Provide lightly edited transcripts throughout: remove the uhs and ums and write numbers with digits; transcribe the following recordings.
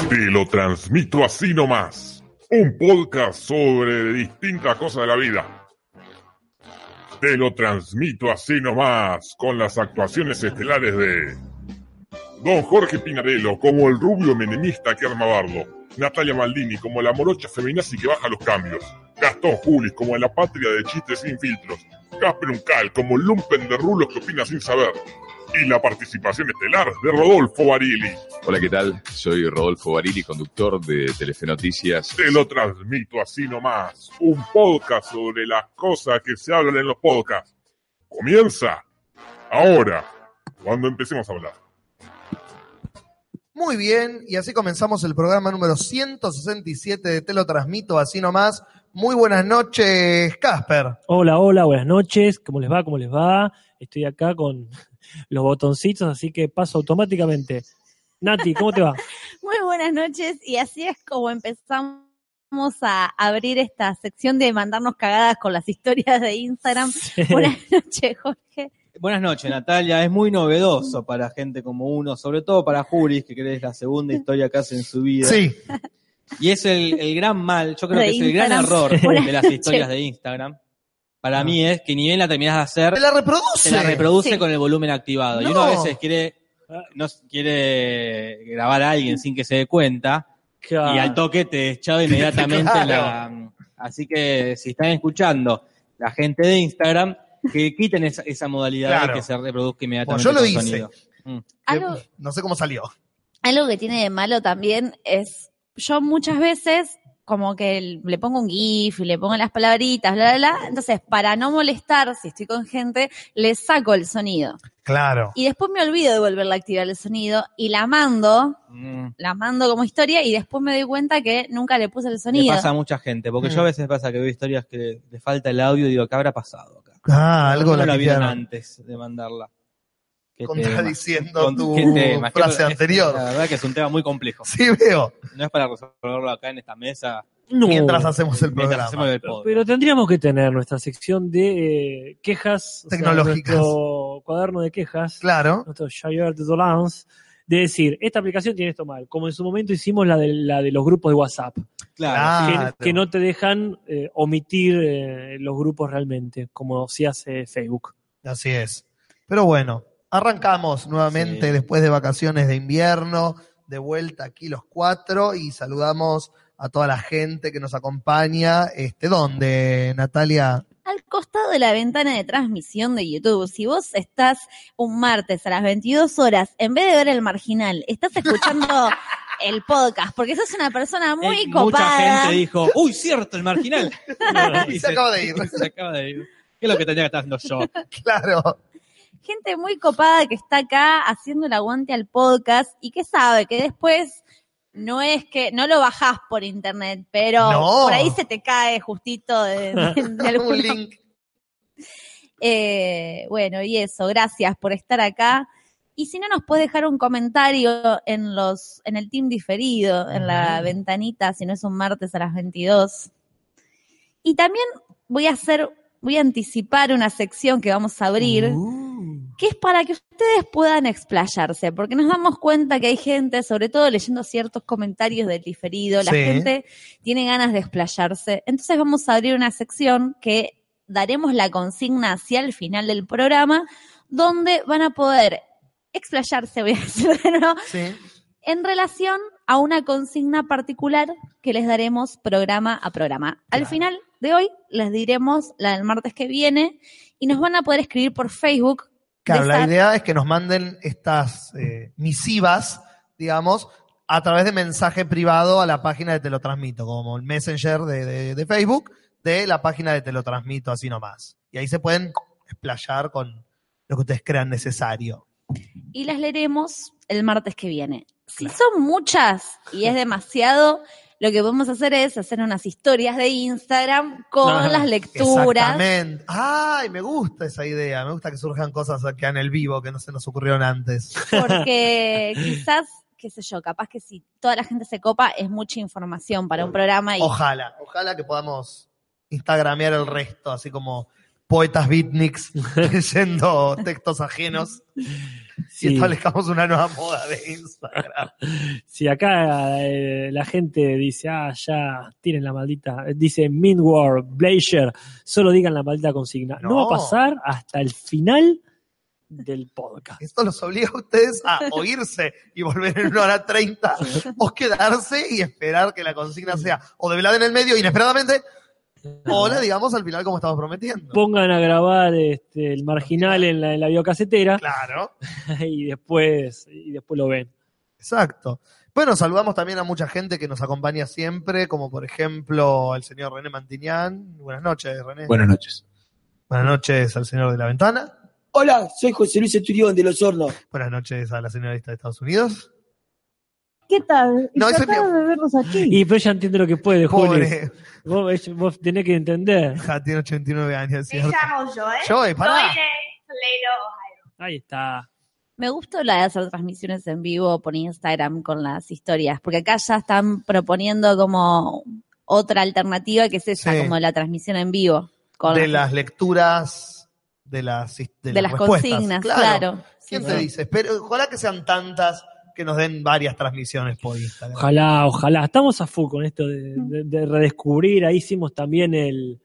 Te lo transmito así nomás. Un podcast sobre distintas cosas de la vida. Te lo transmito así nomás, con las actuaciones estelares de Don Jorge Pinarello como el rubio menemista que arma bardo, Natalia Maldini como la morocha feminazi que baja los cambios, Gastón Julis como la patria de chistes sin filtros, Casper Uncal como el lumpen de rulos que opina sin saber, y la participación estelar de Rodolfo Barili. Hola, ¿qué tal? Soy Rodolfo Barili, conductor de Telefe Noticias. Te lo transmito así nomás, un podcast sobre las cosas que se hablan en los podcasts. Comienza ahora, cuando empecemos a hablar. Muy bien, y así comenzamos el programa número 167 de Te lo transmito así nomás. Muy buenas noches, Casper. Hola, buenas noches. ¿Cómo les va? ¿Cómo les va? Estoy acá con los botoncitos, así que paso automáticamente. Nati, ¿cómo te va? Muy buenas noches, y así es como empezamos a abrir esta sección de mandarnos cagadas con las historias de Instagram. Sí. Buenas noches, Jorge. Buenas noches, Natalia. Es muy novedoso para gente como uno, sobre todo para Julis, que cree que es la segunda historia que hace en su vida. Sí. Y es el gran mal, yo creo que es el gran error de las historias de Instagram. Para mí es que ni bien la terminás de hacer, te la reproduce sí, con el volumen activado. No. Y uno a veces quiere grabar a alguien sin que se dé cuenta, claro, y al toque te echaba inmediatamente claro. Así que si están escuchando la gente de Instagram, que quiten esa modalidad, claro, de que se reproduzca inmediatamente. Bueno, yo lo hice. Sonido. No sé cómo salió. Algo que tiene de malo también es, yo muchas veces como que le pongo un GIF y le pongo las palabritas, bla, bla, bla. Entonces, para no molestar, si estoy con gente, le saco el sonido. Claro. Y después me olvido de volverle a activar el sonido y la mando como historia, y después me doy cuenta que nunca le puse el sonido. Le pasa a mucha gente, porque yo a veces pasa que veo historias que le falta el audio y digo, ¿qué habrá pasado acá? Algo no la vieron antes de mandarla. Contradiciendo tu frase anterior. La verdad que es un tema muy complejo. Sí, veo. No es para resolverlo acá en esta mesa. No. Mientras hacemos el programa. Pero tendríamos que tener nuestra sección de quejas tecnológicas. Nuestro cuaderno de quejas. Claro. Nuestro Javier de Dolans. De decir, esta aplicación tiene esto mal. Como en su momento hicimos la de los grupos de WhatsApp. Claro. Que no te dejan omitir los grupos realmente, como si hace Facebook. Así es. Pero bueno. Arrancamos nuevamente después de vacaciones de invierno, de vuelta aquí los cuatro, y saludamos a toda la gente que nos acompaña. ¿Dónde, Natalia? Al costado de la ventana de transmisión de YouTube. Si vos estás un martes a las 22 horas, en vez de ver El Marginal, estás escuchando el podcast, porque sos una persona muy copada. Mucha gente dijo, ¡uy, cierto, El Marginal! Y se acaba de ir. Se acaba de ir. ¿Qué es lo que tenía que estar haciendo yo? Claro. Gente muy copada que está acá haciendo el aguante al podcast y que sabe que después no es que no lo bajás por internet, pero por ahí se te cae justito de algún link. Bueno, y eso, gracias por estar acá. Y si no, nos puedes dejar un comentario en el team diferido, en la ventanita, si no es un martes a las 22. Y también voy a anticipar una sección que vamos a abrir, que es para que ustedes puedan explayarse, porque nos damos cuenta que hay gente, sobre todo leyendo ciertos comentarios del diferido, la gente tiene ganas de explayarse. Entonces vamos a abrir una sección que daremos la consigna hacia el final del programa, donde van a poder explayarse, voy a decir de nuevo, en relación a una consigna particular que les daremos programa a programa. Al final de hoy les diremos la del martes que viene, y nos van a poder escribir por Facebook. Claro, la idea es que nos manden estas misivas, digamos, a través de mensaje privado a la página de Te lo transmito, como el Messenger de Facebook, de la página de Te lo transmito así nomás. Y ahí se pueden explayar con lo que ustedes crean necesario. Y las leeremos el martes que viene. Si son muchas y es demasiado, lo que podemos hacer es hacer unas historias de Instagram con las lecturas. Exactamente. Ay, me gusta esa idea. Me gusta que surjan cosas acá en el vivo que no se nos ocurrieron antes. Porque quizás, qué sé yo, capaz que si toda la gente se copa, es mucha información para un programa. Ojalá que podamos instagramear el resto, así como poetas beatniks leyendo textos ajenos. Sí. Y establezcamos una nueva moda de Instagram. Si acá la gente dice, ya tienen la maldita, dice Minwar, Blazer, solo digan la maldita consigna. No va a pasar hasta el final del podcast. Esto los obliga a ustedes a oírse y volver en 1:30 o quedarse y esperar que la consigna sea o develada en el medio inesperadamente o la digamos al final como estamos prometiendo. Pongan a grabar el marginal en la videocasetera. Claro. y después lo ven. Exacto. Bueno, saludamos también a mucha gente que nos acompaña siempre, como por ejemplo el señor René Mantiñán. Buenas noches, René. Buenas noches. Buenas noches al señor de la ventana. Hola, soy José Luis Esturión de Los Hornos. Buenas noches a la señorita de Estados Unidos. ¿Qué tal? No, ese Encantado de vernos aquí. Y pero ella entiende lo que puede, Juli. Pobre. Vos tenés que entender. Ja, tiene 89 años, Me ¿cierto? llamo Joe. Joe, pará. Soy de Toledo, Ohio. Ahí está. Me gustó la de hacer transmisiones en vivo por Instagram con las historias, porque acá ya están proponiendo como otra alternativa que es esa, Sí. como la transmisión en vivo. Con De las lecturas, de las respuestas. consignas, claro. ¿Quién Sí, te sí. dice? Pero ojalá que sean tantas que nos den varias transmisiones por Instagram. Ojalá. Estamos a full con esto de redescubrir. Ahí hicimos también el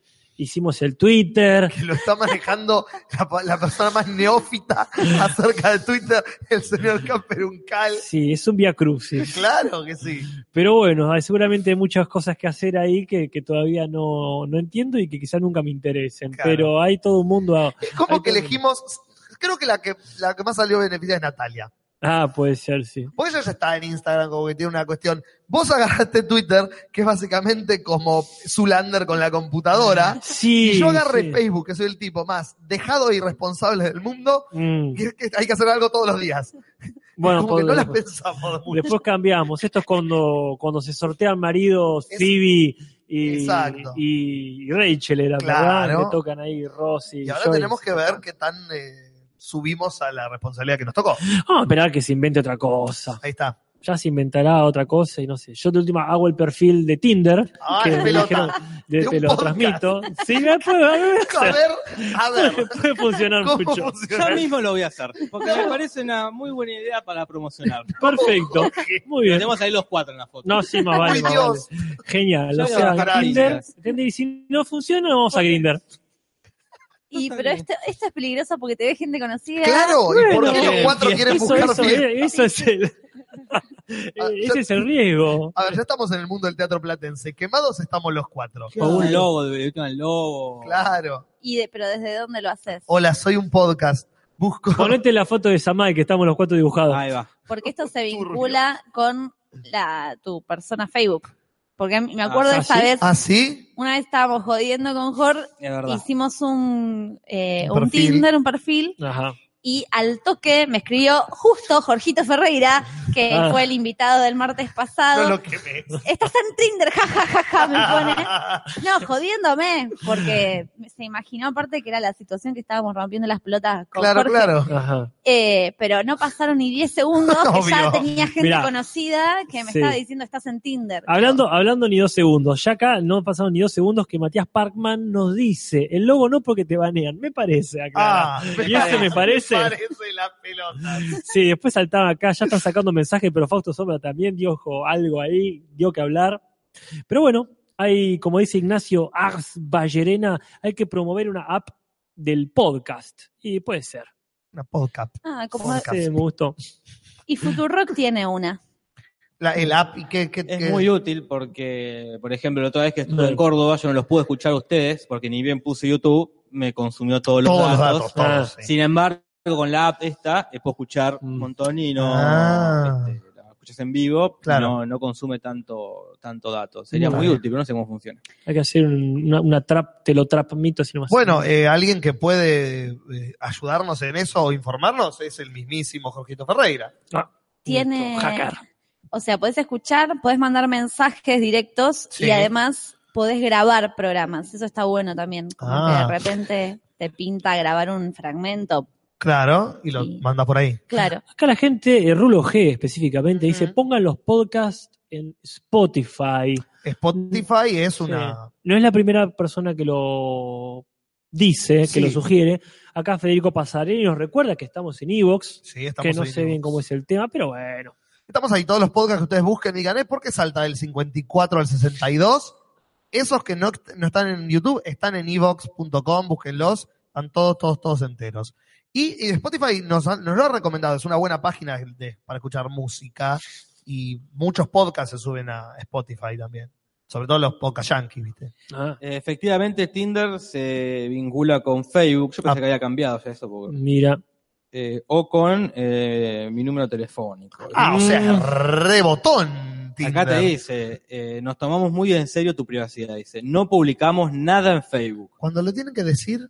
Twitter. Que lo está manejando la persona más neófita acerca de Twitter, el señor Camperuncal. Sí, es un vía crucis. Claro que sí. Pero bueno, hay seguramente muchas cosas que hacer ahí que todavía no entiendo y que quizás nunca me interesen. Claro. Pero hay todo un mundo. Es como que elegimos, creo que la que más salió beneficia es Natalia. Puede ser, sí. Porque ella ya está en Instagram como que tiene una cuestión. Vos agarraste Twitter, que es básicamente como Zulander con la computadora. Sí. Y yo agarré sí. Facebook, que soy el tipo más dejado e irresponsable del mundo, que hay que hacer algo todos los días. Bueno, como que no las después, pensamos mucho. después cambiamos. Esto es cuando se sortean maridos Phoebe Exacto. y Rachel, era Claro. verdad, que tocan ahí Ross Y ahora tenemos que ver qué tan subimos a la responsabilidad que nos tocó. Vamos a esperar que se invente otra cosa. Ahí está. Ya se inventará otra cosa y no sé. Yo de última hago el perfil de Tinder, Ah, que de me pelota. dijeron, De un te lo podcast. transmito. Sí, puede A ver. puede funcionar ¿Cómo mucho. funciona? Yo mismo lo voy a hacer, porque me parece una muy buena idea para promocionar. Perfecto. Muy bien. Tenemos ahí los 4 en la foto. No, sí, más vale. Uy, más Dios. vale. Genial. Yo O voy a sea, bajar Tinder, Tinder. y si no funciona, vamos a Grindr. Pero esto es peligroso porque te ve gente conocida. Claro, ¿y por Bueno, qué los cuatro quieren buscar fiel? eso es el. Ese es el riesgo. A ver, ya estamos en el mundo del teatro platense. Quemados estamos los cuatro. O un logo, de un logo. Claro. Pero ¿desde dónde lo haces? Hola, soy un podcast. Busco. Ponete la foto de Samai, que estamos los cuatro dibujados. Ahí va. Porque esto se vincula con tu persona Facebook. Porque me acuerdo de esa ¿sí? vez, ¿Ah, sí? una vez estábamos jodiendo con Jorge, Es verdad. hicimos un perfil. Tinder, un perfil, Ajá. y al toque me escribió justo Jorgito Ferreira, que Ah. fue el invitado del martes pasado. No lo quemé. Estás en Tinder, jajajaja, me pone. No, jodiéndome, porque se imaginó aparte que era la situación que estábamos rompiendo las pelotas con Claro, Jorge. claro. Ajá. Pero no pasaron ni 10 segundos que ya Obvio. tenía gente Mirá. conocida que me Sí. estaba diciendo estás en Tinder. Hablando ni 2 segundos. Ya acá no pasaron ni 2 segundos que Matías Parkman nos dice: el logo no porque te banean. Me parece acá. Y eso me parece. Me parece la pelota. Sí, después saltaba acá, ya están sacando mensajes, pero Fausto Sombra también dio algo ahí, dio que hablar. Pero bueno, hay, como dice Ignacio Ars Ballerena, hay que promover una app del podcast. Y puede ser. Una podcast. Como Podcast. Sí, me gustó. y Futurock tiene una. El app y qué Es muy útil porque, por ejemplo, la otra vez que estuve en Córdoba, yo no los pude escuchar a ustedes, porque ni bien puse YouTube, me consumió todos los todos los datos. datos, todos. Sí. Sin embargo, con la app esta, puedo escuchar un montón y no Ah. la escuchas en vivo, Claro. no consume tanto dato. Sería Muy muy bien. útil, pero no sé cómo funciona. Hay que hacer una trap, te lo trapmito así nomás. Bueno, alguien que puede ayudarnos en eso o informarnos es el mismísimo Jorgito Ferreira. Tiene, Hacker. o sea, podés escuchar, podés mandar mensajes directos Sí. y además podés grabar programas. Eso está bueno también. Como que de repente te pinta grabar un fragmento. Claro, y lo Sí. manda por ahí. Claro. Acá la gente, Rulo G específicamente, dice: pongan los podcasts en Spotify. Spotify es una... No es la primera persona que lo dice, Sí. que lo sugiere. Acá Federico Pasarelli nos recuerda que estamos en iVoox, Sí, estamos que no ahí, sé bien cómo es el tema, pero bueno. Estamos ahí, todos los podcasts que ustedes busquen, digan, ¿por qué salta del 54 al 62? Esos que no están en YouTube están en evox.com, búsquenlos, están todos enteros. Y Spotify nos lo ha recomendado, es una buena página para escuchar música y muchos podcasts se suben a Spotify también, sobre todo los podcasts yankees, ¿viste? Ah, Efectivamente, Tinder se vincula con Facebook. Yo pensé que había cambiado ya eso. Porque, mira. o con mi número telefónico. O sea, rebotón, Tinder. Acá te dice, nos tomamos muy en serio tu privacidad. Dice, no publicamos nada en Facebook. Cuando lo tienen que decir,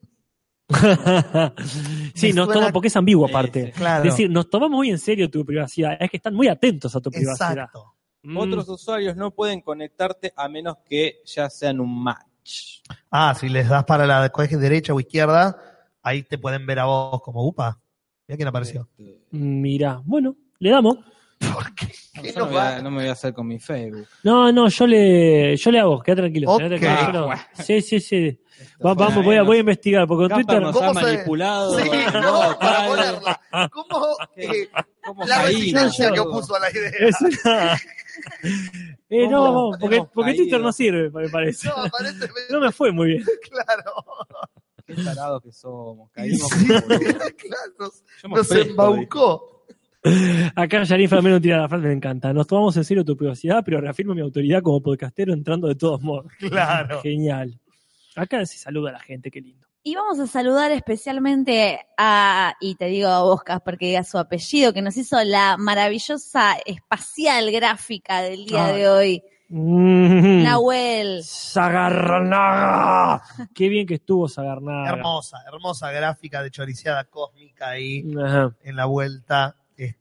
Sí, Me nos suena- toma, porque es ambiguo aparte. Sí, claro. Es decir, nos tomamos muy en serio tu privacidad. Es que están muy atentos a tu privacidad. Exacto. Otros usuarios no pueden conectarte a menos que ya sean un match. Si les das para la derecha o izquierda, ahí te pueden ver a vos como upa. Mira quién apareció. Mira, bueno, le damos. ¿Por qué? ¿Qué Yo nos va? no me voy a hacer con mi Facebook. No, yo le hago, quédate tranquilo. Ok. Quédate tranquilo. Sí. Vamos, voy a investigar, porque en Casper Twitter nos ¿Cómo ha se- manipulado. Sí, no, no, para tal. ponerla. ¿Cómo ¿Cómo la caí? resistencia No, que yo- opuso a la idea? es una... no, porque hemos Twitter caído? no sirve, me parece. No, aparentemente, No me fue muy bien. claro. Qué tarados que somos. Caímos. Sí, como boludo. claro, Yo me nos ofrezco, embaucó. Acá Yarif Flamero tira la frase, me encanta. Nos tomamos en serio tu privacidad, pero reafirmo mi autoridad como podcastero entrando de todos modos. Claro. Genial. Acá se saluda a la gente, qué lindo. Y vamos a saludar especialmente y te digo a vos, Casper, que diga su apellido, que nos hizo la maravillosa espacial gráfica del día de hoy. Nahuel. Sagarnaga. Qué bien que estuvo Sagarnaga. Hermosa gráfica de choriceada cósmica ahí Ajá. en la vuelta.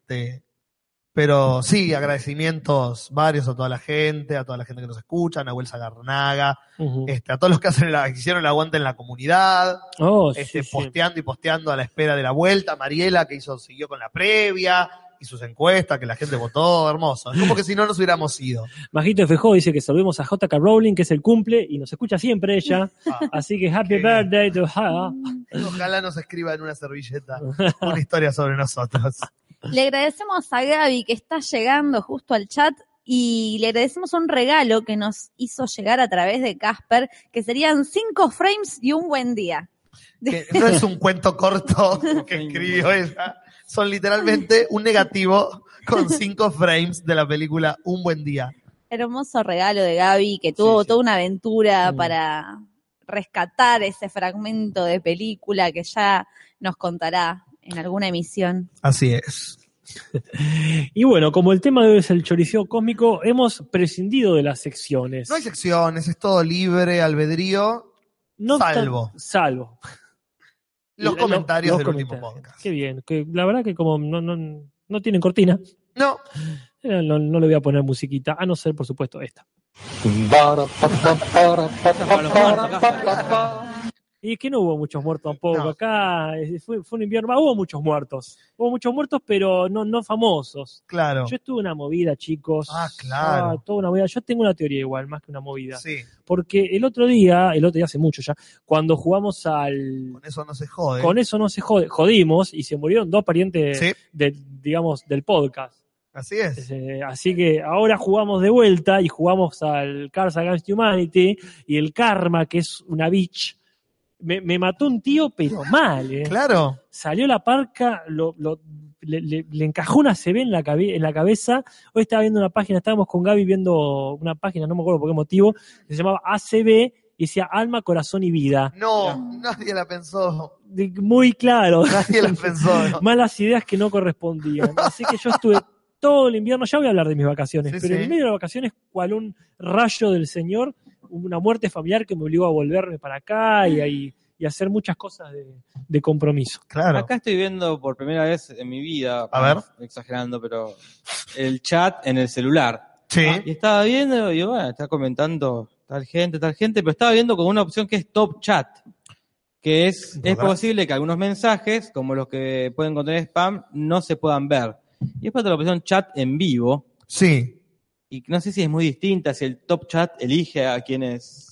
Pero sí, agradecimientos varios a toda la gente que nos escucha, a Nahuel Sagarnaga, Ujú. a todos los que hicieron el aguante en la comunidad, Oh, sí. posteando y posteando a la espera de la vuelta, Mariela que siguió con la previa y sus encuestas, que la gente votó, hermoso. Es como que si no nos hubiéramos ido. Majito FJ dice que saludemos a J.K. Rowling, que es el cumple, y nos escucha siempre ella. Así que happy Qué bien. birthday to her. Ojalá nos escriba en una servilleta una historia sobre nosotros. Le agradecemos a Gaby que está llegando justo al chat y le agradecemos un regalo que nos hizo llegar a través de Casper, que serían 5 frames y un buen día. Que no es un cuento corto que escribió ella, son literalmente un negativo con 5 frames de la película Un Buen Día. Hermoso regalo de Gaby que tuvo Sí. toda una aventura Mm. para rescatar ese fragmento de película que ya nos contará en alguna emisión. Así es. Y bueno, como el tema de hoy es el choriceo cósmico, hemos prescindido de las secciones. No hay secciones, es todo libre, albedrío, No salvo salvo. los comentarios los del último comentarios. podcast. Qué bien, que la verdad que como no tienen cortina, No, no le voy a poner musiquita, a no ser, por supuesto, esta. Para los muertos, Casper. Y es que no hubo muchos muertos tampoco. No. Acá fue un invierno. Hubo muchos muertos. Pero no famosos. claro. Yo estuve en una movida, chicos. Claro. Toda una movida. Yo tengo una teoría igual, más que una movida. Sí, Porque el otro día hace mucho ya, cuando jugamos con eso no se jode. Con eso no se jodimos y se murieron 2 parientes Sí, del podcast. así es. Así que ahora jugamos de vuelta y jugamos al Cards Against Humanity y el karma, que es una bitch, me mató un tío, pero mal, Claro. Salió la parca, le encajó una CB en la cabeza. Hoy estaba viendo una página, estábamos con Gaby viendo una página, no me acuerdo por qué motivo, que se llamaba ACB y decía Alma, Corazón y Vida. No, nadie la pensó. Muy claro. Nadie la pensó. ¿no? Malas ideas que no correspondían. Así que yo estuve todo el invierno, ya voy a hablar de mis vacaciones, Sí, pero sí. en medio de las vacaciones, cual un rayo del Señor, una muerte familiar que me obligó a volverme para acá y hacer muchas cosas de compromiso. Claro. Acá estoy viendo por primera vez en mi vida, A ver. exagerando, pero el chat en el celular. Sí. Y estaba viendo, y bueno, está comentando tal gente, pero estaba viendo con una opción que es Top Chat, que es posible que algunos mensajes, como los que pueden contener spam, no se puedan ver. Y después de la opción Chat en vivo, Sí. y no sé si es muy distinta, si el Top Chat elige a quienes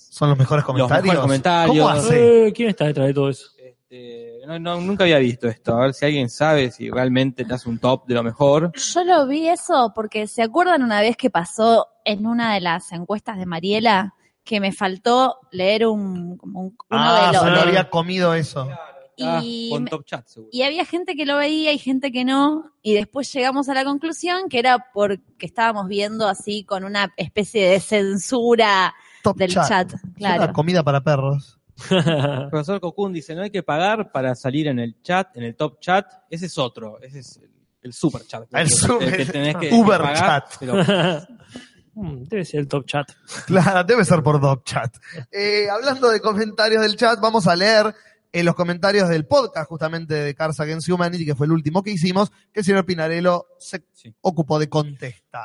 ¿Son los mejores comentarios? mejores comentarios. ¿Cómo hace? ¿Quién está detrás de todo eso? Nunca había visto esto. A ver si alguien sabe si realmente te hace un top de lo mejor. Yo lo vi eso porque ¿se acuerdan una vez que pasó en una de las encuestas de Mariela que me faltó leer uno de los... se lo había comido eso. Con Top Chat, seguro. Y había gente que lo veía y gente que no, y después llegamos a la conclusión que era porque estábamos viendo así con una especie de censura Top del chat. Es Claro. una comida para perros. El profesor Cocoon dice, no hay que pagar para salir en el chat, en el Top Chat. Ese es otro, ese es el Super Chat. El que tenés que Uber pagar, Chat. pero Debe ser el Top Chat. Claro, debe ser por Top Chat. Hablando de comentarios del chat, vamos a leer los comentarios del podcast justamente de Cards Against Humanity, que fue el último que hicimos, que el señor Pinarello se ocupó de contestar.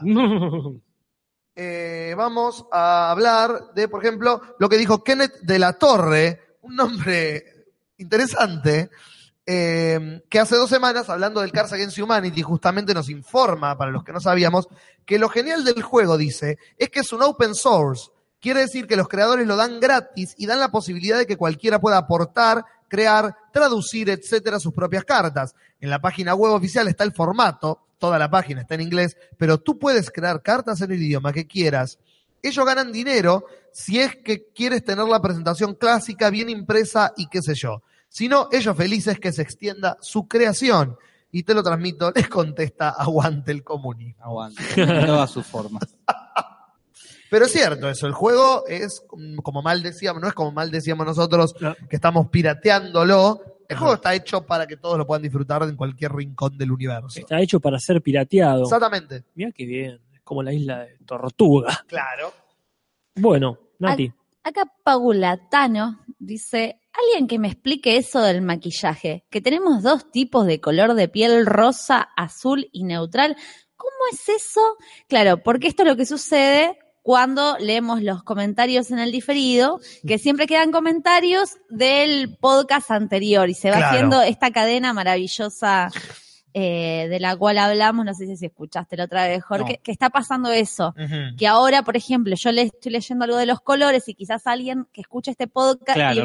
Vamos a hablar de, por ejemplo, lo que dijo Kenneth de la Torre, un nombre interesante, que hace 2 semanas, hablando del Cards Against Humanity, justamente nos informa, para los que no sabíamos, que lo genial del juego, dice, es que es un open source. Quiere decir que los creadores lo dan gratis y dan la posibilidad de que cualquiera pueda aportar, crear, traducir, etcétera, sus propias cartas. En la página web oficial está el formato, toda la página está en inglés, pero tú puedes crear cartas en el idioma que quieras. Ellos ganan dinero si es que quieres tener la presentación clásica bien impresa y qué sé yo. Si no, ellos felices que se extienda su creación. Y te lo transmito, les contesta aguante el comunismo. aguanta, en todas sus formas. Pero es cierto eso, el juego es como mal decíamos, no es como mal decíamos nosotros que estamos pirateándolo. El juego está hecho para que todos lo puedan disfrutar en cualquier rincón del universo. Está hecho para ser pirateado. Exactamente. Mira qué bien. Es como la isla de Tortuga. Claro. Bueno, Nati. Acá Paula Tano dice, alguien que me explique eso del maquillaje, que tenemos 2 tipos de color de piel, rosa, azul y neutral. ¿Cómo es eso? Claro, porque esto es lo que sucede cuando leemos los comentarios en el diferido, que siempre quedan comentarios del podcast anterior y se va haciendo esta cadena maravillosa de la cual hablamos, no sé si escuchaste la otra vez, Jorge, que está pasando eso, que ahora, por ejemplo, yo le estoy leyendo algo de los colores y quizás alguien que escucha este podcast y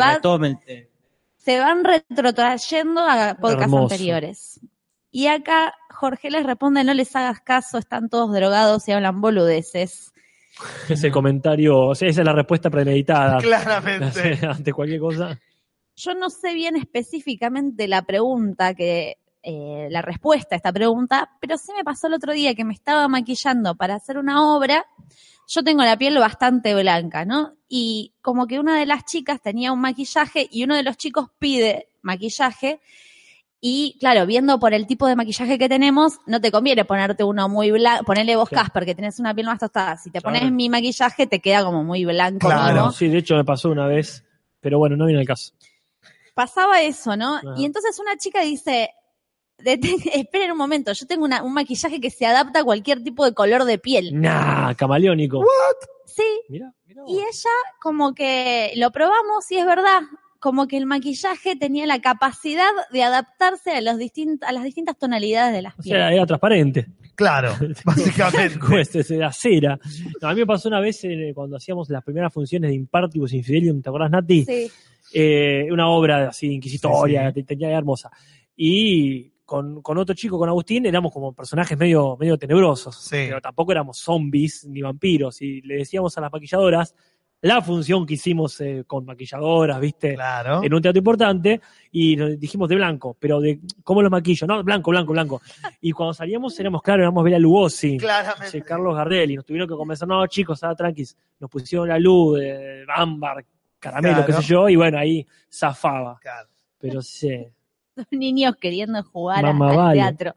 se van retrotrayendo a podcasts anteriores. Y acá Jorge les responde, no les hagas caso, están todos drogados y hablan boludeces. Ese comentario, o sea, esa es la respuesta premeditada. Claramente. Ante cualquier cosa. Yo no sé bien específicamente la pregunta, la respuesta a esta pregunta, pero sí me pasó el otro día que me estaba maquillando para hacer una obra. Yo tengo la piel bastante blanca, ¿no? Y como que una de las chicas tenía un maquillaje y uno de los chicos pide maquillaje. Y claro, viendo por el tipo de maquillaje que tenemos, no te conviene ponerte uno muy blanco, ponerle vos Casper, que tenés una piel más tostada. Si te pones mi maquillaje, te queda como muy blanco. Claro. ¿no? Sí, de hecho me pasó una vez, pero bueno, no viene el caso. Pasaba eso, ¿no? Ajá. Y entonces una chica dice, esperen un momento, yo tengo un maquillaje que se adapta a cualquier tipo de color de piel. Nah, camaleónico. Sí. Mirá Y ella como que lo probamos y es verdad, como que el maquillaje tenía la capacidad de adaptarse a las distintas tonalidades de las O pieles. sea, era transparente. Claro, básicamente. Pues era cera. No, a mí me pasó una vez cuando hacíamos las primeras funciones de Impartibus Infidelium, ¿te acordás, Nati? Sí. Una obra así inquisitoria, Sí. tenía hermosa. Y con otro chico, con Agustín, éramos como personajes medio tenebrosos. Sí. Pero tampoco éramos zombies ni vampiros. Y le decíamos a las maquilladoras la función que hicimos con maquilladoras, ¿viste? Claro. En un teatro importante, y nos dijimos de blanco, pero de ¿cómo lo maquillo? No, blanco. Y cuando salíamos éramos Bela Lugosi, Claramente. Carlos Gardel, y nos tuvieron que convencer, no, chicos, tranquis, nos pusieron la luz de ámbar, caramelo, Claro. qué sé yo, y bueno, ahí zafaba. Claro. Pero sí. Dos niños queriendo jugar Mamá al vale. teatro.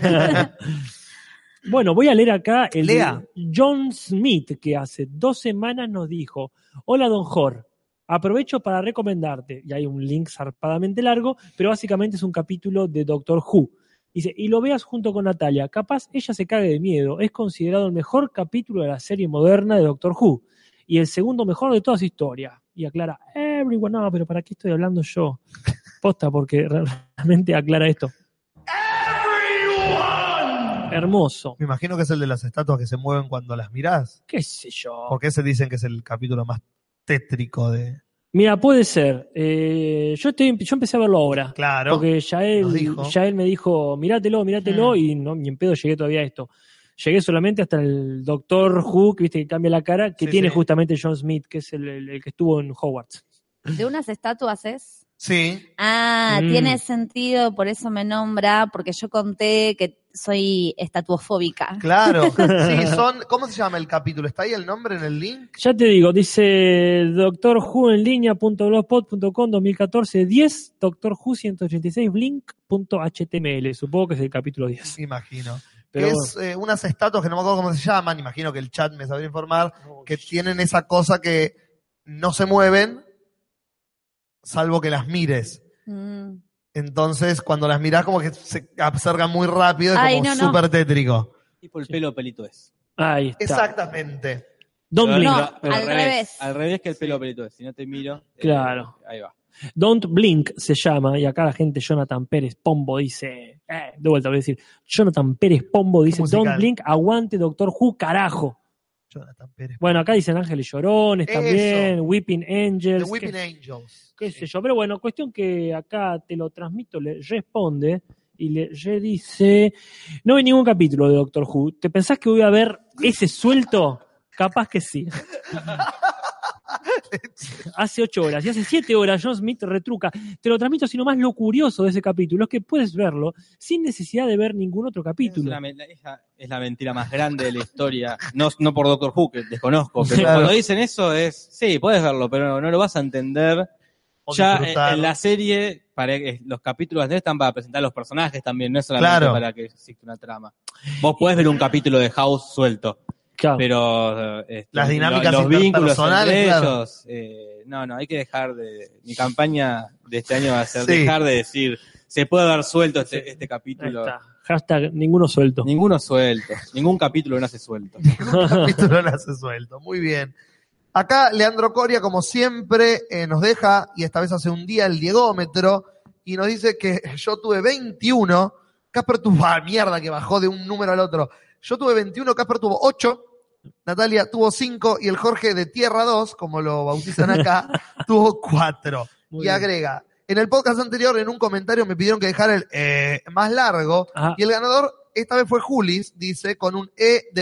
Bueno, voy a leer acá el Lea. de John Smith, que hace 2 semanas nos dijo: hola, don Jor, aprovecho para recomendarte, y hay un link zarpadamente largo, pero básicamente es un capítulo de Doctor Who. Dice, y lo veas junto con Natalia, capaz ella se cague de miedo, es considerado el mejor capítulo de la serie moderna de Doctor Who, y el segundo mejor de toda su historia. Y aclara, everyone, no, pero ¿para qué estoy hablando yo? Posta, porque realmente aclara esto. Hermoso. Me imagino que es el de las estatuas que se mueven cuando las mirás. ¿Qué sé yo? Porque ese dicen que es el capítulo más tétrico de... Mira, puede ser. Yo empecé a verlo ahora. Claro. Porque nos dijo. ya él me dijo, míratelo, y no, ni en pedo llegué todavía a esto. Llegué solamente hasta el Doctor Who, que viste que cambia la cara, que tiene justamente John Smith, que es el que estuvo en Hogwarts. ¿De unas estatuas es? Sí. Ah, tiene sentido, por eso me nombra, porque yo conté que soy estatuofóbica. Claro. Sí, ¿cómo se llama el capítulo? ¿Está ahí el nombre en el link? Ya te digo, dice Doctor Who en línea.blogspot.com 2014 10, Doctor Who 186 blink.html. Supongo que es el capítulo 10. Imagino. Pero es unas estatuas que no me acuerdo cómo se llaman, imagino que el chat me sabría informar, que tienen esa cosa que no se mueven, salvo que las mires. Entonces, cuando las mirás, como que se acercan muy rápido, es como súper tétrico. Tipo el pelo pelito es. Ahí está. Exactamente. Don't Blink. No, al revés. Al revés que el pelo pelito es. Si no te miro. Claro. Ahí va. Don't Blink se llama, y acá la gente Jonathan Pérez Pombo dice, de vuelta voy a decir, Jonathan Pérez Pombo dice, Don't Blink, aguante Doctor Who, carajo. Jonathan Pérez. Bueno, acá dicen Ángeles Llorones también, Weeping Angels. The Weeping Angels. Qué sé yo, pero bueno, cuestión que acá te lo transmito, le responde y le dice, no vi ningún capítulo de Doctor Who, ¿te pensás que voy a ver ese suelto? Capaz que sí. Hace 8 horas y hace 7 horas John Smith retruca. Te lo transmito, sino más lo curioso de ese capítulo es que puedes verlo sin necesidad de ver ningún otro capítulo. Es la mentira más grande de la historia. No por Doctor Who, que desconozco, pero cuando dicen eso sí, puedes verlo, pero no lo vas a entender. Ya en la serie, los capítulos están para presentar a los personajes también, no es solamente para que exista una trama. Vos podés ver un capítulo de House suelto. Claro. Pero las dinámicas los vínculos entre ellos, no, hay que dejar Mi campaña de este año va a ser dejar de decir, se puede dar suelto este capítulo. Ahí está. Hashtag ninguno suelto. Ninguno suelto. Ningún capítulo nace suelto. Ningún capítulo nace suelto. Muy bien. Acá Leandro Coria, como siempre, nos deja, y esta vez hace un día, el diegómetro, y nos dice que yo tuve 21, Casper tuvo, mierda, que bajó de un número al otro. Yo tuve 21, Casper tuvo 8, Natalia tuvo 5 y el Jorge de Tierra 2, como lo bautizan acá, tuvo 4. Y agrega, en el podcast anterior, en un comentario me pidieron que dejara el más largo, y el ganador esta vez fue Julis, dice, con un de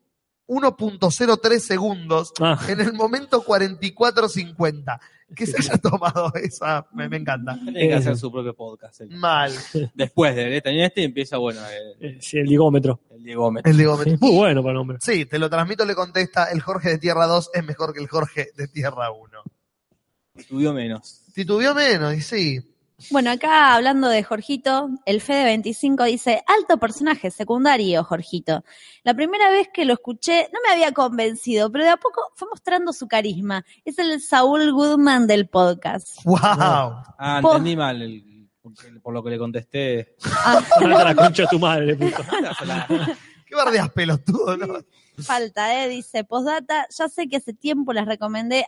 1.03 segundos en el momento 44:50. Que se haya tomado esa, me encanta. Tiene que hacer su propio podcast. Mal. Después de este empieza, el diegómetro. El diegómetro. Sí, muy bueno para el nombre. Sí, te lo transmito, le contesta, el Jorge de Tierra 2 es mejor que el Jorge de Tierra 1. Titubeó menos. Y sí. Bueno, acá hablando de Jorgito, el Fede 25 dice, alto personaje secundario, Jorgito. La primera vez que lo escuché no me había convencido, pero de a poco fue mostrando su carisma. Es el Saúl Goodman del podcast. ¡Wow! Entendí mal por lo que le contesté. La concha de tu madre, puto. Qué bardeas pelotudo, ¿no? Falta, dice, postdata, ya sé que hace tiempo les recomendé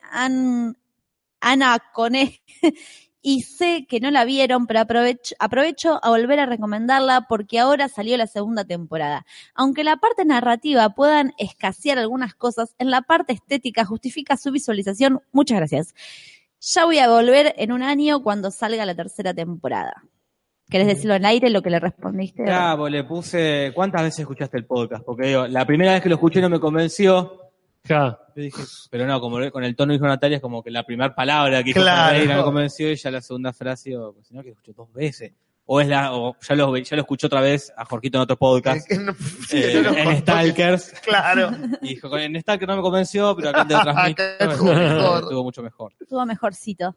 Ana Coné. Y sé que no la vieron, pero aprovecho a volver a recomendarla porque ahora salió la segunda temporada. Aunque la parte narrativa puedan escasear algunas cosas, en la parte estética justifica su visualización. Muchas gracias. Ya voy a volver en un año cuando salga la tercera temporada. ¿Querés decirlo al aire lo que le respondiste? Claro, le puse, ¿cuántas veces escuchaste el podcast? Porque digo, la primera vez que lo escuché no me convenció. Yo dije, pero no, como con el tono dijo Natalia, es como que la primera palabra que dijo no me convenció y ya la segunda frase, si no, que escuché 2 veces. O ya lo escuché otra vez a Jorgito en otro podcast. En Stalkers. Claro. Y dijo, en Stalkers no me convenció, pero acá te lo transmito. Estuvo mucho mejor. Estuvo mejorcito.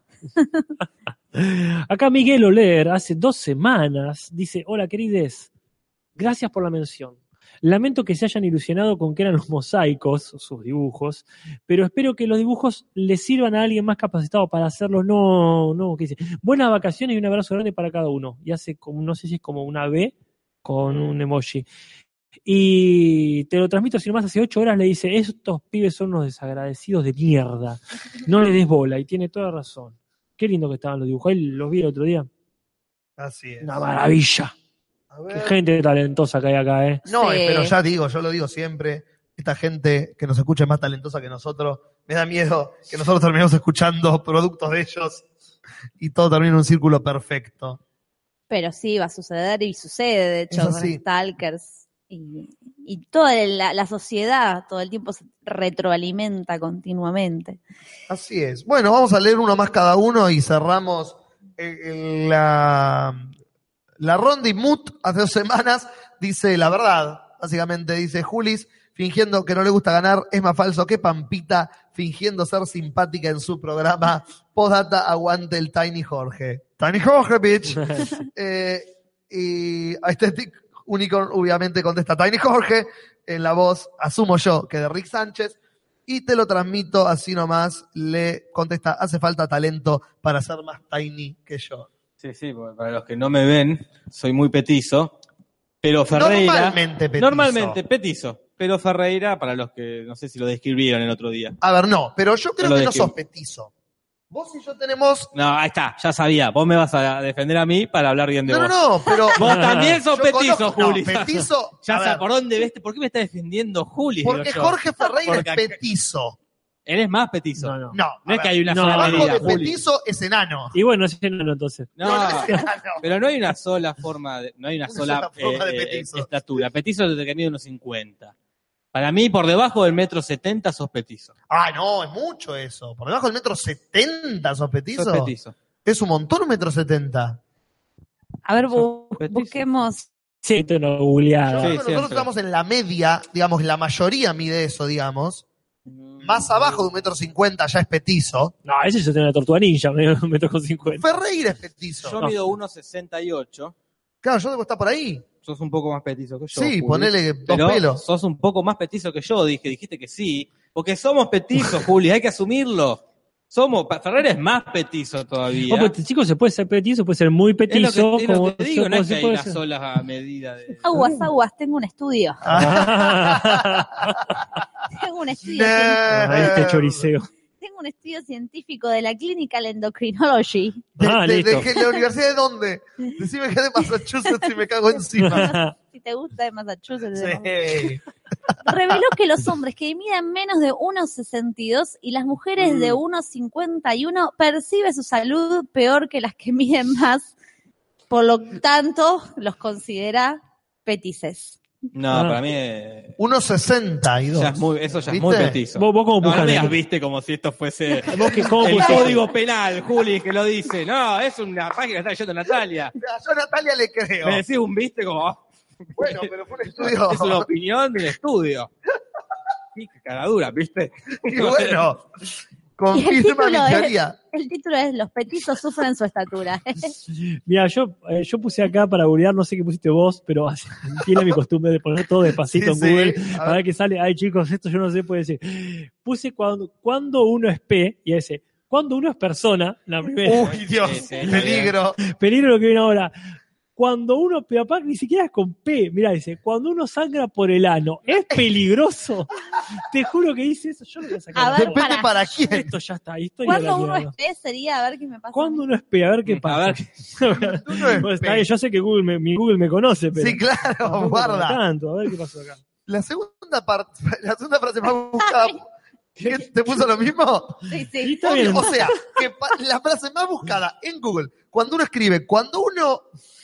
Acá Miguel Oler, hace 2 semanas, dice, hola querides, gracias por la mención. Lamento que se hayan ilusionado con que eran los mosaicos, sus dibujos, pero espero que los dibujos les sirvan a alguien más capacitado para hacerlos. No, ¿qué dice? Buenas vacaciones y un abrazo grande para cada uno. Y hace como, no sé si es como una B con un emoji. Y te lo transmito, si nomás hace 8 horas le dice, estos pibes son unos desagradecidos de mierda. No le des bola, y tiene toda razón. Qué lindo que estaban los dibujos. Ahí los vi el otro día. Así es. Una maravilla. Qué gente talentosa que hay acá, No, pero ya digo, yo lo digo siempre, esta gente que nos escucha es más talentosa que nosotros. Me da miedo que nosotros terminemos escuchando productos de ellos y todo termine en un círculo perfecto. Pero sí, va a suceder y sucede, de hecho, Eso con sí. stalkers. Y toda la sociedad todo el tiempo se retroalimenta continuamente. Así es. Bueno, vamos a leer uno más cada uno y cerramos la ronda. Y Mut hace 2 semanas dice la verdad. Básicamente dice: Julis, fingiendo que no le gusta ganar, es más falso que Pampita, fingiendo ser simpática en su programa. Postdata, aguante el Tiny Jorge. Tiny Jorge, bitch. Y Aesthetic Unicorn obviamente contesta Tiny Jorge, en la voz, asumo yo, que de Rick Sánchez. Y te lo transmito así nomás, le contesta: hace falta talento para ser más tiny que yo. Sí, porque para los que no me ven, soy muy petizo. Pero Ferreira... Normalmente petizo. Pero Ferreira, para los que no sé si lo describieron el otro día. A ver, no, pero yo creo Yo lo que no describo. sos petizo. Vos y yo tenemos... No, ahí está, ya sabía. Vos me vas a defender a mí para hablar bien de vos. No, pero... Vos también sos Yo petizo, conozco- Juli. No, petizo... Ya a sabes, ver, ¿por dónde ves? ¿Por qué me está defendiendo Juli? porque digo yo? Jorge Ferreira Porque es petizo. Él es más petizo. No. No, No es que hay una No, sola abajo medida, de Juli. petizo es enano. Y bueno, es enano entonces. No, es enano. pero no hay una sola forma, no hay una sola forma de petizo. estatura. Petizo desde que mide unos 50. Para mí, por debajo del 1,70 m sos petizo. Ah, no, es mucho eso. Por debajo del 1,70 m sos petizo. Sos petizo. Es un montón 1,70 m. A ver, petizo. busquemos. Sí, esto no googleada. Yo creo que nosotros siempre. estamos en la media, digamos, la mayoría mide eso, digamos. Más abajo de 1,50 m ya es petizo. No, ese yo tengo una tortuga ninja, me tocó 50. Ferreira es petizo. Yo mido 1,68. Claro, yo debo estar por ahí. Sos un poco más petizo que yo. Sí, Juli. ponele 2 Pero pelos. sos un poco más petizo que yo, dijiste que sí. Porque somos petizos, Juli, hay que asumirlo. Ferreira es más petizo todavía. No, pues, chicos, se puede ser petizo, puede ser muy es petizo. lo que como te digo, no es que hay puede una ser. sola medida de... Aguas, tengo un estudio. Tengo un estudio. Ahí este choriceo. Tengo un estudio científico de la Clinical Endocrinology. Listo. ¿De la universidad de dónde? Decime que es de Massachusetts y me cago encima. Si te gusta de Massachusetts. Sí. Reveló que los hombres que miden menos de 1,62 y las mujeres de 1,51 perciben su salud peor que las que miden más. Por lo tanto, los considera petices. No, para mí 1,62. eso ya es ¿Viste? muy petizo. ¿Vos cómo no buscas me digas, eso? viste, como si esto fuese ¿Cómo el pusiste? código penal, Juli, que lo dice. No, es una página que está leyendo Natalia. Yo a Natalia le creo. Me decís un viste como... Bueno, pero fue un estudio. Es una opinión del estudio. Sí, qué caradura, ¿viste? Y bueno, Y el confirma mi título, teoría. el título es Los petizos sufren su estatura. Mira, yo puse acá para googlear, no sé qué pusiste vos, pero tiene mi costumbre de poner todo despacito Sí, en Google. sí. A ver qué sale. Ay, chicos, esto yo no sé, puede decir. Puse cuando uno es P, y ese, cuando uno es persona, la primera. Uy, Dios, Sí, peligro. Peligro lo que viene ahora. Cuando uno, pero aparte ni siquiera es con P, mirá, dice, cuando uno sangra por el ano, ¿es peligroso? Te juro que dice eso, yo lo voy a sacar. A ver, Depende para quién. Esto ya está, historia de la Cuando uno mierda. es P sería, a ver qué me pasa. Cuando uno es P, a ver qué pasa. A ver, Uno es Bueno, está P. bien, yo sé que mi Google me conoce, pero Sí, claro, tampoco para guarda. tanto, a ver qué pasó acá. La segunda frase más buscada. ¿Qué, ¿Te puso lo mismo? Sí, Sí, sí. está bien. O sea, que la frase más buscada en Google, cuando uno escribe, cuando uno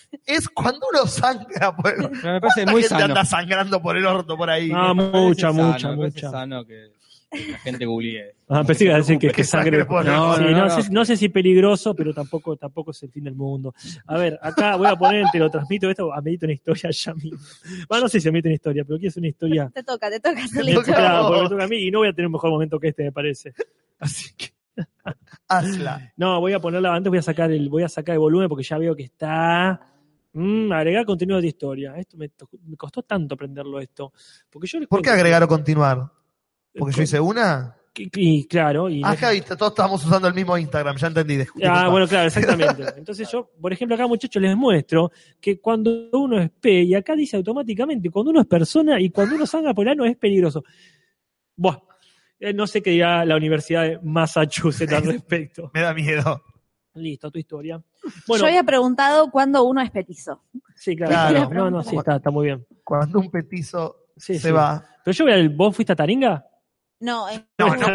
sangra por el orto. pero me parece ¿Cuánta muy gente sano. anda sangrando por el orto por ahí? Ah, Me parece mucha, sano, mucha, me parece mucha. sano que la gente googlee. Pensé que iba a decir que Que sangre. sangre por el No, Sí, no, no, no. no sé si peligroso, pero tampoco es el fin del mundo. A ver, acá voy a poner, te lo transmito esto, amerito una historia ya mismo. Bueno, no sé si amerito una historia, pero quiero hacer una historia. Te toca hacer la toca. historia. Claro, porque me toca a mí y no voy a tener un mejor momento que este, me parece. Así que. Hazla. No, voy a ponerla antes, voy a sacar el volumen porque ya veo que está. Agregar contenido de historia. Esto me costó tanto aprenderlo esto. Porque yo les ¿Por qué cuento- agregar o continuar? ¿Porque yo hice una? Y claro. Y Acá viste, todos estamos usando el mismo Instagram, ya entendí. Disculpa. bueno, claro, exactamente. Entonces yo, por ejemplo, acá muchachos les muestro que cuando uno es P, y acá dice automáticamente, cuando uno es persona y cuando uno sangra por el ano es peligroso. Buah, no sé qué dirá la Universidad de Massachusetts al respecto. Me da miedo. Listo, tu historia. Yo Bueno, había preguntado cuándo uno es petizo. sí, claro. Claro. No, sí, está muy bien. Cuando un petizo Sí, se sí. va. Pero yo ¿vos fuiste a Taringa? No, No, no.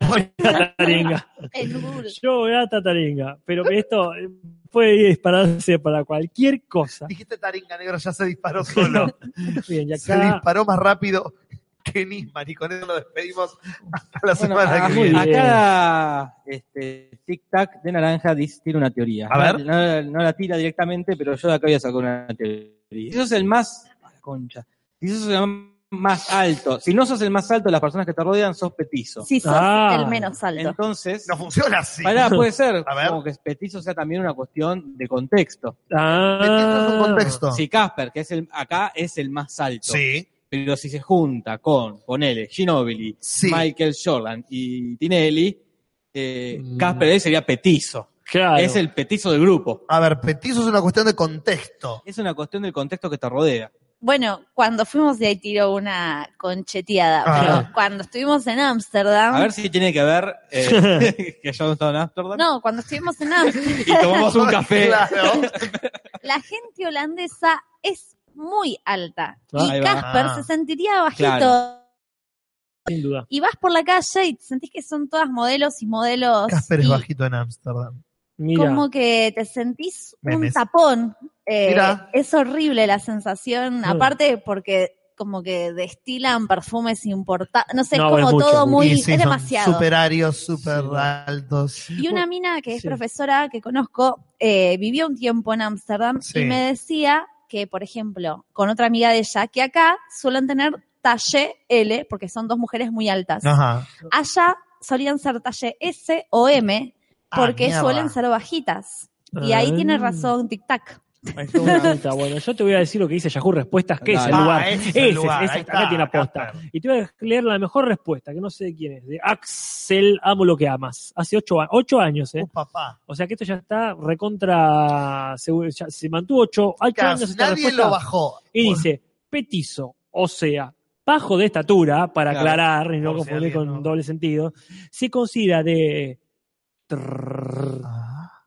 Taringa. en Google. Yo voy a Taringa, pero que esto puede dispararse para cualquier cosa. Dijiste Taringa, negro, ya se disparó solo. Bien, y Se acá disparó más rápido que Nisman y con eso lo despedimos hasta la Bueno, semana que muy viene. bien. acá Tic Tac de Naranja tiene una teoría. A ver. No la tira directamente, pero yo de acá voy a sacar una teoría. Si sos el más... a la concha. Si sos el más alto, si no sos el más alto de las personas que te rodean, sos petizo. Si sos Ah. el menos alto. Entonces, No funciona así. puede ser A ver. como que petizo sea también una cuestión de contexto. Petizo es un contexto. Si Casper, que es acá es el más alto, Sí. pero si se junta con, ponele, Ginóbili, Sí. Michael Jordan y Tinelli, Casper sería petizo. claro. Es el petizo del grupo. A ver, petizo es una cuestión de contexto. Es una cuestión del contexto que te rodea. Bueno, cuando fuimos de ahí tiró una concheteada, Ah. pero cuando estuvimos en Ámsterdam... A ver si tiene que ver que yo no estaba en Amsterdam. No, cuando estuvimos en Ámsterdam, Y tomamos un café. Claro. la gente holandesa es muy alta. Ahí Y va. Casper Ah. se sentiría bajito. Claro. Sin duda. Y vas por la calle y sentís que son todas modelos y modelos. Casper es y bajito en Ámsterdam. Mira. como que te sentís un Memes. tapón. Mira. Es horrible la sensación, aparte porque como que destilan perfumes importantes, no sé, No, es como es mucho, todo mucho. muy, Y sí, es son demasiado. superarios, super Sí. altos. Y una mina que es Sí. profesora que conozco, vivió un tiempo en Ámsterdam Sí. y me decía que, por ejemplo, con otra amiga de ella, que acá suelen tener talle L, porque son dos mujeres muy altas. Ajá. Allá solían ser talle S o M, porque mierda. suelen ser bajitas. Y ahí Ah. tiene razón Tic Tac. Esto es una puta. Bueno, yo te voy a decir lo que dice Yahoo Respuestas, que es el Ah, lugar. ese es el lugar. Ahí acá está, tiene aposta. Casper. Y te voy a leer la mejor respuesta, que no sé de quién es, de Axel Amo lo que amas. Hace 8 años, Papá. O sea que esto ya está recontra. Ya se mantuvo 8 años esta Nadie respuesta. lo bajó. Y dice, petizo, o sea, bajo de estatura, para Claro. aclarar y no Por si confundir alguien con no. doble sentido, se considera de Ah.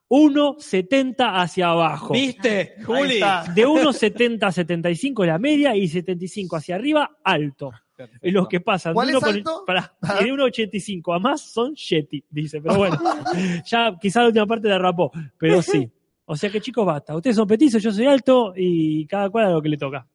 1,70 hacia abajo. ¿Viste, Juli? Ahí está. De 1,70 a 75 la media y 75 hacia arriba, alto. Perfecto. Y los que pasan ¿Cuál de es 1 alto? y de 1,85 a más son Yeti, dice. Pero bueno, ya quizá la última parte derrapó, pero sí. O sea que chicos, basta. Ustedes son petizos, yo soy alto y cada cual a lo que le toca.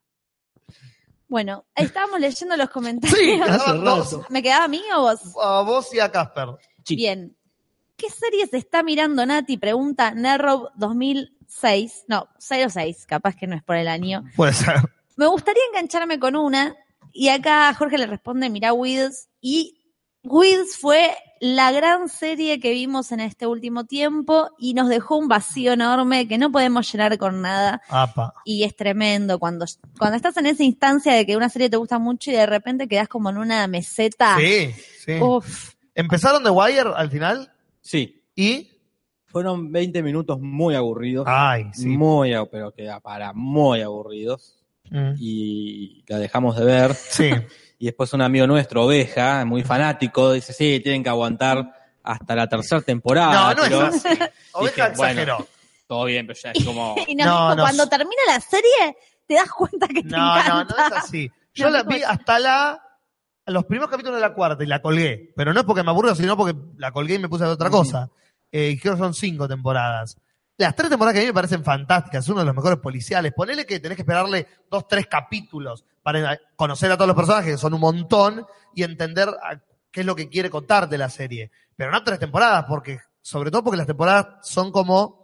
Bueno, estábamos leyendo los comentarios. Sí, Hace quedaban dos. rato. ¿Me quedaba a mí o vos? A vos y a Casper. Sí. Bien. ¿Qué serie se está mirando Nati? Pregunta Nerrob 2006. No, 06, capaz que no es por el año. Puede ser. Me gustaría engancharme con una. Y acá Jorge le responde, mirá Weeds. Y Weeds fue la gran serie que vimos en este último tiempo y nos dejó un vacío enorme que no podemos llenar con nada. Apa. Y es tremendo cuando estás en esa instancia de que una serie te gusta mucho y de repente quedás como en una meseta. Sí, sí. Uf. ¿Empezaron The Wire al final? Sí. ¿Y? Fueron 20 minutos muy aburridos. Ay, sí. Pero que para muy aburridos. Mm. Y la dejamos de ver. Sí. Y después un amigo nuestro, Oveja, muy fanático, dice, sí, tienen que aguantar hasta la tercera temporada. No, no pero es así. Oveja dije, bueno, exageró. todo bien, pero ya es como... Y nos No, dijo, no. cuando termina la serie, te das cuenta que te No, encanta. no es así. Yo No, la dijo vi eso. hasta los primeros capítulos de la cuarta y la colgué. Pero no es porque me aburro, sino porque la colgué y me puse a ver otra cosa. Y creo que son 5 temporadas. Las 3 temporadas que a mí me parecen fantásticas, es uno de los mejores policiales. Ponele que tenés que esperarle 2, 3 capítulos para conocer a todos los personajes, que son un montón, y entender qué es lo que quiere contarte la serie. Pero no 3 temporadas, sobre todo porque las temporadas son como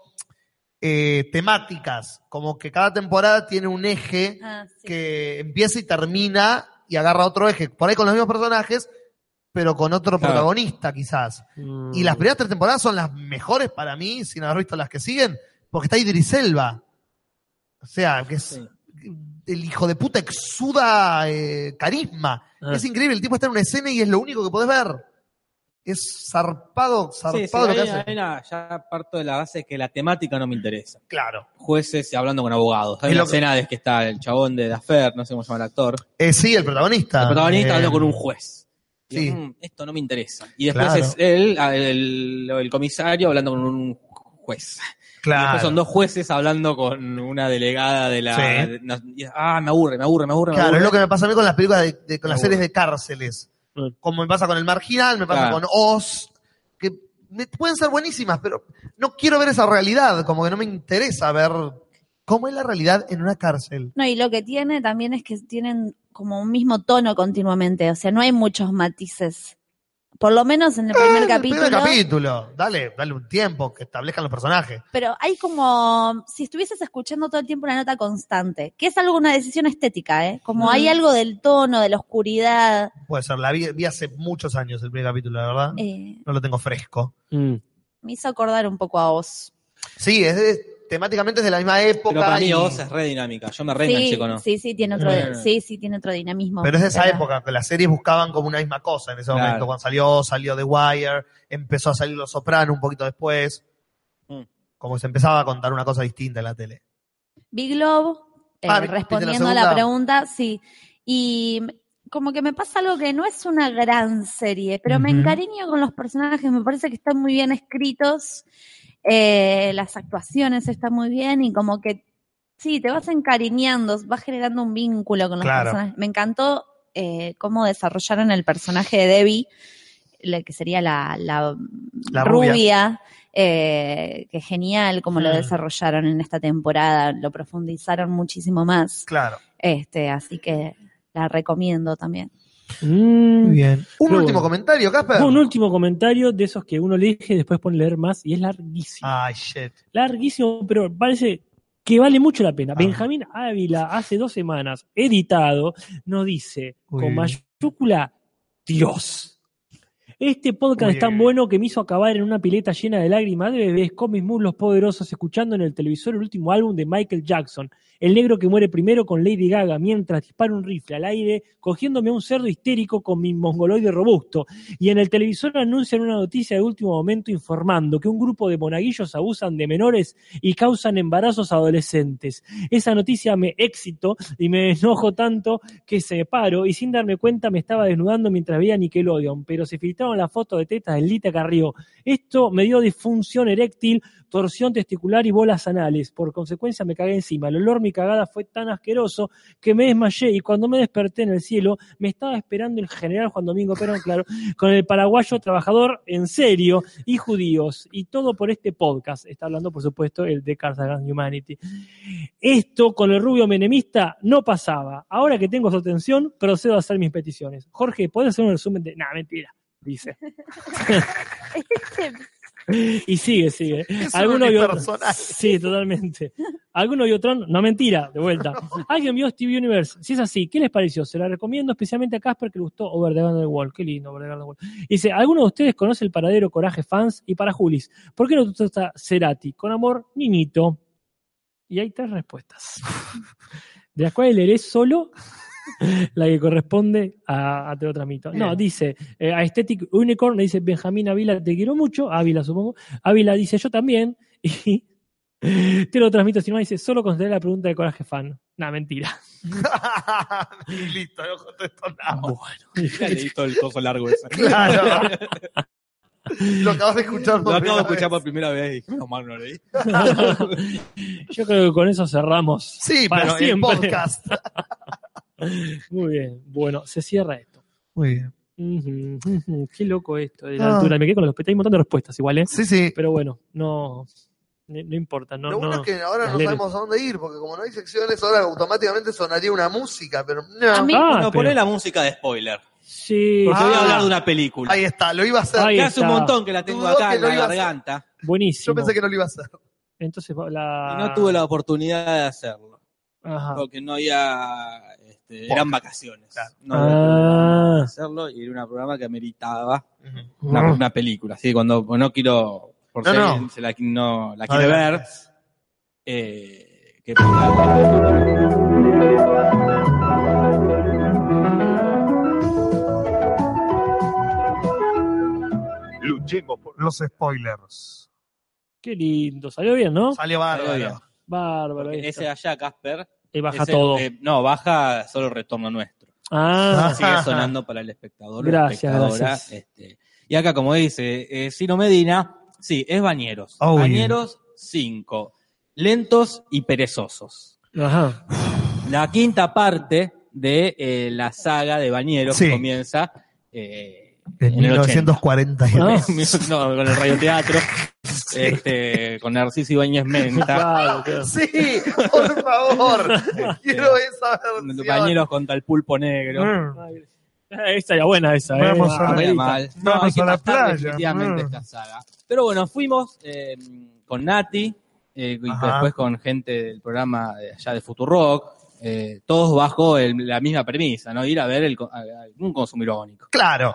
temáticas, como que cada temporada tiene un eje Ah, sí. que empieza y termina y agarra otro eje, por ahí con los mismos personajes, pero con otro Claro. protagonista quizás. Y las primeras 3 temporadas son las mejores para mí, sin haber visto las que siguen, porque está Idris Elba. O sea, que es Sí. el hijo de puta exuda carisma. Ah. Es increíble, el tipo está en una escena y es lo único que podés ver. Es zarpado Sí, lo que ahí- hace. ahí ya parto de la base que la temática no me interesa. Claro. Jueces hablando con abogados. Hay Es una lo que- escena de que está el chabón de Dafer, no sé cómo se llama el actor. Sí, el protagonista. El protagonista hablando con un juez. Y sí. digo, esto no me interesa. Y después Claro. es él, el comisario, hablando con un juez. Claro. Y después son 2 jueces hablando con una delegada de la... Sí. Me aburre. Claro, es lo que me pasa a mí con las películas, con las series de cárceles. Mm. Como me pasa con El Marginal, me pasa Claro. con Oz, que pueden ser buenísimas, pero no quiero ver esa realidad, como que no me interesa ver cómo es la realidad en una cárcel. No, y lo que tiene también es que tienen como un mismo tono continuamente, o sea, no hay muchos matices. Por lo menos en el primer capítulo. El primer capítulo, dale un tiempo que establezcan los personajes. Pero hay como, si estuvieses escuchando todo el tiempo una nota constante, que es algo, una decisión estética, ¿eh? Como hay algo del tono, de la oscuridad. Puede ser, la vi hace muchos años el primer capítulo, la verdad. No lo tengo fresco. Me hizo acordar un poco a Oz. Sí, temáticamente es de la misma época. Pero para mí y- Oz es re dinámica. Yo me reenganché con Oz. Sí, tiene otro dinamismo. Pero es de esa época, que las series buscaban como una misma cosa en ese Claro. momento. Cuando salió The Wire, empezó a salir Los Soprano un poquito después. Como que se empezaba a contar una cosa distinta en la tele. Big Love, ¿viste la respondiendo a segunda? la pregunta, sí. Y como que me pasa algo que no es una gran serie, pero me Ujú. encariño con los personajes, me parece que están muy bien escritos, las actuaciones están muy bien y como que sí, te vas encariñando, vas generando un vínculo con los Claro. personajes. Me encantó cómo desarrollaron el personaje de Debbie, que sería la La rubia. Que genial como lo Mm. desarrollaron en esta temporada, lo profundizaron muchísimo más. Claro. Así que la recomiendo también. Muy bien. Un Pero último bueno. comentario, Casper. Un último comentario de esos que uno lee y después pone leer más y es larguísimo. Ay, shit. Larguísimo, pero parece que vale mucho la pena. Ah. Benjamín Ávila, hace 2 semanas, editado, nos dice Uy. con mayúscula, Dios. Este podcast Uy. es tan bueno que me hizo acabar en una pileta llena de lágrimas de bebés con mis muslos poderosos escuchando en el televisor el último álbum de Michael Jackson, El negro que muere primero con Lady Gaga, mientras dispara un rifle al aire, cogiéndome a un cerdo histérico con mi mongoloide robusto. Y en el televisor anuncian una noticia de último momento informando que un grupo de monaguillos abusan de menores y causan embarazos adolescentes. Esa noticia me excitó y me enojo tanto que se paro y sin darme cuenta me estaba desnudando mientras veía Nickelodeon, pero se filtraron la foto de tetas de Lita Carrió. Esto me dio disfunción eréctil, torsión testicular y bolas anales. Por consecuencia me cagué encima. El olor mi cagada fue tan asqueroso que me desmayé y cuando me desperté en el cielo me estaba esperando el general Juan Domingo Perón, claro, con el paraguayo trabajador en serio y judíos. Y todo por este podcast. Está hablando, por supuesto, el de Cards Against Humanity. Esto con el rubio menemista no pasaba. Ahora que tengo su atención, procedo a hacer mis peticiones. Jorge, ¿podés hacer un resumen de...? Nah, mentira, dice. Y sigue. Es Alguno un vio personaje. Sí, totalmente. Alguno vio Tron, no mentira, de vuelta. Alguien vio Steve Universe. Si es así, ¿qué les pareció? Se la recomiendo especialmente a Casper que le gustó Over the Garden Wall. Qué lindo Over the Garden Wall. Dice, ¿alguno de ustedes conoce el paradero Coraje Fans? Y para Julis, ¿por qué no te gusta Cerati? Con amor, Ninito. Y hay 3 respuestas. De las cuales leeré solo la que corresponde a Te lo transmito. No, dice, a Aesthetic Unicorn, le dice Benjamín Ávila, te quiero mucho, Ávila supongo. Ávila dice, yo también. Y Te lo transmito, si no, dice, solo consideré la pregunta de Coraje Fan. Nah, mentira. Y listo, no contestó Bueno. Ya leí todo el coso largo ese. Claro. Lo acabas de escuchar Lo acabo de primera escuchar vez. por primera vez y dije, no, mal no leí. Yo creo que con eso cerramos. Sí, para pero el siempre. podcast. Muy bien. Bueno, se cierra esto. Muy bien. Qué loco esto de la altura. Me quedé con los hay un montón de respuestas igual, ¿eh? Sí. Pero bueno, no importa. No, Lo bueno no, es que ahora las no leyes- sabemos a dónde ir, porque como no hay secciones, ahora automáticamente sonaría una música, pero no. A mí- Ah, No, pero- poné la música de spoiler. Sí. Porque voy a Ah. hablar de una película. Ahí está, lo iba a hacer. Ahí Que hace un está. montón que la tengo Dudó acá que en no la iba a ser. garganta. Buenísimo. Yo pensé que no lo iba a hacer. Entonces, Y no tuve la oportunidad de hacerlo. Ajá. Porque no había. Eran vacaciones. Claro. No había oportunidad de Ah. hacerlo y era un programa que ameritaba Ujú. una película. Así que cuando no quiero. Por No, si no. alguien no la No quiere ver. adelantes. Que ponga. Luchemos por Los spoilers. Qué lindo. Salió bien, ¿no? Salió Salió bien. bárbaro. Bárbaro. ahí Porque está. ese allá, Casper. Y baja ese, todo. no, baja solo el retorno nuestro. Ah, Sigue sonando para el espectador. Gracias, la espectadora. gracias. Y acá, como dice Ciro Medina, Sí, es Bañeros. Oh, Bañeros 5. Lentos y perezosos. Ajá. La quinta parte de la saga de Bañeros Sí. que comienza En en el 1942. no, con el radioteatro, con Narciso Ibáñez Menta. Claro, claro. Sí, por favor. Quiero esa versión. Bañeros contra el pulpo negro. Esa era buena, esa. Vamos a No la- era mal. No, vamos hay que a la pasar playa. definitivamente esta saga. Pero bueno, fuimos con Nati y Ajá. después con gente del programa allá de Futurock, todos bajo la misma premisa, ¿no? Ir a ver un consumo irónico. Claro.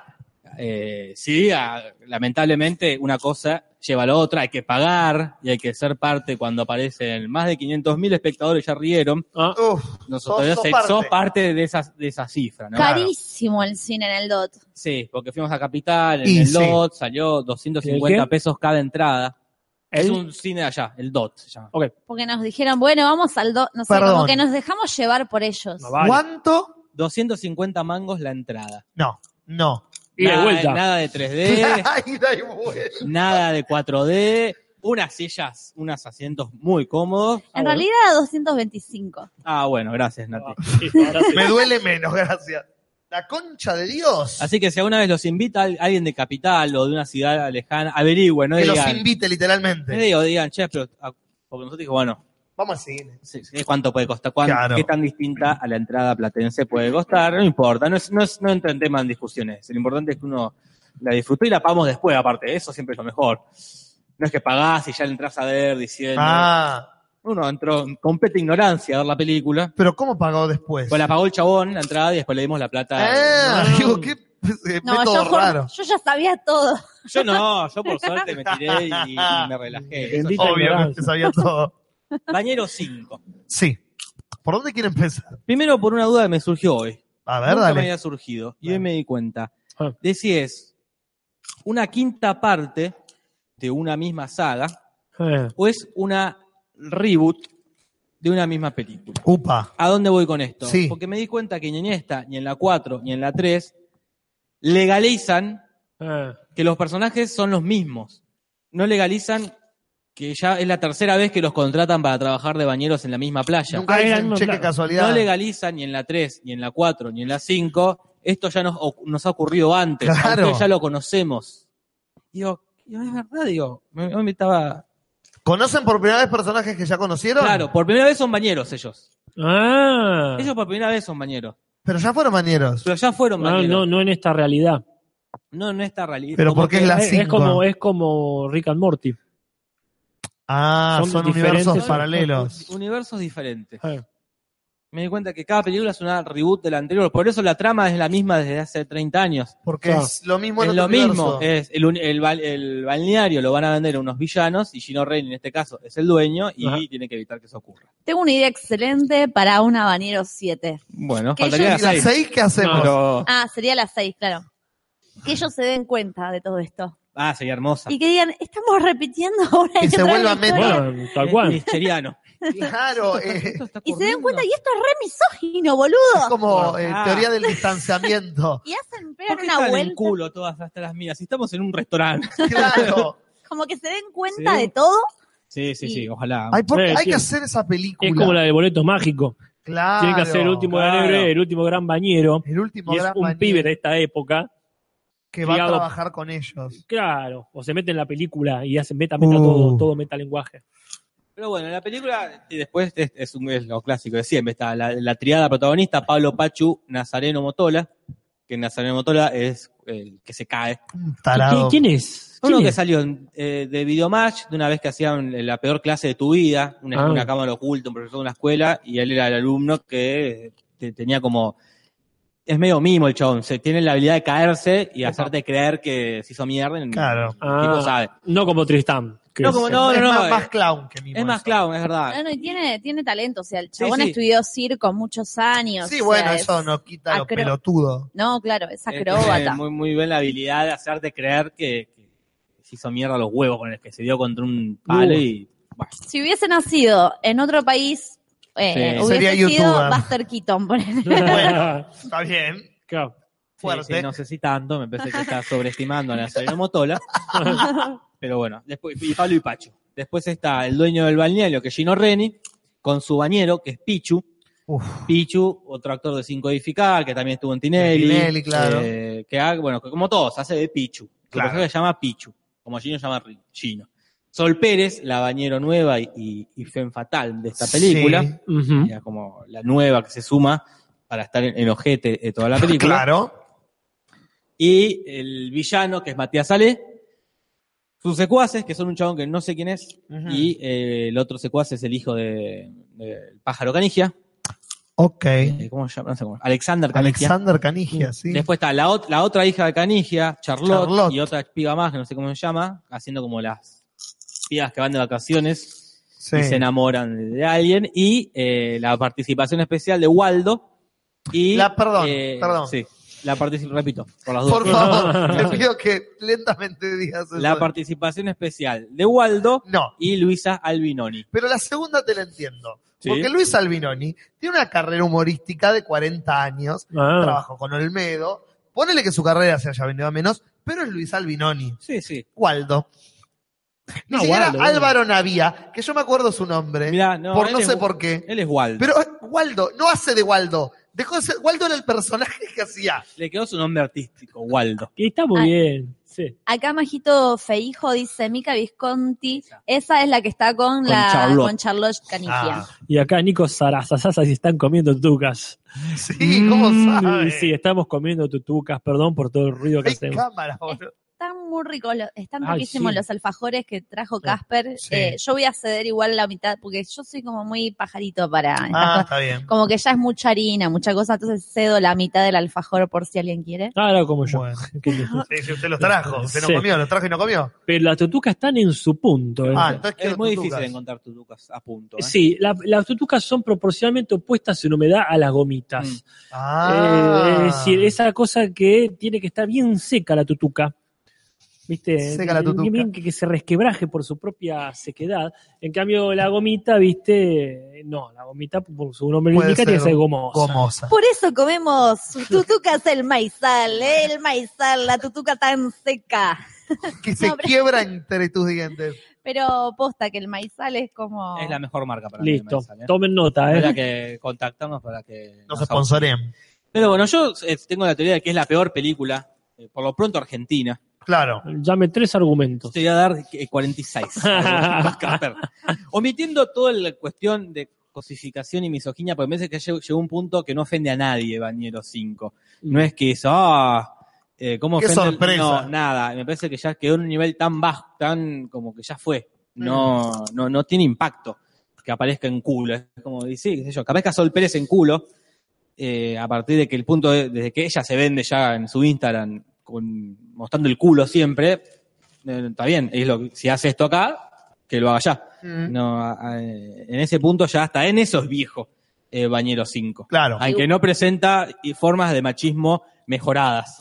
Sí, lamentablemente una cosa lleva a la otra, hay que pagar y hay que ser parte cuando aparecen más de 500.000 espectadores, ya rieron. Ah, Uf, Nosotros sos parte de esa cifra, ¿no? Carísimo el cine en el DOT. Sí, porque fuimos a Capital, en Y el sí. DOT, salió 250 ¿El qué? pesos cada entrada. Es ¿El? un cine de allá, el DOT se llama. ok. Porque nos dijeron, bueno, vamos al DOT. No sé, Perdón. como que nos dejamos llevar por ellos. No vale. ¿Cuánto? 250 mangos la entrada. No. Y de vuelta. Nada de 3D, Ay, da igual. nada de 4D, unas sillas, unos asientos muy cómodos. En realidad, 225. Ah, bueno, gracias, Nati. Sí, ahora sí. Me duele menos, gracias. La concha de Dios. Así que si alguna vez los invita alguien de Capital o de una ciudad lejana, averigüen, no que los digan, invite literalmente. digan, che, pero porque nosotros dijimos, bueno, Vamos al cine. sí, ¿cuánto puede costar? Claro. ¿Qué tan distinta a la entrada platense puede costar? No importa, no entra en tema en discusiones. Lo importante es que uno la disfrutó y la pagamos después, aparte. Eso siempre es lo mejor. No es que pagás y ya le entras a ver diciendo... Ah, Uno entró en completa ignorancia a ver la película. pero ¿cómo pagó después? Pues la pagó el chabón, la entrada, y después le dimos la plata. Ah, digo, qué No, método raro. yo ya sabía todo. Yo por suerte me tiré y me relajé. Eso Bendita ya. Obvio que ignorancia. usted sabía todo. Bañero 5. Sí. ¿Por dónde quiere empezar? Primero por una duda que me surgió hoy. A ver, Nunca me dale. había surgido. Y hoy me di cuenta. Ah. De si es una quinta parte de una misma saga o es una reboot de una misma película. Upa. ¿A dónde voy con esto? Sí. Porque me di cuenta que ni en esta, ni en la 4, ni en la 3 legalizan que los personajes son los mismos. No legalizan que ya es la tercera vez que los contratan para trabajar de bañeros en la misma playa. Nunca era el dicen mismo cheque plan. casualidad. No legalizan ni en la 3, ni en la 4, ni en la 5. Esto ya nos ha ocurrido antes. Claro. Ustedes ya lo conocemos. Digo, es verdad, digo. Me estaba... ¿Conocen por primera vez personajes que ya conocieron? Claro, por primera vez son bañeros ellos. Ah. Ellos por primera vez son bañeros. Pero ya fueron mañeros. Pero ya fueron No, bañeros. no en esta realidad. No en esta realidad. Pero Como porque que- es la Es 5. como Rick and Morty. Ah, son son diferentes, universos son- paralelos. Universos diferentes. Ah. Me di cuenta que cada película es una reboot de la anterior. Por eso la trama es la misma desde hace 30 años. Porque Claro. es lo mismo en Es otro lo mismo. universo. Es el balneario lo van a vender a unos villanos y Gino Reni en este caso es el dueño y Ajá. tiene que evitar que eso ocurra. Tengo una idea excelente para un Habanero 7. Bueno, Que faltaría ¿Y la las 6. 6 qué hacemos? Pero... Ah, sería las 6, claro. Que ellos se den cuenta de todo esto. Ah, sería hermosa. Y que digan, estamos repitiendo una Que y se otra vuelva vez la historia. Bueno, tal cual. Micheriano. Claro, Esto está Y se den ocurriendo. cuenta, y esto es re misógino, boludo. es como Ah. teoría del distanciamiento. Y hacen, ¿Por pegan qué una están en vuelta. culo todas hasta las mías? Si estamos en un restaurante. Claro. Como que se den cuenta Sí. de todo. Sí, Sí. ojalá. Hay, Sí, hay sí. que hacer esa película. Es como la del boleto mágico. Claro. Tiene que hacer el último gran claro. héroe, el último gran bañero. El último Y es gran un bañero pibe de esta época. que va a criado- trabajar con ellos. Claro. O se mete en la película y hace meta todo metalenguaje. Pero bueno, la película, y después es lo clásico de siempre, está la triada protagonista, Pablo Pachu, Nazareno Motola, que Nazareno Motola es el que se cae. Un tarado. ¿Quién es? Uno ¿Quién que es? salió de Videomatch, de una vez que hacían la peor clase de tu vida, una cámara oculta, un profesor de una escuela, y él era el alumno que tenía como... Es medio mimo el chabón, tiene la habilidad de caerse y hacerte creer que se hizo mierda. Claro. El tipo sabe. No como Tristán. que No, es- como Es no, más clown que mimo. Es más eso. clown, es verdad. Bueno, y tiene talento. O sea, el chabón sí. estudió circo muchos años. Sí, o bueno, sea, eso es- no quita lo acro- pelotudo. No, claro, es Tiene acróbata. muy, muy bien la habilidad de hacerte creer que se hizo mierda los huevos con el que se dio contra un palo y... Bueno, Si hubiese nacido en otro país, hubiese Sería sido youtuber. Buster Keaton, por ejemplo. Bueno, está bien. Claro. Fuerte. sí, no sé si tanto, me parece que está sobreestimando a Nazareno Motola. pero bueno, después, y Pablo y Pachu. Después está el dueño del balneario, que es Gino Reni, con su bañero, que es Pichu. Uf. Pichu, otro actor de Sin Codificar, que también estuvo en Tinelli. Tinelli, claro. Bueno, como todos, hace de Pichu. Su Claro. personaje se llama Pichu, como Gino se llama Gino. Sol Pérez, la bañero nueva y femme fatal de esta película. Sí. Ujú. Era como la nueva que se suma para estar en ojete de toda la película. Claro. Y el villano, que es Matías Salé. Sus secuaces, que son un chabón que no sé quién es. Ujú. Y el otro secuaz es el hijo del pájaro Canigia. Ok. ¿Cómo se llama? No sé cómo. Alexander Canigia. Alexander Canigia, sí. Después está la otra hija de Canigia, Charlotte, y Charlotte. otra piba más, que no sé cómo se llama, haciendo como las pibas que van de vacaciones Sí. y se enamoran de alguien. Y la participación especial de Waldo. Y, Perdón. Sí, repito, por las dudas. Por favor, te pido que lentamente digas eso. La participación especial de Waldo No, y Luisa Albinoni. pero la segunda te la entiendo. Sí. Porque Luis Albinoni tiene una carrera humorística de 40 años, Ah. trabajó con Olmedo, ponele que su carrera se haya venido a menos, pero es Luis Albinoni. Sí, sí. Waldo. Ni No, siquiera Waldo, Álvaro Navia, que yo me acuerdo su nombre, Mirá, no, por él no es sé por qué. Él es Waldo. Pero Waldo, no hace de Waldo. Dejó de ser, Waldo era el personaje que hacía. Le quedó su nombre artístico, Waldo. Y está muy Ah. bien. Sí. Acá Majito Feijo dice Mica Visconti, esa es la que está con Charlotte Canigia. Ah, Y acá Nico Sarazazasa si están comiendo tutucas. sí, ¿cómo sabe? Sí, estamos comiendo tutucas, perdón por todo el ruido que Hay hacemos. cámara, boludo. Están muy ricos, están Ay, riquísimos sí. los alfajores que trajo Casper. Sí. Yo voy a ceder igual la mitad, porque yo soy como muy pajarito para estas Ah, cosas. está bien. Como que ya es mucha harina, mucha cosa, entonces cedo la mitad del alfajor por si alguien quiere. Ah, era como yo. Bueno. Qué lindo. Sí, si usted los trajo, usted Sí. no comió, los trajo y no comió. Pero las tutucas están en su punto. ¿eh? Ah, entonces Es quiero muy tutucas. difícil encontrar tutucas a punto. ¿eh? Sí, las tutucas son proporcionalmente opuestas en humedad a las gomitas. Ah. Es decir, esa cosa que tiene que estar bien seca la tutuca. ¿Viste? Seca la tutuca. Bien que se resquebraje por su propia sequedad. En cambio, la gomita, ¿viste? No, la gomita, por su nombre Puede indica, tiene que ser ser gomosa. Gomosa. Por eso comemos tutucas el maizal, la tutuca tan seca. Que se No, pero- quiebra entre tus dientes. Pero posta que el maizal es como... Es la mejor marca para mí. Listo, Maizal, ¿eh? tomen nota, Habrá ¿eh? que contactarnos para que Nos nos sponsoren. Pero bueno, yo tengo la teoría de que es la peor película, por lo pronto argentina. Clayo Llame 3 argumentos. Te voy a dar 46. Casper. Omitiendo toda la cuestión de cosificación y misoginia, porque me parece que llegó un punto que no ofende a nadie, Bañero 5. No es que eso, ¿cómo Qué ofende? sorpresa. No, nada. Me parece que ya quedó en un nivel tan bajo, tan como que ya fue. No tiene impacto que aparezca en culo. Es como decir, qué sé yo, que aparezca Sol Pérez en culo, a partir de que el punto, desde que ella se vende ya en su Instagram, mostrando el culo siempre, está bien, si hace esto acá, que lo haga ya. No, en ese punto ya hasta en eso es viejo, Bañero 5. Claro. Aunque no presenta formas de machismo mejoradas.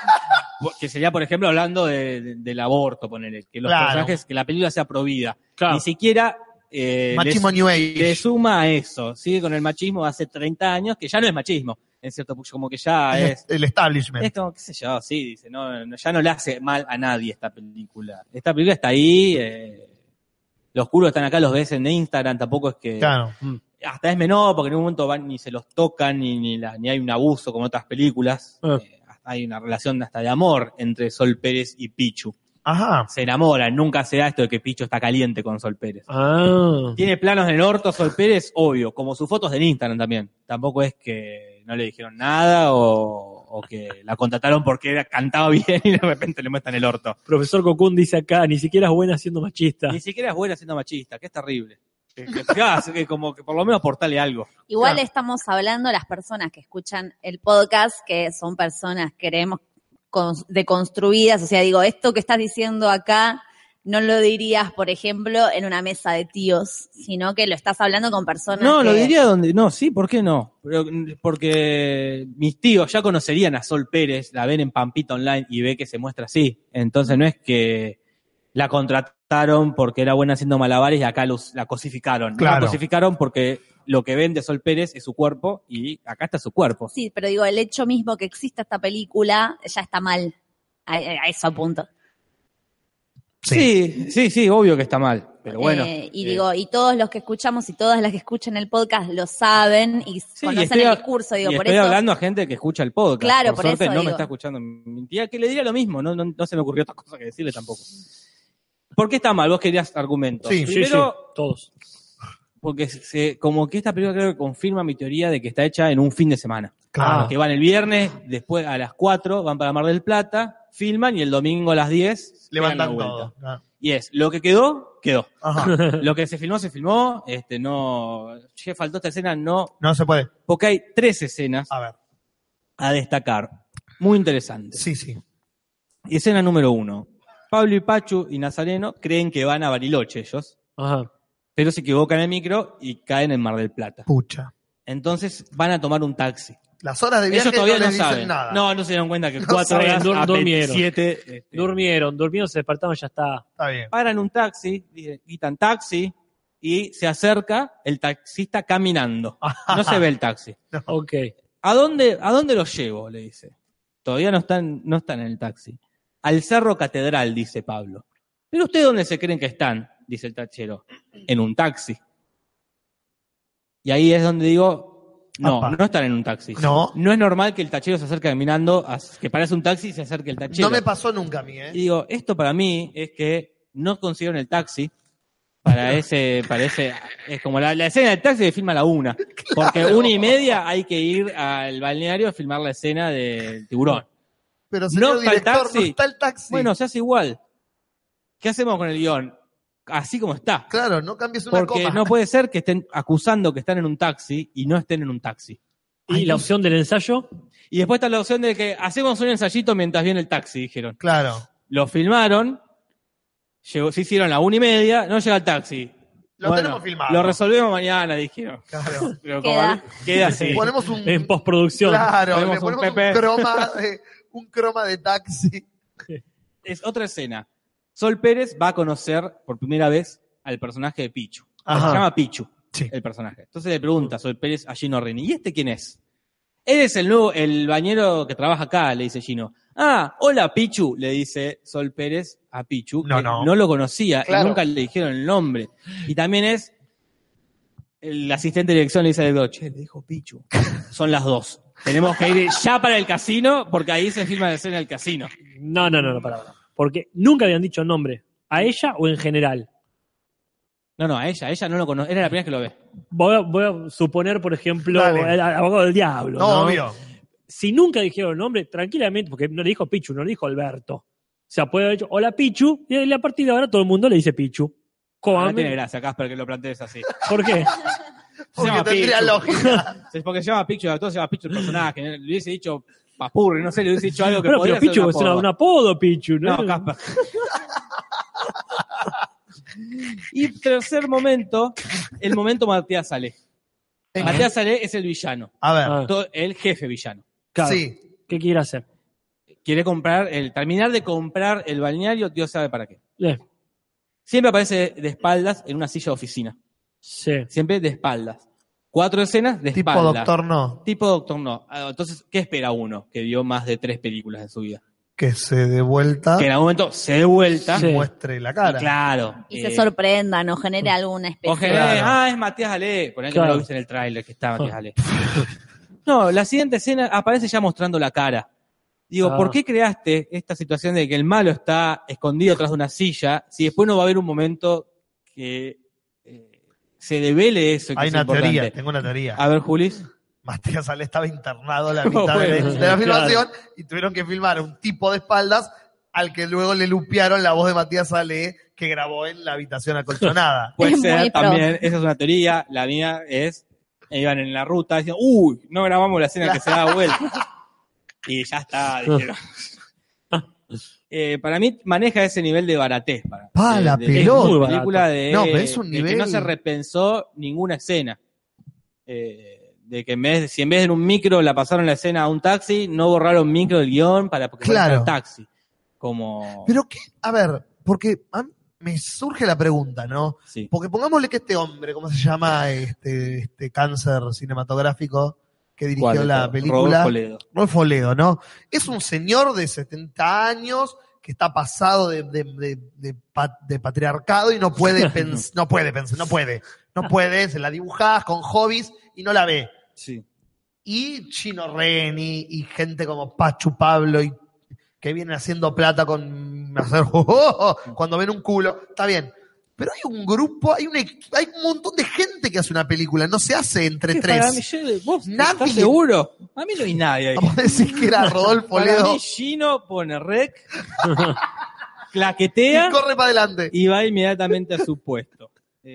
Que sería, por ejemplo, hablando del aborto, ponele, que los Claro. personajes, que la película sea provida. Claro. Ni siquiera Machismo New Age. le suma a eso. Sigue con el machismo de hace 30 años, que ya no es machismo, en cierto punto, como que ya es. El establishment. Es como, qué sé yo, sí, dice, ya no le hace mal a nadie esta película. Esta película está ahí, los culos están acá, los ves en Instagram, tampoco es que... Claro. Hasta es menor, porque en un momento van ni se los tocan, ni hay un abuso como en otras películas. Hay una relación hasta de amor entre Sol Pérez y Pichu. Ajá. Se enamoran, nunca se da esto de que Pichu está caliente con Sol Pérez. Ah. Tiene planos en el orto Sol Pérez, obvio, como sus fotos en Instagram también. Tampoco es que no le dijeron nada o que la contrataron porque cantaba bien y de repente le muestran el orto. Profesor Cocún dice acá, ni siquiera es buena siendo machista. Ni siquiera es buena siendo machista, que es terrible. Que como que por lo menos aportale algo. Igual Claro. estamos hablando las personas que escuchan el podcast, que son personas, creemos, deconstruidas. O sea, digo, esto que estás diciendo acá no lo dirías, por ejemplo, en una mesa de tíos, sino que lo estás hablando con personas No, que... lo diría donde... No, sí, ¿por qué no? Porque mis tíos ya conocerían a Sol Pérez, la ven en Pampita Online y ve que se muestra así. Entonces no es que la contrataron porque era buena haciendo malabares y acá la cosificaron. Claro. La cosificaron porque lo que ven de Sol Pérez es su cuerpo y acá está su cuerpo. Sí, pero digo, el hecho mismo que exista esta película ya está mal. A eso apunto. Sí, obvio que está mal. Pero bueno. Y todos los que escuchamos y todas las que escuchan el podcast lo saben y conocen el discurso. Digo, y por estoy eso, hablando a gente que escucha el podcast. Claro, por suerte eso no digo. me está escuchando mi tía, que le diría lo mismo. No se me ocurrió otra cosa que decirle tampoco. ¿Por qué está mal? Vos querías argumentos. Sí, Primero, todos. porque como que esta película creo que confirma mi teoría de que está hecha en un fin de semana. Claro. Que van el viernes, después a las 4 van para Mar del Plata, filman y el domingo a las 10 Levantan dan la vuelta. todo. Ah. Y es, lo que quedó. Ajá. Lo que se filmó, no, che, faltó esta escena, no, No se puede. porque hay 3 escenas A ver. a destacar, muy interesantes. Sí. Escena número 1. Pablo y Pachu y Nazareno creen que van a Bariloche ellos, Ajá. pero se equivocan en el micro y caen en Mar del Plata. Pucha. Entonces van a tomar un taxi. Las horas de viaje Ellos todavía no no les dicen saben. nada. No se dieron cuenta que No 4 saben, horas a durmieron. 27. Durmieron, se despertaron, ya está. Está bien. Paran un taxi, gritan taxi, y se acerca el taxista caminando. No se ve el taxi. Ok. ¿A dónde los llevo? Le dice. Todavía no están en el taxi. Al Cerro Catedral, dice Pablo. ¿Pero ustedes dónde se creen que están? Dice el tachero. En un taxi. Y ahí es donde digo, no están en un taxi. No. No es normal que el tachero se acerque caminando, que parece un taxi y se acerque el tachero. No me pasó nunca a mí, Y digo, esto para mí es que no consiguieron el taxi para ese, es como la escena del taxi que filma a la 1. Porque 1:30 hay que ir al balneario a filmar la escena del tiburón. Pero señor No está el director, taxi. no está el taxi. Bueno, se hace igual. ¿Qué hacemos con el guión? Así como está. Claro, no cambies una Porque coma. no puede ser que estén acusando que están en un taxi y no estén en un taxi. ¿Y la opción del ensayo? Y después está la opción de que hacemos un ensayito mientras viene el taxi, dijeron. Claro. Lo filmaron, se hicieron la 1:30, no llega el taxi. Lo tenemos filmado. Lo resolvemos mañana, dijeron. Claro. Pero Queda así. Ponemos un... En postproducción. Claro, ponemos le ponemos un Pepe. un croma de taxi. Es otra escena. Sol Pérez va a conocer por primera vez al personaje de Pichu. Ajá. Se llama Pichu, Sí. el personaje. Entonces le pregunta a Sol Pérez a Gino Reni, ¿y este quién es? Él es el bañero que trabaja acá, le dice Gino. Ah, hola Pichu, le dice Sol Pérez a Pichu, que no lo conocía, Claro. y nunca le dijeron el nombre. Y también es el asistente de dirección, le dice al director, che, le dijo Pichu. Son las 2. Tenemos que ir ya para el casino, porque ahí se filma la escena del casino. No, para. Porque nunca habían dicho nombre. ¿A ella o en general? No, a ella no lo conoce, era la primera vez que lo ve. Voy a suponer, por ejemplo, Dale. el abogado del diablo. No, ¿no? obvio. Si nunca dijeron nombre, tranquilamente, porque no le dijo Pichu, no le dijo Alberto. O sea, puede haber dicho, hola Pichu, y a partir de ahora todo el mundo le dice Pichu. No tiene gracia, Casper, que lo plantees así. ¿Por qué? Porque llama tendría Pichu. lógica. Es porque se llama Pichu, el actor se llama Pichu el personaje. Le hubiese dicho Papurri, no sé, le hubiese dicho algo que Bueno, podría pero ser Pichu es un apodo, Pichu, ¿no? No, Casper. Y tercer momento, el momento Matías Salé. Matías Salé es el villano, A ver. Ah. el jefe villano. Claro. Sí. ¿Qué quiere hacer? Quiere terminar de comprar el balneario, Dios sabe para qué. Eh, Siempre aparece de espaldas en una silla de oficina. sí. Siempre de espaldas. 4 escenas de Tipo espaldas. Doctor No. Tipo Doctor No. Entonces, ¿qué espera uno que vio más de 3 películas en su vida? Que se dé vuelta Que en algún momento se dé vuelta. Sí. y muestre la cara. Y claro. Y se sorprendan o genere alguna especie O general, Claro. es Matías Ale. Por ahí que Claro. no lo viste en el tráiler que está Matías Ale. No, la siguiente escena aparece ya mostrando la cara. Digo, Ah. ¿por qué creaste esta situación de que el malo está escondido atrás de una silla si después no va a haber un momento que se devele eso? Que Hay es una importante? teoría, tengo una teoría. A ver, Julis. Matías Ale estaba internado a la mitad Bueno, de la claro. filmación y tuvieron que filmar un tipo de espaldas al que luego le lupearon la voz de Matías Ale que grabó en la habitación acolchonada. Puede Es muy ser pro. también, esa es una teoría. La mía es, iban en la ruta diciendo, uy, no grabamos la escena que se da vuelta. Y ya está, dijeron. Para mí maneja ese nivel de baratez. La de pelota. muy película de, No, pero es un de que nivel- no se repensó ninguna escena. De que si en vez de en un micro la pasaron la escena a un taxi, no borraron micro del guión para que fuera Claro. el taxi. Como... Pero qué, a ver, porque me surge la pregunta, ¿no? Sí. Porque pongámosle que este hombre, ¿cómo se llama? Este cáncer cinematográfico que dirigió ¿Cuál? la película. Rodolfo Ledo. Rodolfo Ledo, ¿no? Es un señor de 70 años que está pasado de patriarcado y no puede se la dibujás con hobbies y no la ve. Sí. Y Chino Reni y gente como Pachu Pablo y que vienen haciendo plata con hacer cuando ven un culo, está bien. Pero hay un grupo, hay un montón de gente que hace una película, no se hace entre tres. Para mí, ¿vos Nadie. estás seguro? A mí no hay nadie ahí. Vamos a decir que era Rodolfo Para Ledo mí, Gino pone rec, claquetea y corre para adelante. y va inmediatamente a su puesto.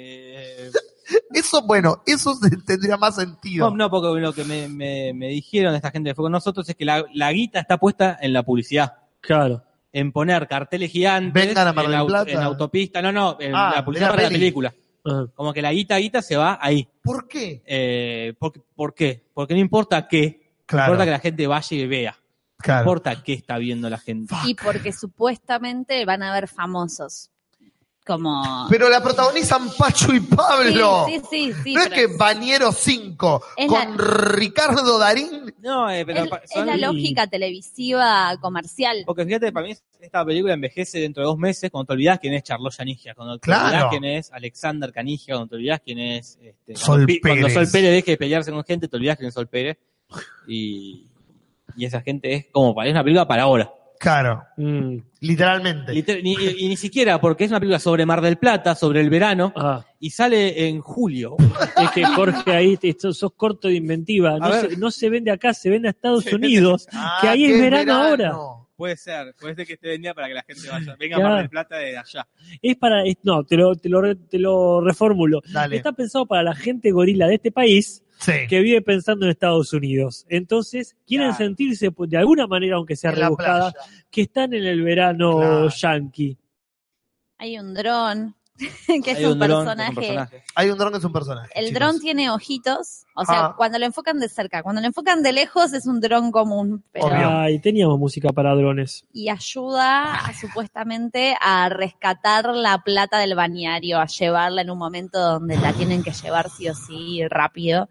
Eso tendría más sentido. No, porque lo que me dijeron esta gente que fue con nosotros es que la guita está puesta en la publicidad. Claro. En poner carteles gigantes Vengan a Mar del Plata. en autopista. No, en Ah, la publicidad de la para la peli. película. Ajá. Como que la guita se va ahí. ¿Por qué? ¿Por qué? Porque no importa qué. Claro. Importa que la gente vaya y vea. No Claro. importa qué está viendo la gente. Y porque supuestamente van a haber famosos. Como... Pero la protagonizan Pachu y Pablo. Sí, No es pero que Bañero 5 Es con Ricardo Darín. No, pero es la lógica televisiva comercial. Porque fíjate, para mí esta película envejece dentro de 2 meses cuando te olvidás quién es Charlotte Canigia, cuando te Claro. olvidás quién es Alexander Canigia, cuando te olvidás quién es Sol cuando Pérez. Sol Pérez deje de pelearse con gente, te olvidás quién es Sol Pérez. Y esa gente es como es una película para ahora. Claro, Mm. literalmente. Y ni siquiera porque es una película sobre Mar del Plata, sobre el verano, Ah, y sale en julio. es que Jorge, ahí sos corto de inventiva. No se vende acá, se vende a Estados Unidos, que ahí qué es verano ahora. Puede ser que esté vendida para que la gente vaya. Venga Claro. a Mar del Plata de allá. No, te lo reformulo. Dale. Está pensado para la gente gorila de este país Sí. que vive pensando en Estados Unidos. Entonces, quieren Claro. sentirse, pues, de alguna manera, aunque sea En la rebuscada, playa. que están en el verano Claro. yankee. Hay un dron, que es Hay un dron, personaje. Hay un dron que es un personaje. El chicos. dron tiene ojitos, o sea, Ah. cuando lo enfocan de cerca, cuando lo enfocan de lejos es un dron común, pero Obvio. Ay, teníamos música para drones. y ayuda supuestamente a rescatar la plata del balneario, a llevarla en un momento donde la tienen que llevar sí o sí rápido.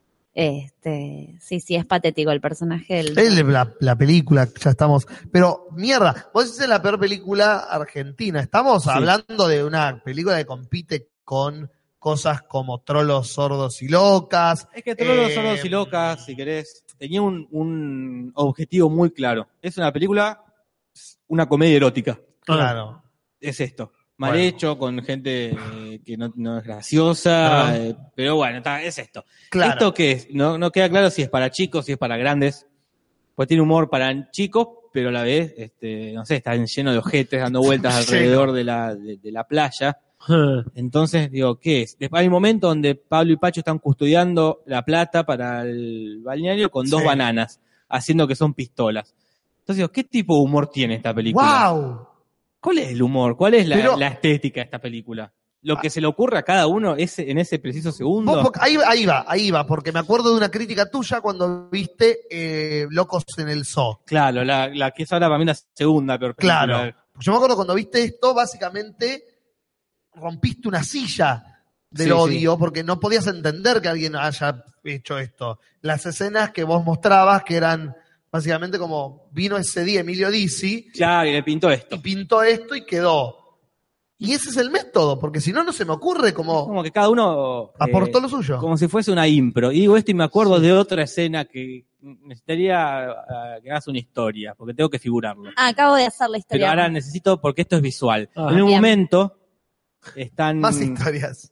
Sí, es patético el personaje del Es la película, ya estamos. Pero, mierda, vos dices la peor película argentina. Estamos Sí. hablando de una película que compite con cosas como Trolos Sordos y Locas. Es que todos los sordos y locas, si querés, tenía un objetivo muy claro. Es una película, una comedia erótica. Claro. Es esto. Mal Bueno. hecho, con gente que no es graciosa, Ah. pero bueno, es esto. Claro. ¿Esto qué es? No queda claro si es para chicos, si es para grandes. Pues tiene humor para chicos, pero a la vez, no sé, están lleno de ojetes dando vueltas alrededor de la playa. Entonces, digo, ¿qué es? Después hay un momento donde Pablo y Pacho están custodiando la plata para el balneario con 2 Sí. bananas, haciendo que son pistolas. Entonces digo, ¿qué tipo de humor tiene esta película? ¡Wow! ¿Cuál es el humor? ¿Cuál es Pero- la estética de esta película? Lo que se le ocurre a cada uno en ese preciso segundo. Ahí va, porque me acuerdo de una crítica tuya cuando viste Locos en el Zoo. Claro, la que es ahora para mí la segunda peor película. Claro. Yo me acuerdo cuando viste esto, básicamente rompiste una silla del Sí, odio porque no podías entender que alguien haya hecho esto. Las escenas que vos mostrabas que eran básicamente como vino ese día Emilio Dizzi Claro, y le pintó y esto. pintó esto y quedó. Y ese es el método, porque si no, no se me ocurre como Como que cada uno aportó lo suyo. como si fuese una impro. Y digo esto y me acuerdo de otra escena que necesitaría que hagas una historia, porque tengo que figurarlo. acabo de hacer la Pero historia. ahora necesito, porque esto es visual. Ah. En un Bien. momento están Más historias.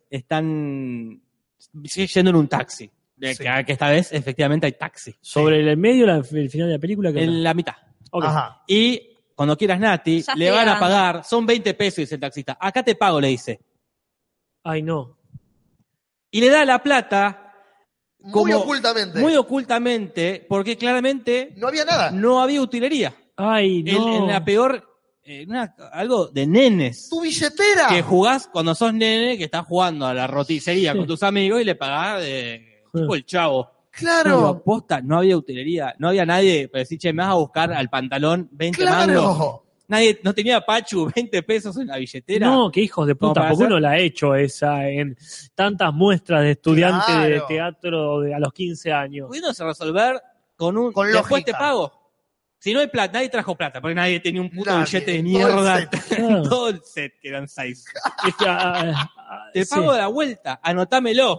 yendo en un taxi. Sí. Que esta vez efectivamente hay taxi. Sobre el medio, el final de la película. ¿qué onda? En la mitad. Ok. Ajá. Y cuando quieras, Nati, Ya le estoy van a grabando. pagar, son 20 pesos, dice el taxista. Acá te pago, le dice. Ay, no. Y le da la plata Muy como- ocultamente. muy ocultamente, porque claramente No había nada. no había utilería. Ay, no. En la peor, algo de nenes. ¡Tu billetera! Que jugás cuando sos nene, que estás jugando a la roticería Sí. con tus amigos y le pagás tipo el chavo. Pero ¡Claro! aposta, no había utilería, no había nadie para decir, che, me vas a buscar al pantalón 20 mangos. ¡Claro! Nadie, no tenía Pachu 20 pesos en la billetera. No, qué hijos de Como puta, para porque hacer- uno la ha hecho esa en tantas muestras de estudiante de Claro. teatro a los 15 años. Pudiéndose resolver con Con después lógica. te pago. Si no hay plata, nadie trajo plata, porque nadie tenía un puto Nadie, billete de todo mierda. el set. Todo el set, que eran 6. Es que, Te sí. pago de la vuelta, anotámelo.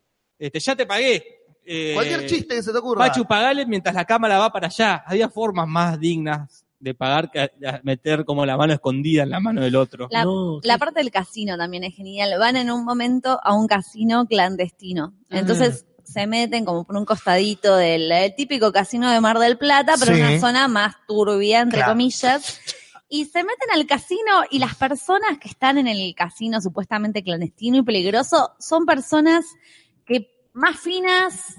Ya te pagué. Cualquier chiste que se te ocurra. Pachu, pagale mientras la cámara va para allá. Había formas más dignas de pagar que meter como la mano escondida en la mano del otro. La parte del casino también es genial. Van en un momento a un casino clandestino. Entonces se meten como por un costadito del típico casino de Mar del Plata, pero en una zona más turbia, entre comillas. Y se meten al casino y las personas que están en el casino supuestamente clandestino y peligroso son personas que más finas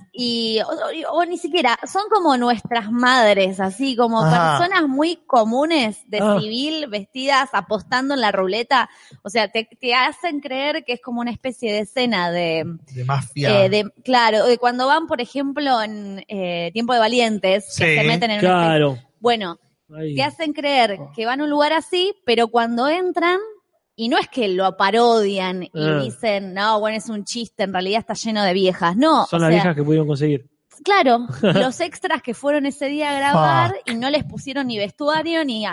o ni siquiera, son como nuestras madres, así como personas muy comunes de civil, vestidas, apostando en la ruleta. O sea, te hacen creer que es como una especie de escena de mafia. Claro, de cuando van, por ejemplo, en Tiempo de Valientes, que se meten en una especie. Bueno, te hacen creer que van a un lugar así, pero cuando entran, y no es que lo parodian y dicen, no, bueno, es un chiste, en realidad está lleno de viejas. No, son las viejas que pudieron conseguir. Claro, los extras que fueron ese día a grabar y no les pusieron ni vestuario ni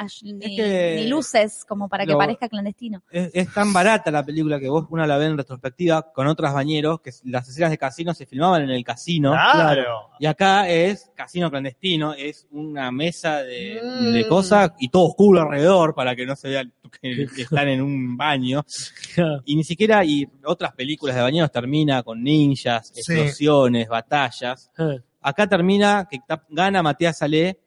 luces como para que parezca clandestino. Es tan barata la película que vos una la ves en retrospectiva con otros bañeros, que las escenas de casino se filmaban en el casino. Claro. Y acá es casino clandestino, es una mesa de cosas y todo oscuro alrededor para que no se vea que están en un baño. Y ni siquiera, y otras películas de bañeros termina con ninjas, explosiones, batallas. Acá termina que gana Matías Salé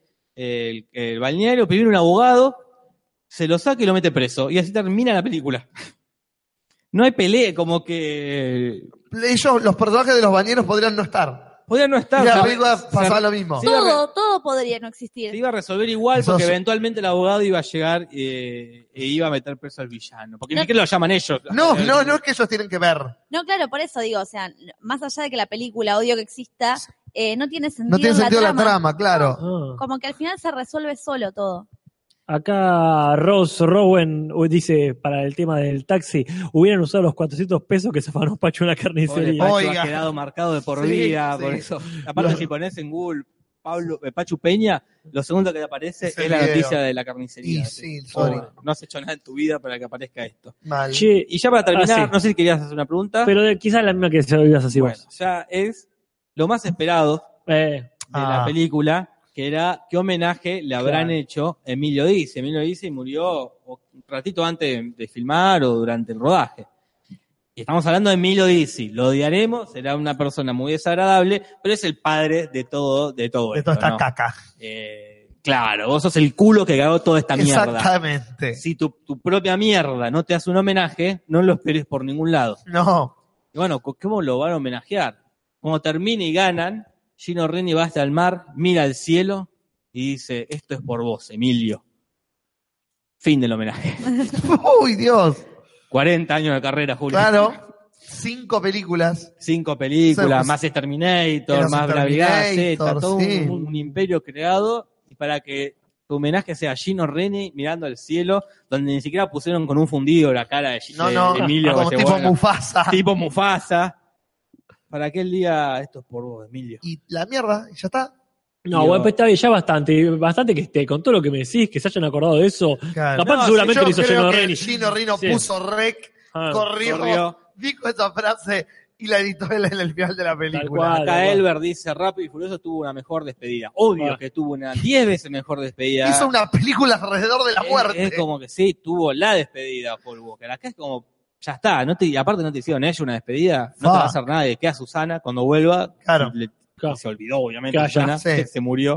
el balneario, primero un abogado, se lo saca y lo mete preso. Y así termina la película. No hay pelea, como que... Ellos, los personajes de los bañeros podrían no estar. Podrían no estar. Y la película pasaba lo mismo. Todo podría no existir. Se iba a resolver igual porque eventualmente el abogado iba a llegar e iba a meter preso al villano. Porque ni siquiera lo llaman ellos. No es que ellos tienen que ver. No, claro, por eso digo, o sea, más allá de que la película odio que exista, no tiene sentido. No tiene sentido la trama, claro. Como que al final se resuelve solo todo. Acá Ross Rowan dice, para el tema del taxi, hubieran usado los 400 pesos que se afanó Pacho en la carnicería. Pachu ha quedado marcado de por vida, por eso. Aparte, si pones en Google Pachu Peña, lo segundo que te aparece es la noticia de la carnicería. No has hecho nada en tu vida para que aparezca esto. Che, y ya para terminar, no sé si querías hacer una pregunta. Pero quizás la misma que se ibas así vos. Ya es lo más esperado de la película, que era qué homenaje le habrán hecho a Emilio Dizzi. Emilio Dizzi murió un ratito antes de filmar o durante el rodaje. Y estamos hablando de Emilio Dizzi. Lo odiaremos, será una persona muy desagradable, pero es el padre de todo esto, esta caca. Claro, vos sos el culo que cagó toda esta mierda. Exactamente. Si tu propia mierda no te hace un homenaje, no lo esperes por ningún lado. No. Y bueno, ¿cómo lo van a homenajear? Cuando termine y ganan, Gino Reni va hasta el mar, mira al cielo y dice, esto es por vos, Emilio. Fin del homenaje. ¡Uy, Dios! 40 años de carrera, Julio. Claro. 5 películas. 5 películas, más Exterminator, más Bravida Z, todo un imperio creado. Y para que tu homenaje sea Gino Reni mirando al cielo, donde ni siquiera pusieron con un fundido la cara de Emilio. Como tipo Mufasa. Tipo Mufasa. Para que él diga, esto es por vos, Emilio. Y la mierda, ya está. No, bueno, pues está bien, ya bastante que esté, con todo lo que me decís, que se hayan acordado de eso. Claro. Capaz seguramente lo hizo Gino Reni. Gino Reni puso rec, corrió, dijo esa frase y la editó en el final de la película. Acá Elber dice, Rápido y Furioso tuvo una mejor despedida. Obvio que tuvo una 10 veces mejor despedida. Hizo una película alrededor de la muerte. Es como que sí, tuvo la despedida Paul Walker. Acá es como... Ya está, aparte no te hicieron ella una despedida, no te va a hacer nada de que a Susana cuando vuelva, se olvidó obviamente Susana, que se murió.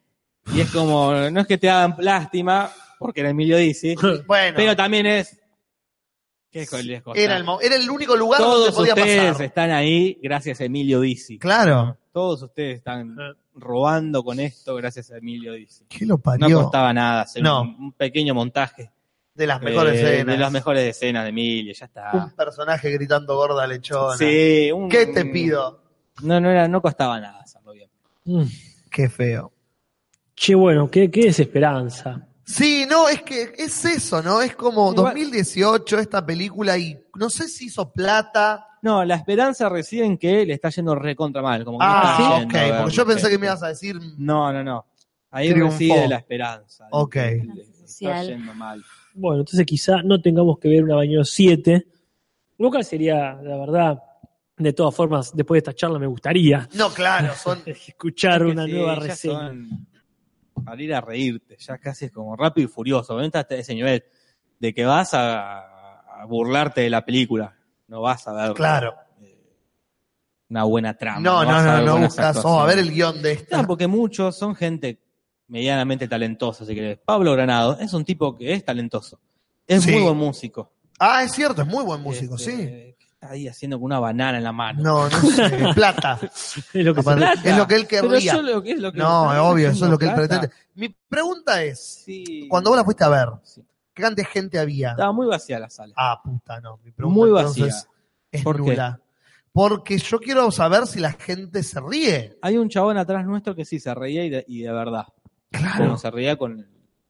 Y es como, no es que te hagan lástima, porque era Emilio Dizzi, pero también es... ¿Qué les costó? Era el único lugar donde podía pasar. Todos ustedes están ahí gracias a Emilio Dizzi. Claro. Todos ustedes están robando con esto gracias a Emilio Dizzi. ¿Qué lo parió? No costaba nada hacer un pequeño montaje. De las mejores escenas. De las mejores escenas de Emilio, ya está. Un personaje gritando gorda lechona. Sí. ¿Qué te pido? No costaba nada hacerlo bien. Qué feo. Che, bueno, qué desesperanza. Sí, no, es que es eso, ¿no? Es como 2018 esta película y no sé si hizo plata. No, la esperanza reside en que le está yendo recontra mal. Como que ¿sí? Ok, porque yo pensé que me ibas a decir... No. Ahí Triunfó. reside la esperanza. Ok. Le está Social. yendo mal. Bueno, entonces quizá no tengamos que ver una Bañeros 7, lo cual sería, la verdad, de todas formas, después de esta charla me gustaría No, claro, son... escuchar Es que una sí, nueva ya reseña. son para ir a reírte, ya casi es como Rápido y Furioso, obviamente hasta ese nivel de que vas a burlarte de la película, no vas a ver Claro. una buena trama. No, vas a ver no buenas buscas, vamos a ver el actuaciones. guión de esta. Claro, porque muchos son gente medianamente talentosa, si querés. Pablo Granado es un tipo que es talentoso, es Sí. muy buen músico. Ah, es cierto, es muy buen músico, Este, sí. que está ahí haciendo con una banana en la mano. No sé, plata. Es lo que se Aparte, Plata. es lo que él Pero querría. yo lo que es lo que No, está es obvio, eso es lo que él plata. pretende. Mi pregunta es, Sí. cuando vos la fuiste a ver, Sí. ¿qué cantidad de gente había? Estaba muy vacía la sala. Ah, puta, no. Mi pregunta Muy entonces vacía. es ¿Por qué? nula. Porque yo quiero saber si la gente se ríe. Hay un chabón atrás nuestro que sí se reía y de verdad. Claro. Como se reía con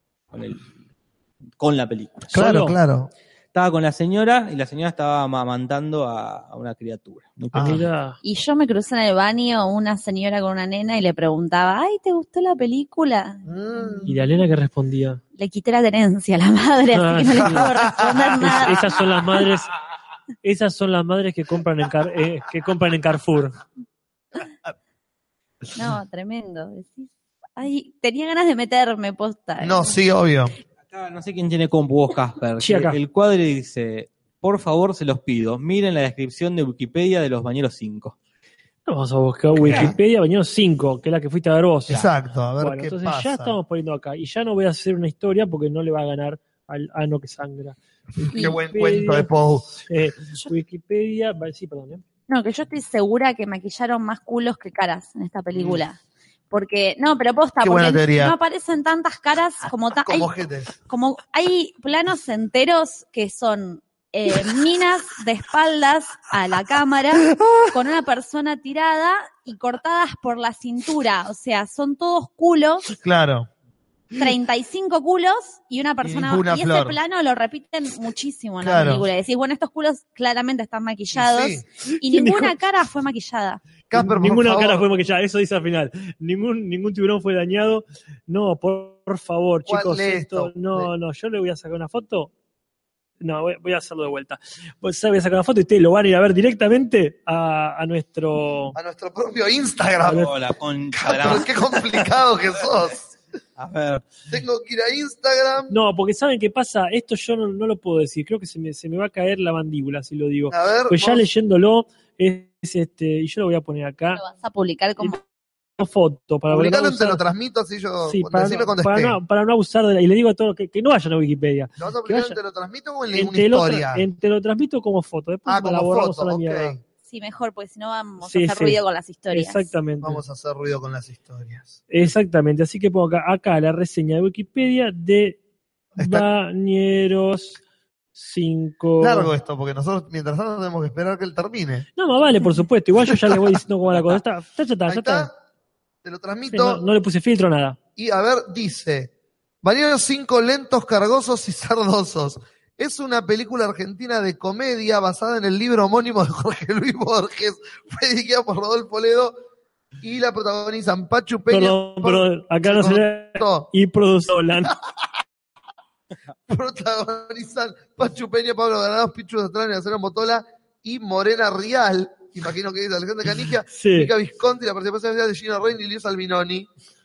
la película. Claro, Solo. claro. Estaba con la señora y la señora estaba amamantando a una criatura. Muy Ah. pequeña. Mira, Y yo me crucé en el baño una señora con una nena y le preguntaba, ay, ¿te gustó la película? y la nena que respondía. Le quité la tenencia a la madre, así que no le puedo responder nada. Esas son las madres que compran en Carrefour. No, tremendo. Decís, ay, tenía ganas de meterme, posta. No, sí, obvio. Acá, no sé quién tiene compu vos, Casper. Sí, acá. El cuadro dice, por favor, se los pido, miren la descripción de Wikipedia de Los Bañeros 5. Vamos a buscar Wikipedia, Bañeros 5, que es la que fuiste a ver vos. Exacto, a ver Bueno, qué entonces pasa. ya estamos poniendo acá. Y ya no voy a hacer una historia porque no le va a ganar al ano que sangra. Qué buen cuento de Poe. Wikipedia, sí, perdón. No, que yo estoy segura que maquillaron más culos que caras en esta película. Porque, no, pero posta, Qué buena porque teoría. no aparecen tantas caras como Como jetes. como hay planos enteros que son minas de espaldas a la cámara con una persona tirada y cortadas por la cintura. O sea, son todos culos, Claro. 35 culos y una persona. ninguna Y flor. ese plano lo repiten muchísimo en la Claro. película. Y decís, bueno, estos culos claramente están maquillados Sí. y ninguna cara fue maquillada. Casper, por Ninguna favor. cara fue maquillada, eso dice al final. Ningún tiburón fue dañado. No, por favor, ¿Cuál chicos, lee esto. esto? No, yo le voy a sacar una foto. No, voy a hacerlo de vuelta. Voy a sacar una foto y ustedes lo van a ir a ver directamente a nuestro. A nuestro propio Instagram. Hola, concha de la Casper, qué complicado que sos. A ver, Tengo que ir a Instagram. No, porque ¿saben qué pasa? Esto yo no lo puedo decir. Creo que se me va a caer la mandíbula si lo digo. A ver, Pues ya vos- leyéndolo, y yo lo voy a poner acá. Lo vas a publicar como. Una foto para publicalo, no te lo usar- transmito, así yo Sí, decime cuando esté. para no abusar de la. Y le digo a todos que no vayan a Wikipedia. ¿Lo vas a que publicar vaya- te lo transmito o en una Te lo, historia? te lo transmito como foto. Después Ah, me la como borramos foto, a la ok. mierda. Sí, mejor, porque si no vamos Sí, a hacer sí. ruido con las historias. Exactamente. Vamos a hacer ruido con las historias. Exactamente. Así que pongo acá la reseña de Wikipedia de Está- Bañeros 5. Largo esto, porque nosotros mientras tanto tenemos que esperar que él termine. No, más vale, por supuesto. Igual yo ya le voy diciendo cómo va la cosa. Ya está. Ahí está, te lo Sí, transmito. no le puse filtro, nada. Y a ver, dice, Bañeros 5 lentos, cargosos y sardosos. Es una película argentina de comedia basada en el libro homónimo de Jorge Luis Borges. Fue dirigida por Rodolfo Ledo y la protagonizan Pachu Peña. Perdón, acá no se le... Y produzolan. Protagonizan Pachu Peña, Pablo Granados, Pichu Satrán, Acero Motola y Morena Rial. Imagino que es Alejandra Canigia, Sí. Mica Visconti, la participación de Gino Rein y Luis Albinoni.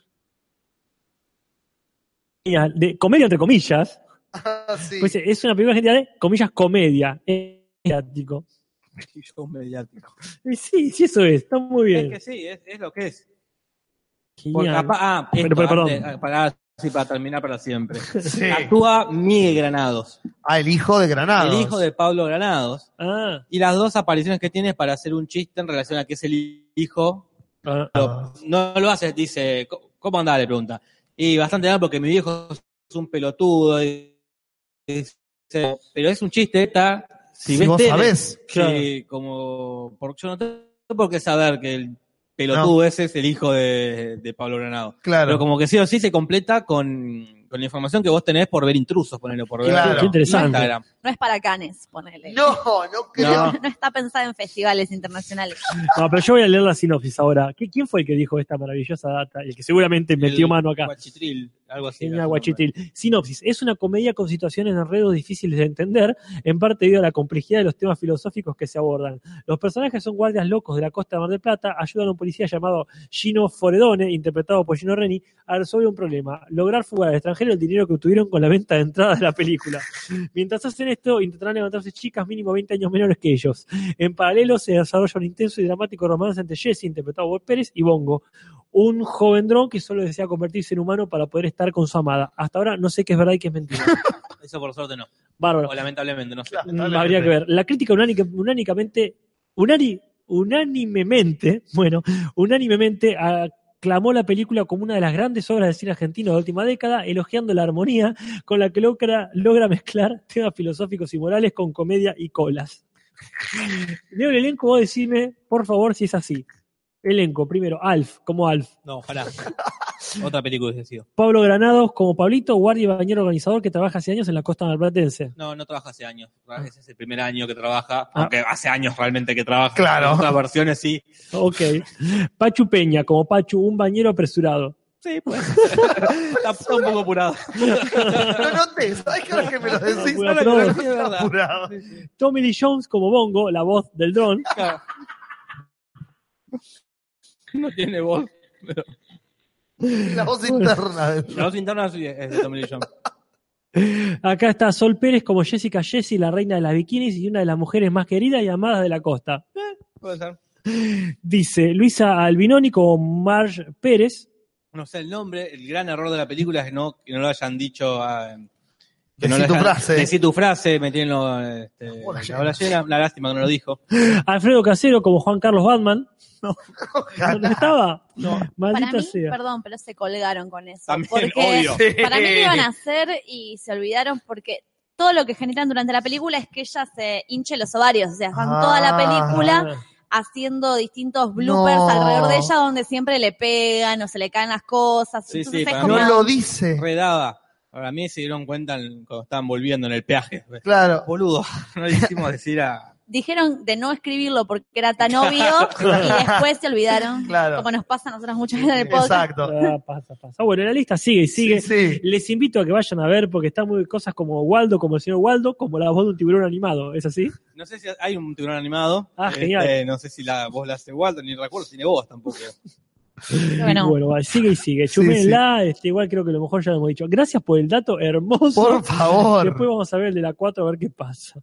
De comedia entre comillas. Ah, sí. Pues es una película argentina de comillas comedia. Mediático. show mediático. Y sí, eso es. Está muy bien. Es que sí, es lo que es. Genial. Esto, perdón. para terminar para siempre. Sí. Actúa Miguel Granados, Ah, el hijo de Granados. el hijo de Pablo Granados. Ah, Y las dos apariciones que tiene es para hacer un chiste en relación a que es el hijo. ah. No lo hace, dice, ¿cómo andás? Le pregunta. Y bastante mal porque mi viejo es un pelotudo. Dice, pero es un chiste, está. Si ves vos tele, sabés. sí, como, porque yo no tengo por qué saber que el pelotudo ese es el hijo de Pablo Granado. Claro. Pero como que sí o sí se completa con con la información que vos tenés por ver Intrusos, ponele, por ver Claro. Qué interesante. Instagram. No es para Cannes, ponele. No creo. No está pensada en festivales internacionales. No, pero yo voy a leer la sinopsis ahora. ¿Quién fue el que dijo esta maravillosa data? Y el que seguramente metió El mano acá. Guachitril, algo así. Genial, Guachitril. Sinopsis. Es una comedia con situaciones de enredos difíciles de entender, en parte debido a la complejidad de los temas filosóficos que se abordan. Los personajes son guardias locos de la costa de Mar del Plata, ayudan a un policía llamado Gino Foredone, interpretado por Gino Reni, a resolver un problema, lograr fugar al extranjero el dinero que obtuvieron con la venta de entradas de la película. Mientras hacen esto, intentarán levantarse chicas mínimo 20 años menores que ellos. En paralelo se desarrolla un intenso y dramático romance entre Jesse, interpretado por Pérez, y Bongo, un joven dron que solo desea convertirse en humano para poder estar con su amada. Hasta ahora no sé qué es verdad y qué es mentira. Eso por suerte no. Bárbaro. O lamentablemente, no sé. Habría que ver. La crítica unánimemente aclamó la película como una de las grandes obras del cine argentino de la última década, elogiando la armonía con la que logra mezclar temas filosóficos y morales con comedia y colas. Leo el elenco, vos decime, por favor, si es así. Elenco, primero, Alf, como Alf. No, ojalá. Otra película hubiese sido. Pablo Granados como Pablito, guardia y bañero organizador que trabaja hace años en la costa marplatense. No trabaja hace años. Ese es el primer año que trabaja. Aunque hace años realmente que trabaja. Claro. En otras versiones sí. Ok. Pachu Peña como Pachu, un bañero apresurado. Sí, pues. Está un poco apurado. No noté, ¿sabes qué ahora que me lo decís? Apurado. Ahora que Es verdad. apurado. Tommy Lee Jones como Bongo, la voz del dron. Claro. No tiene voz. Pero... La voz interna. La voz interna es de Tommy Lee Jones. Acá está Sol Pérez como Jessica Jessie, la reina de las bikinis y una de las mujeres más queridas y amadas de la costa. Puede ser. Dice Luisa Albinoni como Marge Pérez. No sé el nombre. El gran error de la película es que no lo hayan dicho. Decí tu frase, metiendo la bola llena. Una lástima que no lo dijo. Alfredo Casero como Juan Carlos Batman. No, ¿No estaba? No. Maldita Para mí, sea. perdón, pero se colgaron con eso. También, porque obvio. para mí lo iban a hacer y se olvidaron porque todo lo que generan durante la película es que ella se hinche los ovarios. O sea, están toda la película haciendo distintos bloopers alrededor de ella donde siempre le pegan o se le caen las cosas. Sí, Entonces sí, es para como... No lo dice. Redaba. Para mí se dieron cuenta cuando estaban volviendo en el peaje. Claro. Boludo, no le hicimos decir a... Dijeron de no escribirlo porque era tan obvio y después se olvidaron. Claro. Como nos pasa a nosotros muchas veces en el podcast. Exacto. Pasa. Bueno, la lista sigue y sigue. Sí. Les invito a que vayan a ver porque están muy cosas como Waldo, como el señor Waldo, como la voz de un tiburón animado. ¿Es así? No sé si hay un tiburón animado. Genial. No sé si la voz la hace Walter, ni recuerdo si tiene voz tampoco. Bueno, Va, sigue y sigue. Chúmenla, igual creo que a lo mejor ya lo hemos dicho. Gracias por el dato hermoso. Por favor. Después vamos a ver el de la 4 a ver qué pasa.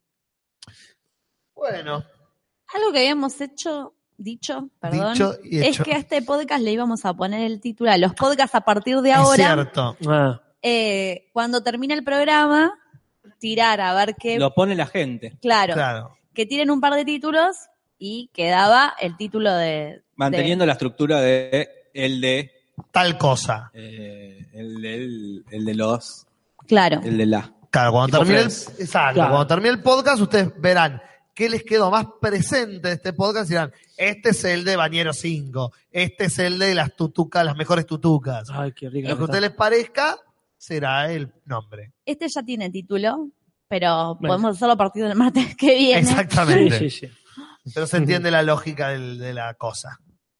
Bueno. algo que habíamos dicho, Dicho y es hecho. que a este podcast le íbamos a poner el título a los podcasts a partir de Es ahora. cierto. Cuando termine el programa, tirar a ver qué... Lo pone la gente. Claro. Que tiren un par de títulos y quedaba el título de... Manteniendo la estructura de el de... Tal cosa. El de los... Claro. El de la... Claro, cuando Tipo termine Friends. exacto, Claro. cuando termine el podcast, ustedes verán qué les quedó más presente de este podcast y dirán, este es el de Bañero 5, este es el de las tutucas, las mejores tutucas. Ay, qué rica. Lo que a ustedes les parezca será el nombre. Este ya tiene título, pero Bueno. podemos hacerlo a partir del martes que viene. Exactamente. Sí. Pero se entiende la lógica de la cosa.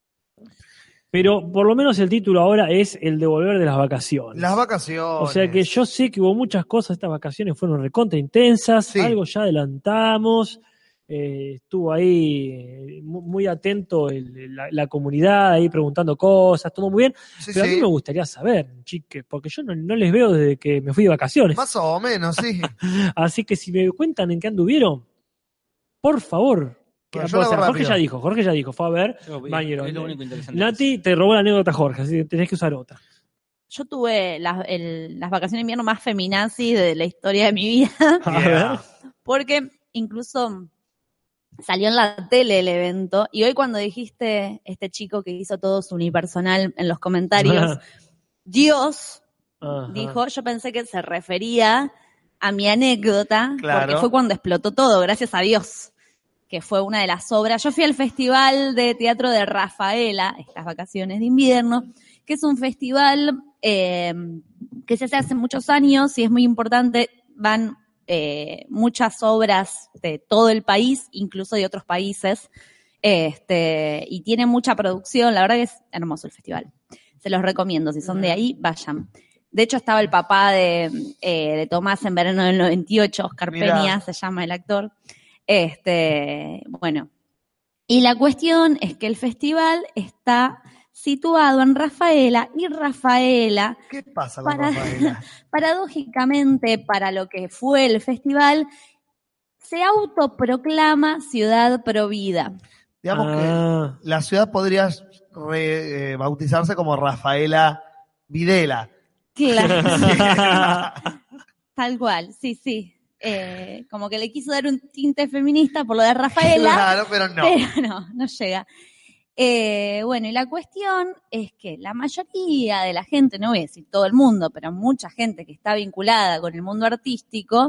Pero por lo menos el título ahora es el de volver de las vacaciones. Las vacaciones. O sea que yo sé que hubo muchas cosas, estas vacaciones fueron recontra intensas, Sí. algo ya adelantamos, estuvo ahí muy atento la comunidad ahí preguntando cosas, todo muy bien, Sí, pero a mí sí. me gustaría saber, chiques, porque yo no les veo desde que me fui de vacaciones. Más o menos, sí. Así que si me cuentan en qué anduvieron, por favor. Bueno, O yo lo sea, hago Jorge rápido. ya dijo, fue a ver, Es Bañero. lo único interesante. Nati te robó la anécdota, Jorge, así que tenés que usar otra. Yo tuve las vacaciones de invierno más feminazis de la historia de mi vida, A Yeah. ver. porque incluso salió en la tele el evento, y hoy cuando dijiste este chico que hizo todo su unipersonal en los comentarios, Dios Ajá. dijo, yo pensé que se refería a mi anécdota, Claro. porque fue cuando explotó todo, gracias a Dios, que fue una de las obras. Yo fui al Festival de Teatro de Rafaela, estas vacaciones de invierno, que es un festival que se hace hace muchos años y es muy importante. Van muchas obras de todo el país, incluso de otros países, y tiene mucha producción. La verdad que es hermoso el festival. Se los recomiendo, si son de ahí, vayan. De hecho, estaba el papá de Tomás en verano del 98, Oscar Peña, se llama el actor. Bueno, y la cuestión es que el festival está situado en Rafaela, y Rafaela... ¿Qué pasa con Rafaela? Paradójicamente, para lo que fue el festival, se autoproclama ciudad provida. Digamos que la ciudad podría bautizarse como Rafaela Videla. Claro. Tal cual, sí. Como que le quiso dar un tinte feminista por lo de Rafaela. Claro, pero no. Pero no llega. Bueno, y la cuestión es que la mayoría de la gente, no voy a decir todo el mundo, pero mucha gente que está vinculada con el mundo artístico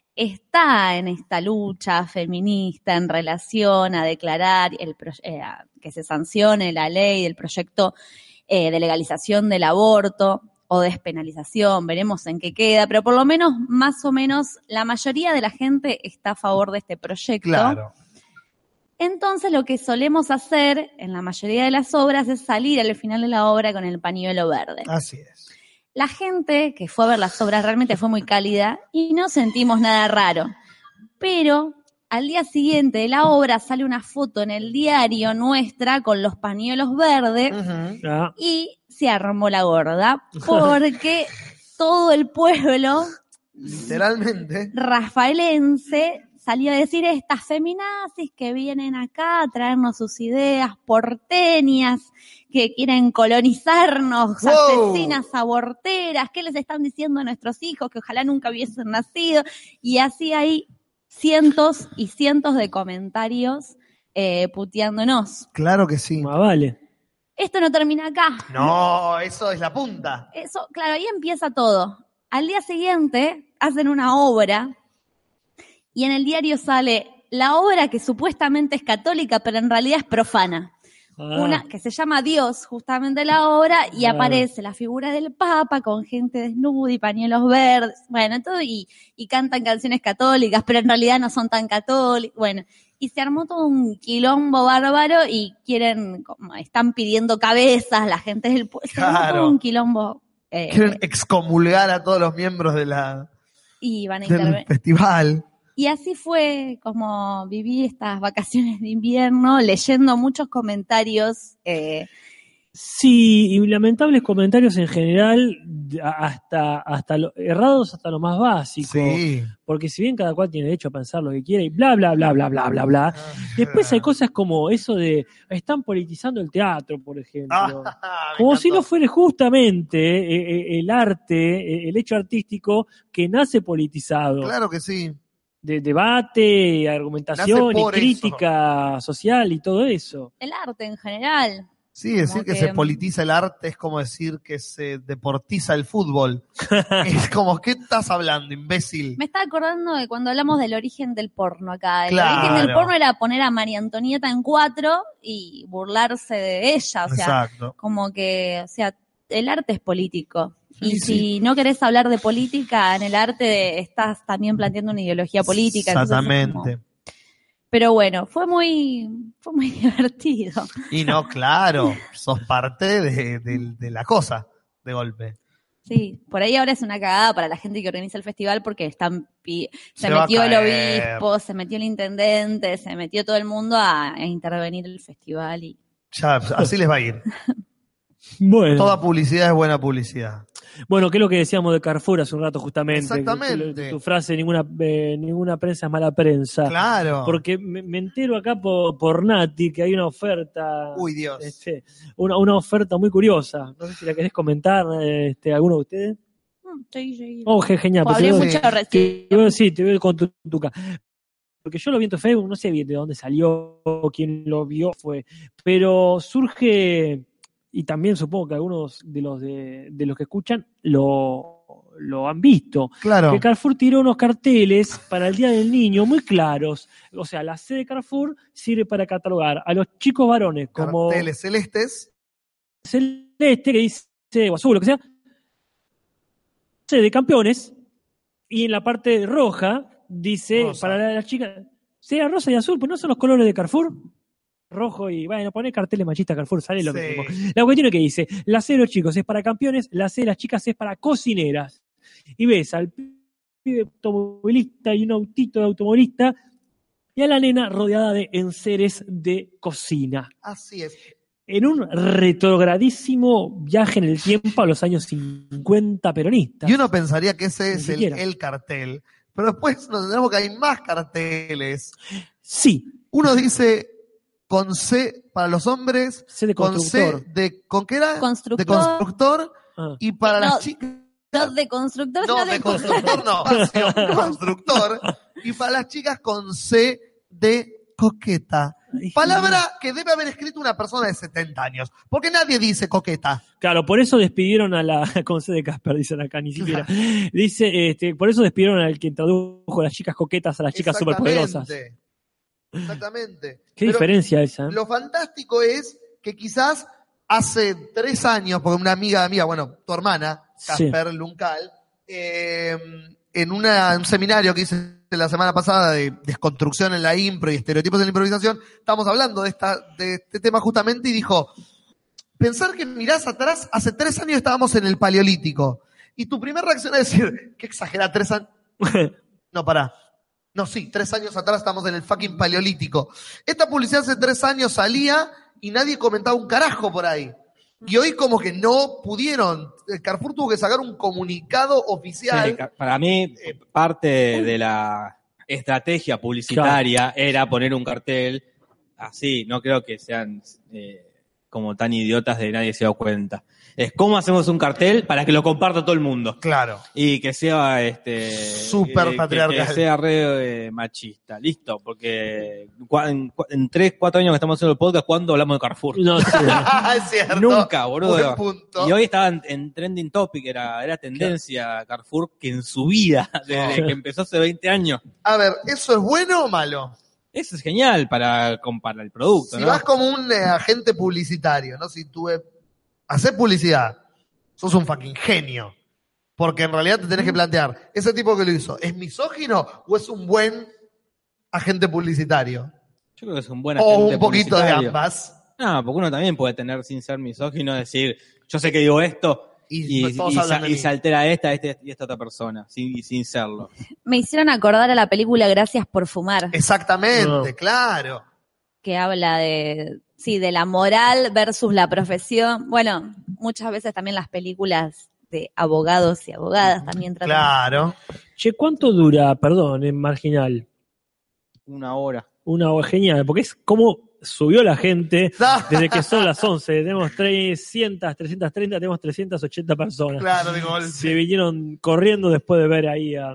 está en esta lucha feminista en relación a declarar que se sancione la ley del proyecto de legalización del aborto o despenalización, veremos en qué queda, pero por lo menos, más o menos, la mayoría de la gente está a favor de este proyecto. Claro. Entonces, lo que solemos hacer en la mayoría de las obras es salir al final de la obra con el pañuelo verde. Así es. La gente que fue a ver las obras realmente fue muy cálida y no sentimos nada raro. Pero al día siguiente de la obra sale una foto en el diario nuestra con los pañuelos verdes y se armó la gorda porque todo el pueblo literalmente rafaelense salió a decir: estas feminazis que vienen acá a traernos sus ideas porteñas, que quieren colonizarnos, asesinas aborteras, ¿qué les están diciendo a nuestros hijos? Que ojalá nunca hubiesen nacido. Y así hay cientos y cientos de comentarios puteándonos. Claro que sí. Vale. Esto no termina acá. No, eso es la punta. Eso, claro, ahí empieza todo. Al día siguiente hacen una obra y en el diario sale la obra que supuestamente es católica, pero en realidad es profana. Una que se llama Dios, justamente la obra, y aparece la figura del Papa con gente desnuda y pañuelos verdes, bueno, todo, y cantan canciones católicas, pero en realidad no son tan católicas, bueno, y se armó todo un quilombo bárbaro y están pidiendo cabezas, la gente del pueblo, se armó todo un quilombo. Quieren excomulgar a todos los miembros de del festival. Y así fue como viví estas vacaciones de invierno, leyendo muchos comentarios. Sí, y lamentables comentarios en general, hasta errados hasta lo más básico. Sí. Porque si bien cada cual tiene derecho a pensar lo que quiere y bla, bla, bla, bla, bla, bla, bla, después hay cosas como eso de están politizando el teatro, por ejemplo. Como si no fuera justamente el arte, el hecho artístico que nace politizado. Claro que sí. De debate, argumentación y crítica social y todo eso. El arte en general. Sí, decir que se politiza el arte es como decir que se deportiza el fútbol. Es como, ¿qué estás hablando, imbécil? Me estaba acordando de cuando hablamos del origen del porno acá. El Claro. origen del porno era poner a María Antonieta en 4 y burlarse de ella. O sea, exacto. Como que, o sea, el arte es político. Sí, Y si no querés hablar de política, en el arte estás también planteando una ideología política. Exactamente. Pero bueno, fue muy divertido. Y no, claro, sos parte de la cosa, de golpe. Sí, por ahí ahora es una cagada para la gente que organiza el festival porque se va metió a el caer. obispo, se metió el intendente, se metió todo el mundo a intervenir el festival. Y Ya, así les va a ir. Bueno. Toda publicidad es buena publicidad. Bueno, que es lo que decíamos de Carrefour hace un rato justamente. Exactamente. Tu frase, ninguna prensa es mala prensa. Claro. Porque me entero acá por Nati que hay una oferta. Uy, Dios. Una oferta muy curiosa. No sé si la querés comentar, alguno de ustedes. Sí. Genial. Hablé mucho recién. Sí, te veo con Tuca. Porque yo lo vi en tu Facebook, no sé bien de dónde salió, quién lo vio, pero surge, y también supongo que algunos de los que escuchan lo han visto. Claro. Que Carrefour tiró unos carteles para el Día del Niño muy claros. O sea, la C de Carrefour sirve para catalogar a los chicos varones como carteles celestes. celeste, que dice, o azul, lo que sea, de campeones, y en la parte roja dice, Rosa. para las chicas, sea rosa y azul, pues no son los colores de Carrefour. Rojo y, bueno, poner carteles machistas Carrefour, sale lo Sí. mismo. La cuestión es que dice, la C de los chicos es para campeones, la C de las chicas es para cocineras. Y ves al pibe automovilista y un autito de automovilista, y a la nena rodeada de enseres de cocina. Así es. En un retrogradísimo viaje en el tiempo a los años 50 peronistas. Y uno pensaría que ese Ni es siquiera. el cartel. Pero después nos enteramos que hay más carteles. Sí, Uno dice con C para los hombres, C de con constructor. C de, ¿con qué era? Constructor. De constructor. Ah. Y para No, las chicas, No de constructor, no, sino de constructor no, constructor. Y para las chicas con C de coqueta. Palabra que debe haber escrito una persona de 70 años. Porque nadie dice coqueta. Claro, por eso despidieron a la con C de Casper, dicen acá, ni siquiera. Dice, por eso despidieron al que tradujo las chicas coquetas a las chicas superpoderosas. Exactamente. Qué Pero diferencia esa. ¿Eh? lo fantástico es que quizás hace 3 años, porque una amiga mía, bueno, tu hermana, Casper Luncal, en un seminario que hice la semana pasada de desconstrucción en la impro y estereotipos en la improvisación, estábamos hablando de este tema justamente y dijo, pensar que mirás atrás, hace 3 años estábamos en el Paleolítico y tu primera reacción es decir, qué exagerada, 3 años. No, pará. No, sí, 3 años atrás estamos en el fucking Paleolítico. Esta publicidad hace 3 años salía y nadie comentaba un carajo por ahí. Y hoy como que no pudieron. Carrefour tuvo que sacar un comunicado oficial. Sí, para mí, parte de la estrategia publicitaria era poner un cartel así. No creo que sean como tan idiotas de nadie se da cuenta. Es cómo hacemos un cartel para que lo comparta todo el mundo. Claro. Y que sea súper patriarcal. que sea re machista. Listo, porque en 3, 4 años que estamos haciendo el podcast, ¿cuándo hablamos de Carrefour? No, sí. Es cierto. Nunca, boludo. Buen punto. Y hoy estaba en trending topic, era tendencia Carrefour que en su vida, desde que empezó hace 20 años. A ver, ¿eso es bueno o malo? Eso es genial para comparar el producto, Si ¿no? vas como un agente publicitario, ¿no? Si tú haces publicidad, sos un fucking genio. Porque en realidad te tenés que plantear, ¿ese tipo que lo hizo es misógino o es un buen agente publicitario? Yo creo que es un buen O agente un poquito de publicitario. ambas. No, porque uno también puede tener, sin ser misógino, decir, yo sé que digo esto y todos hablan de mí. se altera esta y esta otra persona, sin serlo. Me hicieron acordar a la película Gracias por fumar, Exactamente, No. claro. que habla de la moral versus la profesión. Bueno, muchas veces también las películas de abogados y abogadas también tratan. Claro. Che, ¿cuánto dura, perdón, en Marginal? 1 hora. Una hora genial, porque es como subió la gente desde que son las 11. Tenemos 330, tenemos 380 personas. Claro, digo, Se vinieron corriendo después de ver ahí a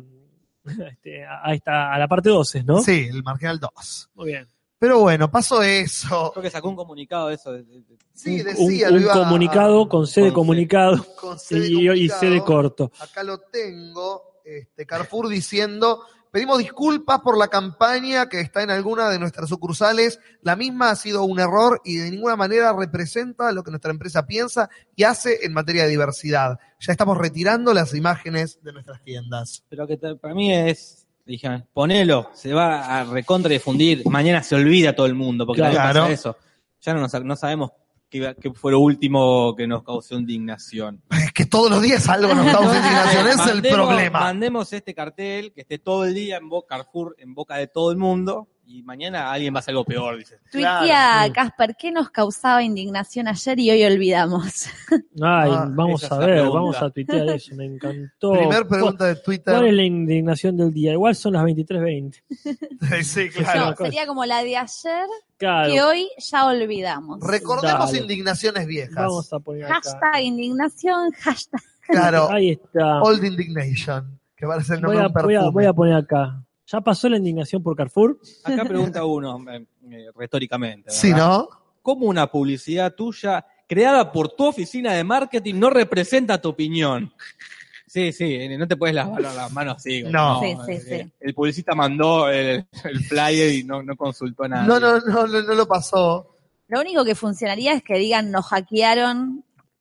la parte 12, ¿no? sí, el Marginal 2. Muy bien. Pero bueno, pasó eso. Creo que sacó un comunicado de eso. Sí, Un- decía, un lo iba comunicado con C de con C. comunicado con C de y comunicado. C de corto. Acá lo tengo, Carrefour diciendo, pedimos disculpas por la campaña que está en alguna de nuestras sucursales, la misma ha sido un error y de ninguna manera representa lo que nuestra empresa piensa y hace en materia de diversidad. Ya estamos retirando las imágenes de nuestras tiendas. Pero que para mí dije, ponelo, se va a recontra difundir, mañana se olvida todo el mundo, porque Claro. nadie pasa eso. Ya no sabemos qué fue lo último que nos causó indignación. Es que todos los días algo nos causa indignación, es el problema. Mandemos este cartel que esté todo el día en Carrefour, en boca de todo el mundo, y mañana alguien va a hacer algo peor, dice. Tuitea, Casper, ¿qué nos causaba indignación ayer y hoy olvidamos? Ay, Ah, vamos esa a es la ver, pregunta. vamos a tuitear eso, me encantó. Primer pregunta de Twitter. ¿Cuál es la indignación del día? Igual son las 23:20. Sí, No, claro. sería como la de ayer Claro, que hoy ya olvidamos. Recordemos Dale. indignaciones viejas. vamos a poner acá. Hashtag indignación, hashtag. Claro, Ahí está. Old Indignation, que parece el Voy nombre de a, un voy a- perfume. voy a poner acá. ¿Ya pasó la indignación por Carrefour? Acá pregunta uno, retóricamente, ¿verdad? Sí, ¿no? ¿Cómo una publicidad tuya creada por tu oficina de marketing no representa tu opinión? Sí, no te puedes lavar las manos así. No. Sí. El publicista mandó el flyer y no consultó a nadie. No lo pasó. Lo único que funcionaría es que digan nos hackearon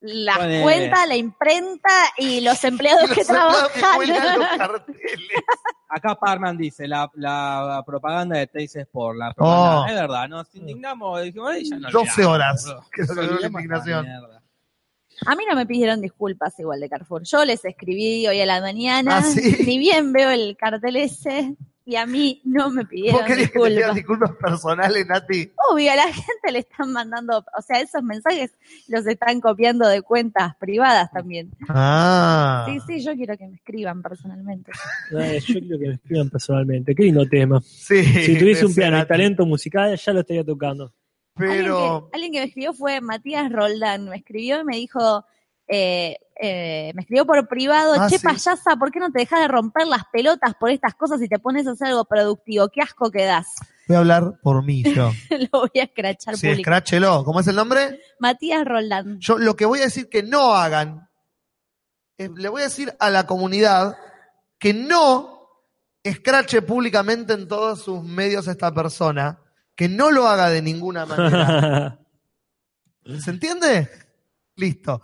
las Ponele. cuentas, la imprenta y los empleados que Los empleados que trabajan. cuelgan los carteles. Acá Parman dice, la propaganda de Teis Sport, la propaganda, es verdad, nos indignamos, dijimos, ya no 12 olvidamos, horas, bro. que es lo que duró la Olvidamos indignación. esta mierda. A mí no me pidieron disculpas igual de Carrefour. Yo les escribí hoy a la mañana, ¿Ah, sí? ni bien veo el cartel ese, y a mí no me pidieron ¿Vos querías que te dieran disculpas. disculpas personales, Nati? Obvio, a la gente le están mandando, o sea, esos mensajes los están copiando de cuentas privadas también. Ah. Sí, yo quiero que me escriban personalmente. Yo quiero que me escriban personalmente. Qué lindo tema. Sí, Si tuviese un ese piano y Nati. talento musical, ya lo estaría tocando. Pero... Alguien que me escribió fue Matías Roldán, me escribió y me dijo, me escribió por privado, Ah, che sí. payasa, ¿por qué no te dejas de romper las pelotas por estas cosas y te pones a hacer algo productivo? Qué asco que das. Voy a hablar por mí yo. Lo voy a escrachar Sí, público. escráchelo. ¿Cómo es el nombre? Matías Roldán. Yo lo que voy a decir que no hagan, le voy a decir a la comunidad que no escrache públicamente en todos sus medios a esta persona, que no lo haga de ninguna manera. ¿Se entiende? Listo.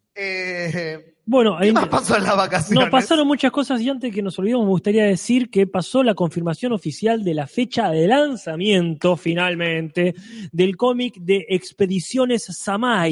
Bueno, ¿Qué más pasó en las vacaciones? No, pasaron muchas cosas y antes que nos olvidemos me gustaría decir que pasó la confirmación oficial de la fecha de lanzamiento, finalmente, del cómic de Expediciones Samai.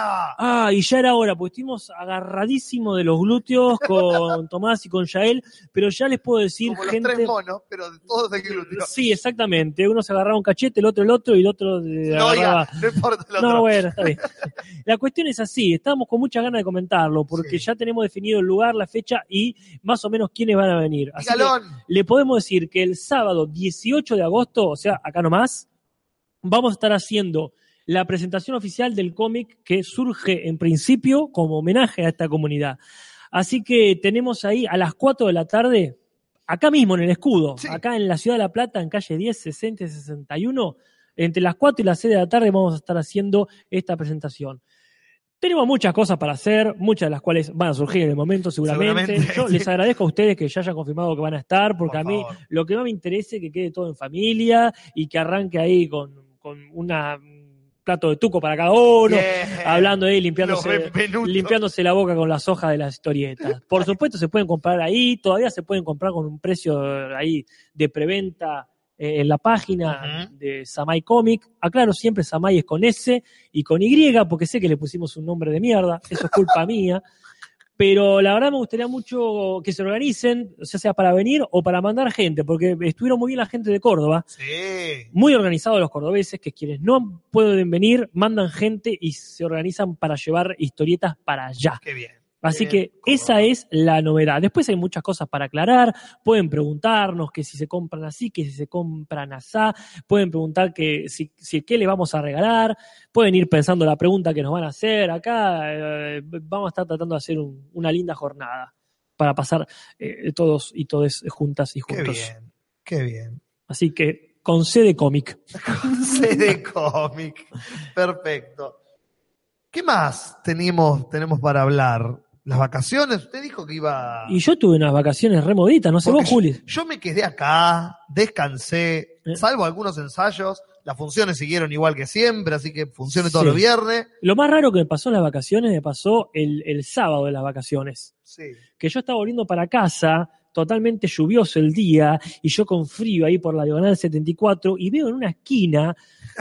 Yeah. Y ya era hora, porque estuvimos agarradísimos de los glúteos con Tomás y con Yael, pero ya les puedo decir, Como gente... los tres monos, pero de todos de glúteo. Sí, exactamente. Uno se agarraba un cachete, el otro y el otro No, agarraba... ya, no importa el otro. No, bueno, está bien. La cuestión es así, estábamos con muchas ganas de comentarlo, porque ya tenemos definido el lugar, la fecha y más o menos quiénes van a venir. Así que le podemos decir que el sábado 18 de agosto, o sea, acá nomás, vamos a estar haciendo la presentación oficial del cómic que surge en principio como homenaje a esta comunidad. Así que tenemos ahí a las 4 de la tarde, acá mismo en el Escudo, acá en la Ciudad de La Plata, en calle 10, 60 y 61, entre las 4 y las 6 de la tarde vamos a estar haciendo esta presentación. Tenemos muchas cosas para hacer, muchas de las cuales van a surgir en el momento seguramente. Yo les agradezco a ustedes que ya hayan confirmado que van a estar, porque a mí lo que más me interesa es que quede todo en familia y que arranque ahí con un plato de tuco para cada uno, hablando ahí, limpiándose la boca con las hojas de las historietas. Por supuesto se pueden comprar ahí, todavía se pueden comprar con un precio ahí de preventa en la página de Samai Comic. Aclaro siempre, Samai es con S y con Y, porque sé que le pusimos un nombre de mierda, eso es culpa mía. Pero la verdad me gustaría mucho que se organicen, ya sea para venir o para mandar gente, porque estuvieron muy bien la gente de Córdoba. Muy organizados los cordobeses, que quienes no pueden venir, mandan gente y se organizan para llevar historietas para allá. Qué bien. Así que esa es la novedad. Después hay muchas cosas para aclarar. Pueden preguntarnos que si se compran así, que si se compran asá. Pueden preguntar que si qué les vamos a regalar. Pueden ir pensando la pregunta que nos van a hacer. Acá vamos a estar tratando de hacer una linda jornada para pasar todos y todes juntas y juntos. Qué bien. Así que con C de cómic. Con C de cómic. Perfecto. ¿Qué más tenemos para hablar? ¿Las vacaciones? Usted dijo que iba... Y yo tuve unas vacaciones remoditas, no sé vos, Juli. Yo me quedé acá, descansé, salvo algunos ensayos, las funciones siguieron igual que siempre, así que funciones todos los viernes. Lo más raro que me pasó en las vacaciones, me pasó el sábado de las vacaciones. Sí. Que yo estaba volviendo para casa, totalmente lluvioso el día, y yo con frío ahí por la diagonal 74, y veo en una esquina,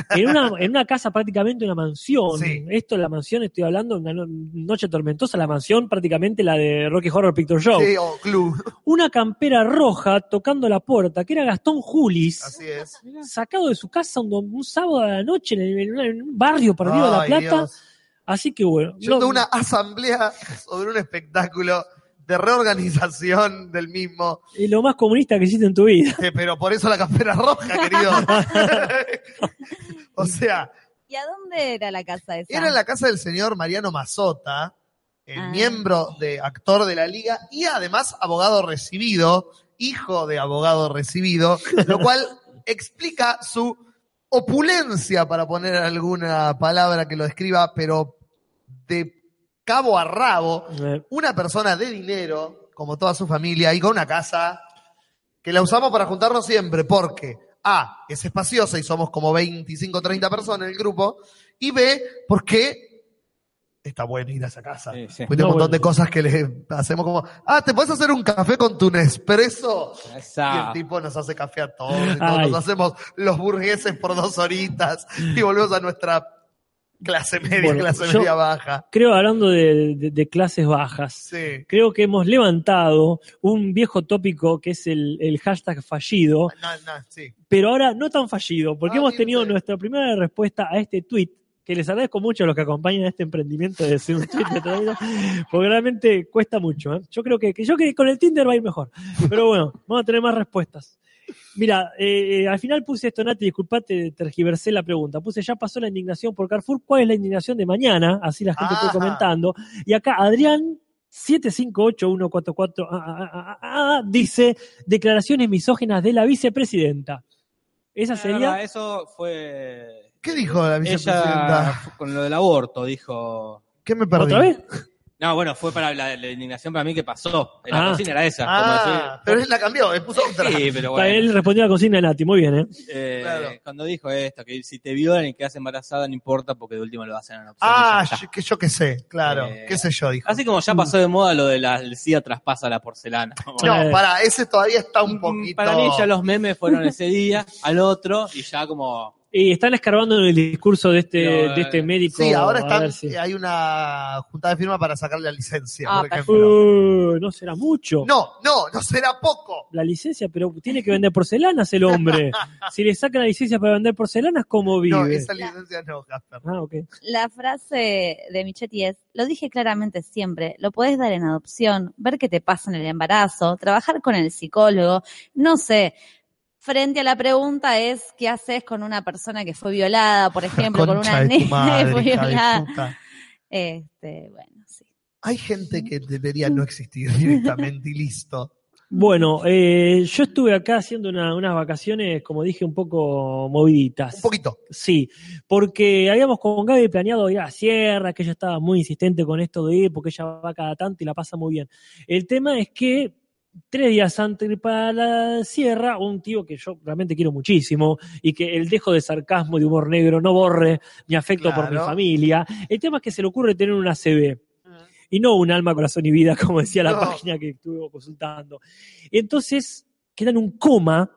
en una casa prácticamente una mansión. Esto, la mansión, estoy hablando de una noche tormentosa, la mansión prácticamente la de Rocky Horror Picture Show. Sí, o Club. Una campera roja tocando la puerta, que era Gastón Julis. Así es. Sacado de su casa un sábado a la noche en un barrio perdido de La Plata. Dios. Así que bueno. Yo tuve una asamblea sobre un espectáculo de reorganización del mismo. Y lo más comunista que hiciste en tu vida. Pero por eso la campera roja, querido. O sea... ¿Y a dónde era la casa esa? Era en la casa del señor Mariano Mazota, el miembro actor de la Liga y además abogado recibido, hijo de abogado recibido, lo cual explica su opulencia, para poner alguna palabra que lo describa, pero de cabo a rabo, una persona de dinero, como toda su familia, y con una casa que la usamos para juntarnos siempre, porque A, es espaciosa y somos como 25 o 30 personas en el grupo, y B, porque está bueno ir a esa casa. Sí, sí. Porque hay un montón de cosas que le hacemos como, ¿te puedes hacer un café con tu Nespresso? Y el tipo nos hace café a todos, y todos nos hacemos los burgueses por 2 horitas, y volvemos a nuestra clase media, clase media baja. Creo, hablando de clases bajas, creo que hemos levantado un viejo tópico que es el hashtag fallido, pero ahora no tan fallido, porque hemos tenido nuestra primera respuesta a este tweet, que les agradezco mucho a los que acompañan a este emprendimiento de hacer un tweet de traído, porque realmente cuesta mucho. Yo creo que con el Tinder va a ir mejor. Pero bueno, vamos a tener más respuestas. Mira, al final puse esto, Nati, disculpate, tergiversé la pregunta. Puse, ya pasó la indignación por Carrefour, ¿cuál es la indignación de mañana? Así la gente está comentando. Y acá Adrián 758144 dice, declaraciones misóginas de la vicepresidenta. Esa sería... Verdad, eso fue... ¿Qué dijo la vicepresidenta? Ella, con lo del aborto, dijo... ¿Qué me perdí? ¿Otra vez? No, bueno, fue para la indignación para mí que pasó. La consigna era esa. Pero él la cambió, él puso otra. Sí, pero bueno. Él respondió a la consigna de Nati, muy bien, Claro. Cuando dijo esto, que si te violan y quedas embarazada no importa porque de último lo hacen en adopción. Yo qué sé, claro. Qué sé yo, dijo. Así como ya pasó de moda lo de la SIDA traspasa la porcelana. No, ese todavía está un poquito... Para mí ya los memes fueron ese día, al otro, y ya como... Y están escarbando en el discurso de este médico. Sí, ahora hay una juntada de firma para sacarle la licencia, por ejemplo. No será mucho. No será poco. La licencia, pero tiene que vender porcelanas el hombre. Si le sacan la licencia para vender porcelanas, ¿cómo vive? No, esa licencia no, Gasper. Okay. La frase de Michetti es, lo dije claramente siempre, lo podés dar en adopción, ver qué te pasa en el embarazo, trabajar con el psicólogo, no sé. Frente a la pregunta es, ¿qué haces con una persona que fue violada, por ejemplo, con una nena que fue violada? Bueno, sí. Hay gente que debería no existir directamente y listo. Bueno, yo estuve acá haciendo unas vacaciones, como dije, un poco moviditas. Un poquito. Sí, porque habíamos con Gaby planeado ir a la sierra, que ella estaba muy insistente con esto de ir, porque ella va cada tanto y la pasa muy bien. El tema es que 3 días antes de ir para la sierra, un tío que yo realmente quiero muchísimo y que el dejo de sarcasmo y de humor negro no borre mi afecto por mi familia. El tema es que se le ocurre tener una ACV y no un alma, corazón y vida, como decía la página que estuve consultando. Entonces queda en un coma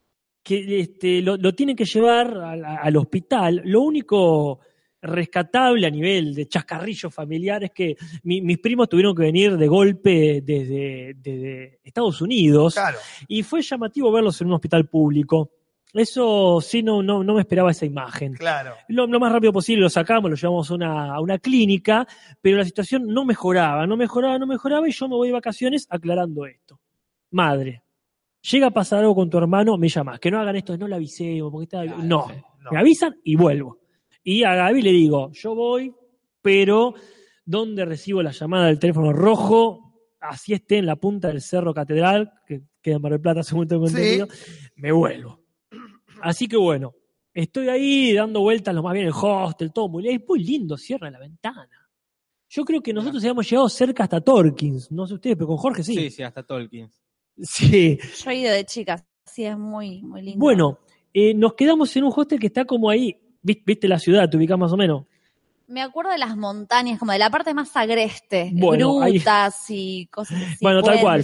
que lo tienen que llevar al hospital. Lo único rescatable a nivel de chascarrillo familiar es que mis primos tuvieron que venir de golpe desde Estados Unidos, y fue llamativo verlos en un hospital público. Eso sí, no me esperaba esa imagen. Claro. Lo más rápido posible lo sacamos, lo llevamos a una clínica, pero la situación no mejoraba, y yo me voy de vacaciones aclarando esto. Madre, llega a pasar algo con tu hermano, me llamas, que no hagan esto, no le avisemos, porque está... No, me avisan y vuelvo. Y a Gaby le digo, yo voy, pero donde recibo la llamada del teléfono rojo, así esté en la punta del Cerro Catedral, que queda en Mar del Plata, según tengo entendido, me vuelvo. Así que bueno, estoy ahí dando vueltas, lo más bien el hostel, todo muy lindo, cierra la ventana. Yo creo que nosotros habíamos llegado cerca hasta Torkins, no sé ustedes, pero con Jorge sí. Sí, hasta Torkins. Sí. Yo he ido de chicas, sí, es muy, muy lindo. Bueno, nos quedamos en un hostel que está como ahí. ¿Viste la ciudad? ¿Te ubicás más o menos? Me acuerdo de las montañas, como de la parte más agreste, bueno, grutas y cosas así. Bueno, tal cual.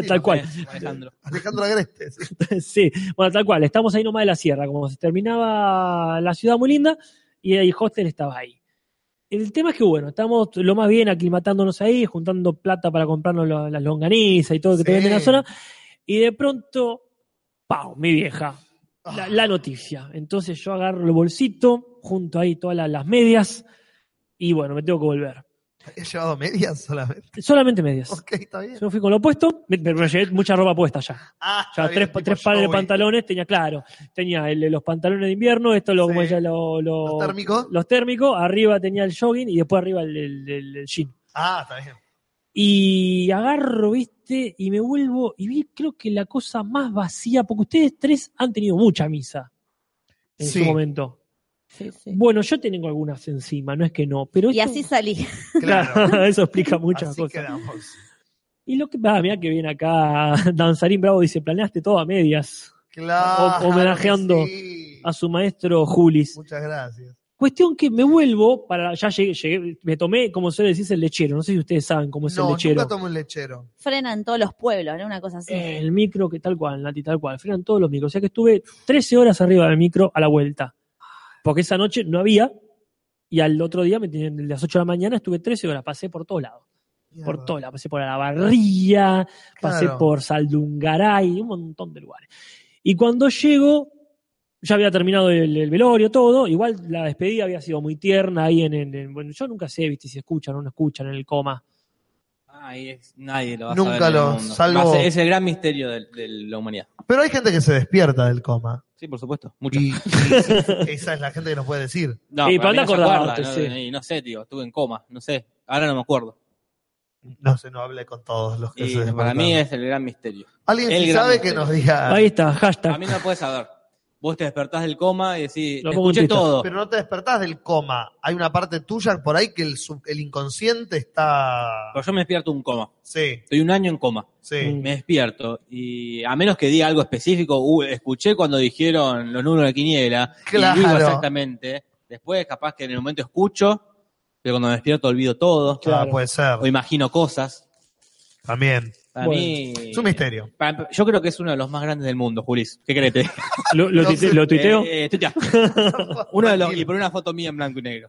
Alejandro Agreste. Sí, bueno, tal cual. Estamos ahí nomás de la sierra, como se terminaba la ciudad muy linda, y el hostel estaba ahí. El tema es que, bueno, estamos lo más bien aclimatándonos ahí, juntando plata para comprarnos las longanizas y todo lo que te venden en la zona, y de pronto, ¡pau! Mi vieja. La noticia. Entonces yo agarro el bolsito, junto ahí todas las medias, y bueno, me tengo que volver. ¿He llevado medias solamente? Solamente medias. Ok, está bien. Yo fui con lo puesto, pero me llevé mucha ropa puesta ya. Ya bien, tres pares de pantalones, tenía los pantalones de invierno, como ya los térmicos. Los térmicos, arriba tenía el jogging y después arriba el jean. Está bien. Y agarro, ¿viste? Y me vuelvo y vi, creo que la cosa más vacía, porque ustedes 3 han tenido mucha misa en su momento. Sí. Bueno, yo tengo algunas encima, no es que no. Pero y así salí. Claro, eso explica muchas cosas. Quedamos. Y lo que mirá que viene acá, Danzarín Bravo dice, planeaste todo a medias. Claro. Homenajeando a su maestro Julis. Muchas gracias. Cuestión que me vuelvo ya llegué, me tomé, como suele decirse, el lechero. No sé si ustedes saben cómo es el lechero. No, nunca tomo el lechero. Frena en todos los pueblos, ¿no? Una cosa así. El micro, que tal cual, Nati, tal cual. Frenan todos los micros. O sea que estuve 13 horas arriba del micro a la vuelta. Porque esa noche no había, y al otro día, de las 8 de la mañana, estuve 13 horas. Pasé por todos lados. Por todos lados. Pasé por Alabarría, pasé por Saldungaray, un montón de lugares. Y cuando llego, ya había terminado el velorio, todo. Igual la despedida había sido muy tierna ahí bueno, yo nunca sé, viste, si escuchan o no escuchan en el coma. Nadie lo va a nunca saber. Nunca lo, salvo... Es el gran misterio de la humanidad. Pero hay gente que se despierta del coma. Sí, por supuesto, mucho. Y esa es la gente que nos puede decir. No, y para no se acuerda, sí. no sé, tío, estuve en coma, no sé, ahora no me acuerdo. No sé, no hablé con todos los que se despertaron. Para mí es el gran misterio. Alguien si sabe misterio. Que nos diga. Ahí está, hashtag. A mí no puedes saber. Vos te despertás del coma y decís, Lo escuché todo. Pero no te despertás del coma. Hay una parte tuya por ahí que el inconsciente está... Pero yo me despierto un coma. Sí. Estoy un año en coma. Sí. Me despierto. Y a menos que diga algo específico, escuché cuando dijeron los números de quiniela. Claro. Y digo exactamente. Después capaz que en el momento escucho, pero cuando me despierto olvido todo. Claro, puede ser. O imagino cosas. También. Para mí... Es un misterio. Yo creo que es uno de los más grandes del mundo, Julis. ¿Qué crees? ¿Lo tuiteo? Tuitea. Uno de los, y por una foto mía en blanco y negro.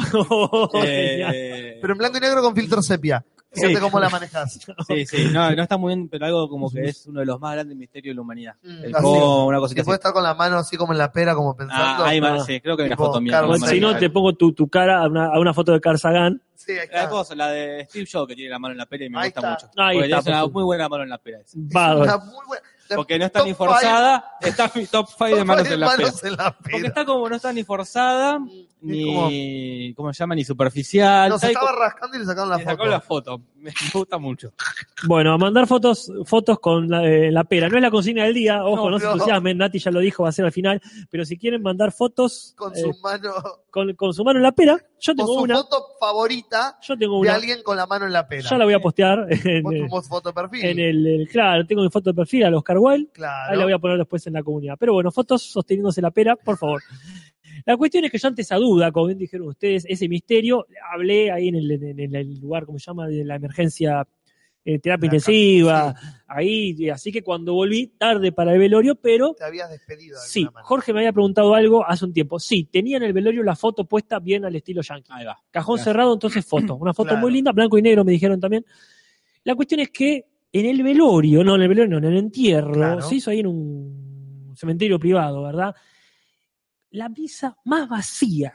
Pero en blanco y negro con filtro sepia. Fíjate cómo la manejas. Sí. No está muy bien, pero algo como que es uno de los más grandes misterios de la humanidad. Una cosita puede estar con la mano así como en la pera, como pensando. Sí, creo que hay una foto mía. Si no, te pongo tu cara a una foto de Carl Sagan. Sí, la de Steve Jobs, que tiene la mano en la pera y me gusta mucho. Ahí está, es una muy buena mano en la pera. Una muy buena. Porque no está ni forzada, está mi top 5 de manos en la pera. Porque está como no está ni forzada, ni ¿cómo se llama? Ni superficial. No, se estaba rascando y le sacaron la foto. Sacó la foto. Me gusta mucho. Bueno, a mandar fotos con la pera. No es la consigna del día, ojo, no se entusiasmen, Nati ya lo dijo, va a ser al final. Pero si quieren mandar fotos con su mano con su mano en la pera, yo tengo con su una foto favorita de alguien con la mano en la pera. Ya la voy a postear en tu foto de perfil. Claro, tengo mi foto de perfil a Oscar Wilde. Claro. Ahí la voy a poner después en la comunidad. Pero bueno, fotos sosteniéndose la pera, por favor. La cuestión es que yo ante esa duda, como bien dijeron ustedes, ese misterio, hablé ahí en el lugar, ¿cómo se llama?, de la emergencia, terapia intensiva, sí. Ahí, así que cuando volví, tarde para el velorio, pero... Te habías despedido de sí, manera. Jorge me había preguntado algo hace un tiempo. Sí, tenía en el velorio la foto puesta bien al estilo yankee. Ahí va. Cajón cerrado, entonces foto. Una foto muy linda, blanco y negro me dijeron también. La cuestión es que en el velorio, en el entierro, se hizo ahí en un cementerio privado, ¿verdad? La misa más vacía,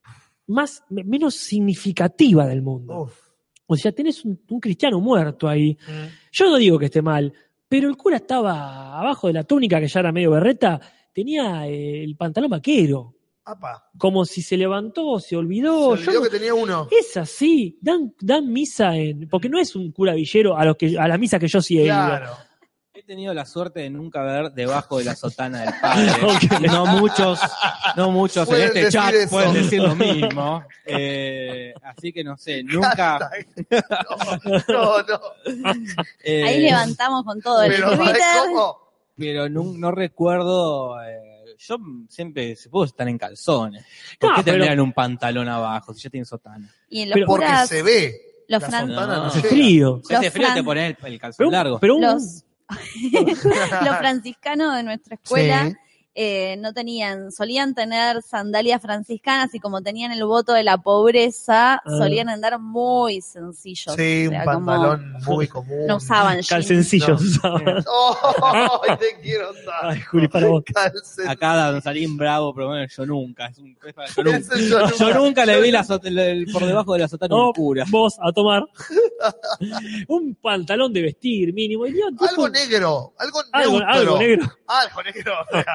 menos significativa del mundo. Uf. O sea, tenés un cristiano muerto ahí. Yo no digo que esté mal, pero el cura estaba abajo de la túnica, que ya era medio berreta, tenía el pantalón vaquero. Apa. Como si se levantó, se olvidó. Se olvidó que tenía uno. Es así, dan misa porque no es un cura villero a la misa que yo sí he ido. He tenido la suerte de nunca ver debajo de la sotana del padre. Okay. No muchos en este chat pueden decir lo mismo. Así que no sé, nunca. No. Ahí levantamos con todo el Twitter. Pero no recuerdo. Yo siempre supongo estar en calzones. ¿Por qué tendrían un pantalón abajo si ya tienen sotana? Y en los porque se ve. Los hace frío. Si hace frío te pones el calzón largo. Pero los franciscanos de nuestra escuela solían tener sandalias franciscanas y como tenían el voto de la pobreza, solían andar muy sencillos. Sí, un pantalón muy común. No usaban jeans. Calcencillos usaban. ¡Oh! Te quiero dar. Ay, Juli, para vos. Acá Don Salín bravo, pero bueno, yo nunca. Yo nunca le vi por debajo de la sotana oscura. Vos a tomar un pantalón de vestir mínimo. Algo negro. Algo negro. Algo negro.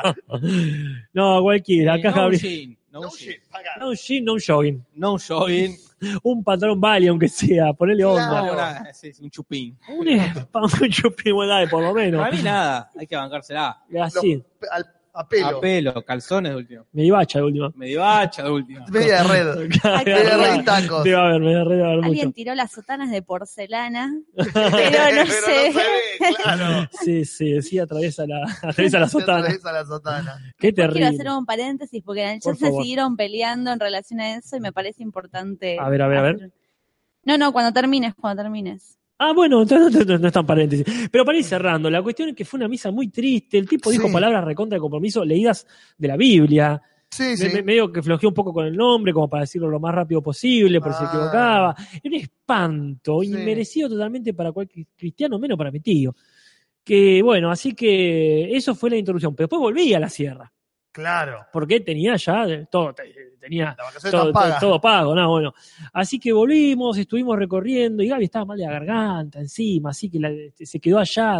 No, cualquiera. Acá Gabriel. No jean, no jogging. No jogging. Un pantalón Bali, aunque sea, ponele onda. Un chupín. Un chupín, por lo menos. Para mí nada, hay que bancársela. Así. A pelo. A pelo, calzones de última. Medivacha de última. Medivacha de última. Media de red. Media de red y tacos. Debe haber, media red debe haber Alguien mucho. tiró las sotanas de porcelana, pero Pero no sé. ve, claro. Sí, atraviesa la sotana. Atraviesa la sotana. Qué Quiero terrible. hacer un paréntesis porque en el Por chat se favor. siguieron peleando en relación a eso y me parece importante. A ver. hacer- No, cuando termines. Ah, bueno, entonces no es tan paréntesis. Pero para ir cerrando, la cuestión es que fue una misa muy triste. El tipo dijo Sí. palabras recontra de compromiso leídas de la Biblia. Sí, sí. Medio que flojeó un poco con el nombre, como para decirlo lo más rápido posible, por si se equivocaba. Era un espanto, Sí. inmerecido totalmente para cualquier cristiano, menos para mi tío. Que bueno, así que eso fue la introducción. Pero después volví a la sierra, Claro. porque tenía ya todo, tenía La vacación todo, está paga. todo pago, no, bueno. Así que volvimos, estuvimos recorriendo, y Gaby estaba mal de la garganta encima, así que se quedó allá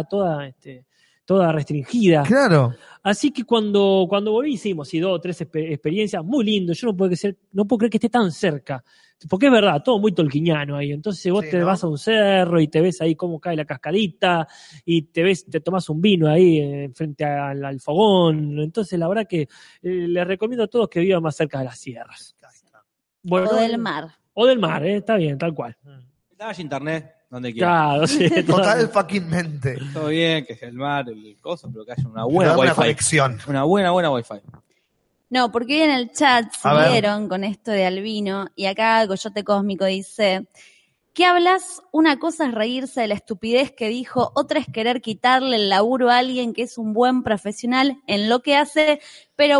toda restringida. Claro. Así que cuando volví hicimos 2 o 3 experiencias muy lindas. Yo no puedo creer que esté tan cerca. Porque es verdad, todo muy tolquiñano ahí. Entonces vos Sí, te ¿no? vas a un cerro y te ves ahí cómo cae la cascadita y te tomás un vino ahí frente al fogón. Entonces la verdad que les recomiendo a todos que vivan más cerca de las sierras. Bueno, O del mar. O del mar, está bien, tal cual. Estaba internet, donde quiera. Claro, sí. Total fucking mente. Todo bien, que sea el mar, el coso, pero que haya una Pero buena da una wifi. conexión. Una buena wifi. No, porque hoy en el chat A ver. siguieron con esto de Albino y acá Coyote Cósmico dice, ¿qué hablas? Una cosa es reírse de la estupidez que dijo, otra es querer quitarle el laburo a alguien que es un buen profesional en lo que hace, pero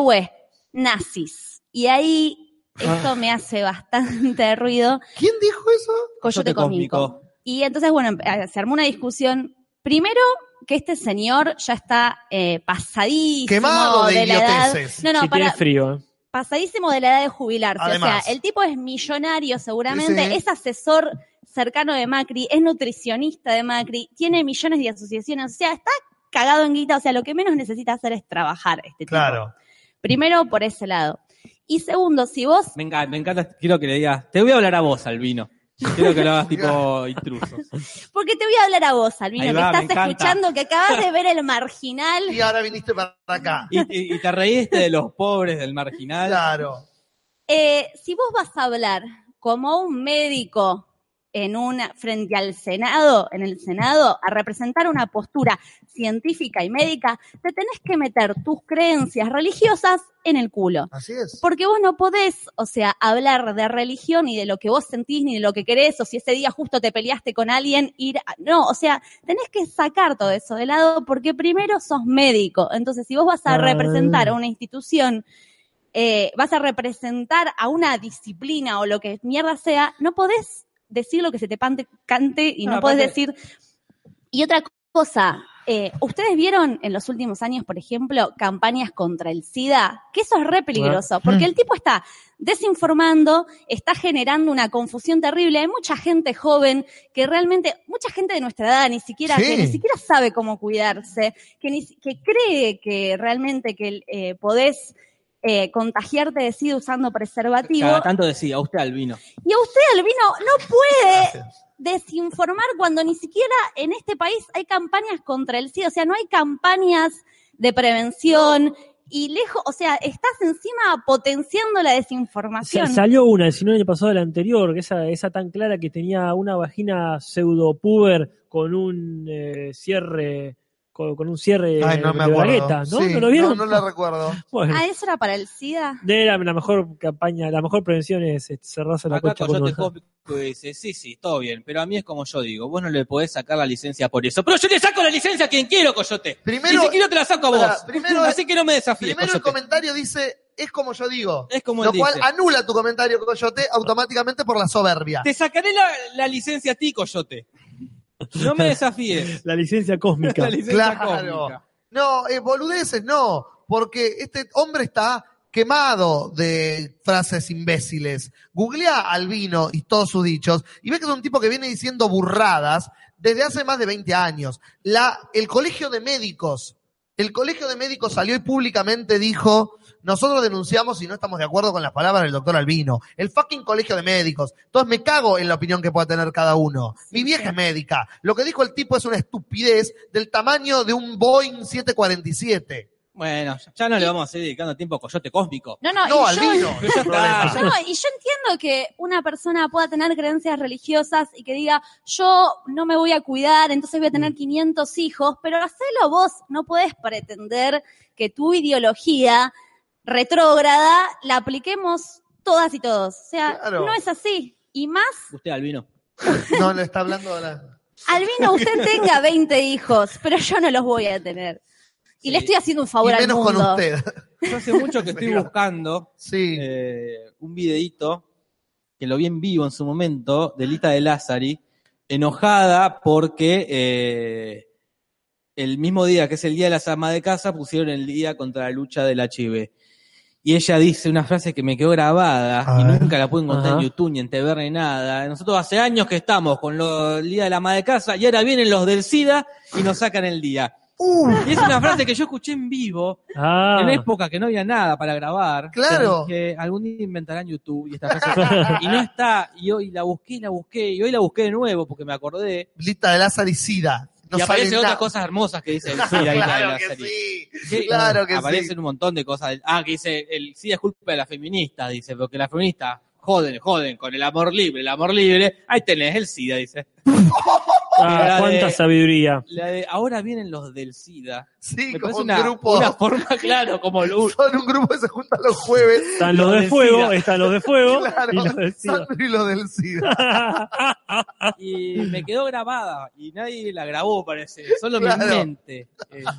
nazis. Y ahí esto me hace bastante ruido. ¿Quién dijo eso? Coyote Cósmico. Y entonces, bueno, se armó una discusión. Primero, que este señor ya está pasadísimo Quemado de la edad. idioteces. No, Si tiene frío. pasadísimo de la edad de jubilarse. Además. O sea, el tipo es millonario seguramente, Sí. es asesor cercano de Macri, es nutricionista de Macri, tiene millones de asociaciones, o sea, está cagado en guita, o sea, lo que menos necesita hacer es trabajar este tipo. Claro. Primero, por ese lado. Y segundo, si vos... Me encanta, quiero que le digas, te voy a hablar a vos, Albino. Quiero que lo hagas tipo intrusos. Porque te voy a hablar a vos, Albino, Ahí que va, me estás encanta. escuchando, que acabas de ver El Marginal. Y ahora viniste para acá. Y te reíste de los pobres, del marginal. Claro. Si vos vas a hablar como un médico frente al Senado, en el Senado, a representar una postura científica y médica, te tenés que meter tus creencias religiosas en el culo. Así es. Porque vos no podés, o sea, hablar de religión ni de lo que vos sentís ni de lo que querés, o si ese día justo te peleaste con alguien, no, o sea, tenés que sacar todo eso de lado porque primero sos médico. Entonces, si vos vas a representar a una institución, vas a representar a una disciplina o lo que mierda sea, no podés decir lo que se te cante y no podés decir... Y otra cosa, ¿ustedes vieron en los últimos años, por ejemplo, campañas contra el SIDA? Que eso es re peligroso, porque el tipo está desinformando, está generando una confusión terrible. Hay mucha gente joven que realmente, mucha gente de nuestra edad que ni siquiera sabe cómo cuidarse, que cree que realmente que podés contagiarte de SIDA usando preservativo. Cada tanto decía, a usted Albino. Y a usted, Albino, no puede desinformar cuando ni siquiera en este país hay campañas contra el SIDA. O sea, no hay campañas de prevención. Y lejos, o sea, estás encima potenciando la desinformación. Salió una, si no el año pasado la anterior, que esa tan clara que tenía una vagina pseudo-puber con un cierre... Con un cierre Ay, no me de acuerdo. bragueta, ¿no? Sí, ¿No lo vieron? no la recuerdo. Bueno, ¿Eso era para el SIDA? era la mejor campaña, la mejor prevención es cerrarse la Acá concha con Coyote una- Cósmico dice, sí, todo bien, pero a mí es como yo digo, vos no le podés sacar la licencia por eso. Pero yo le saco la licencia a quien quiero, Coyote. Primero- y si quiero te la saco a vos. Primero- Así que no me desafíes, Primero el Coyote. comentario dice, es como yo digo. Es como Lo él cual dice. anula tu comentario, Coyote, automáticamente por la soberbia. Te sacaré la licencia a ti, Coyote. No me desafíes. La licencia cósmica. La licencia Claro. cósmica. No, boludeces, no. Porque este hombre está quemado de frases imbéciles. Googlea a Albino y todos sus dichos y ve que es un tipo que viene diciendo burradas desde hace más de 20 años. El Colegio de Médicos salió y públicamente dijo, nosotros denunciamos y no estamos de acuerdo con las palabras del doctor Albino. El fucking Colegio de Médicos. Entonces me cago en la opinión que pueda tener cada uno. Mi vieja es médica. Lo que dijo el tipo es una estupidez del tamaño de un Boeing 747. Bueno, ya no le vamos a seguir dedicando tiempo a Coyote Cósmico. No, No, y al yo- vino. Pero ya está, No, y yo entiendo que una persona pueda tener creencias religiosas y que diga, yo no me voy a cuidar, entonces voy a tener 500 hijos, pero hacelo vos, no podés pretender que tu ideología retrógrada la apliquemos todas y todos. O sea, Claro. no es así. Y más, Usted, Albino. No, le está hablando ahora. Albino, usted tenga 20 hijos, pero yo no los voy a tener. Y Sí. le estoy haciendo un Y favor al menos con mundo. usted. Yo hace mucho que estoy buscando Sí. un videíto que lo vi en vivo en su momento de Lita de Lázari, enojada porque el mismo día que es el Día de las Amas de Casa pusieron el día contra la lucha del HIV. Y ella dice una frase que me quedó grabada A y ver. nunca la pude encontrar Ajá. en YouTube ni en TV ni nada. Nosotros hace años que estamos con el Día de la Ama de Casa y ahora vienen los del SIDA y nos sacan el día. Y es una frase que yo escuché en vivo Ah, en época que no había nada para grabar. Claro. Que algún día inventarán YouTube y esta frase. Y no está. Y hoy la busqué. Y hoy la busqué de nuevo porque me acordé. Lista de Lázaro y Sida. No y aparecen sale otras nada. cosas hermosas que dice el SIDA y la Claro de que Lázari. sí. Sí, Claro que aparecen sí. un montón de cosas. Que dice, el SIDA es culpa de las feministas, dice, porque las feministas joden con el amor libre, ahí tenés el SIDA, dice. la cuánta de- sabiduría. La de, ahora vienen los del SIDA. Sí, Me como parece un una, grupo. una forma, claro, como Son un grupo que se junta los jueves. Están los Los de del fuego, SIDA. están los de fuego Claro. y los del SIDA. Sandro y los del SIDA. Y me quedó grabada y nadie la grabó, parece. Solo Claro. mi mente.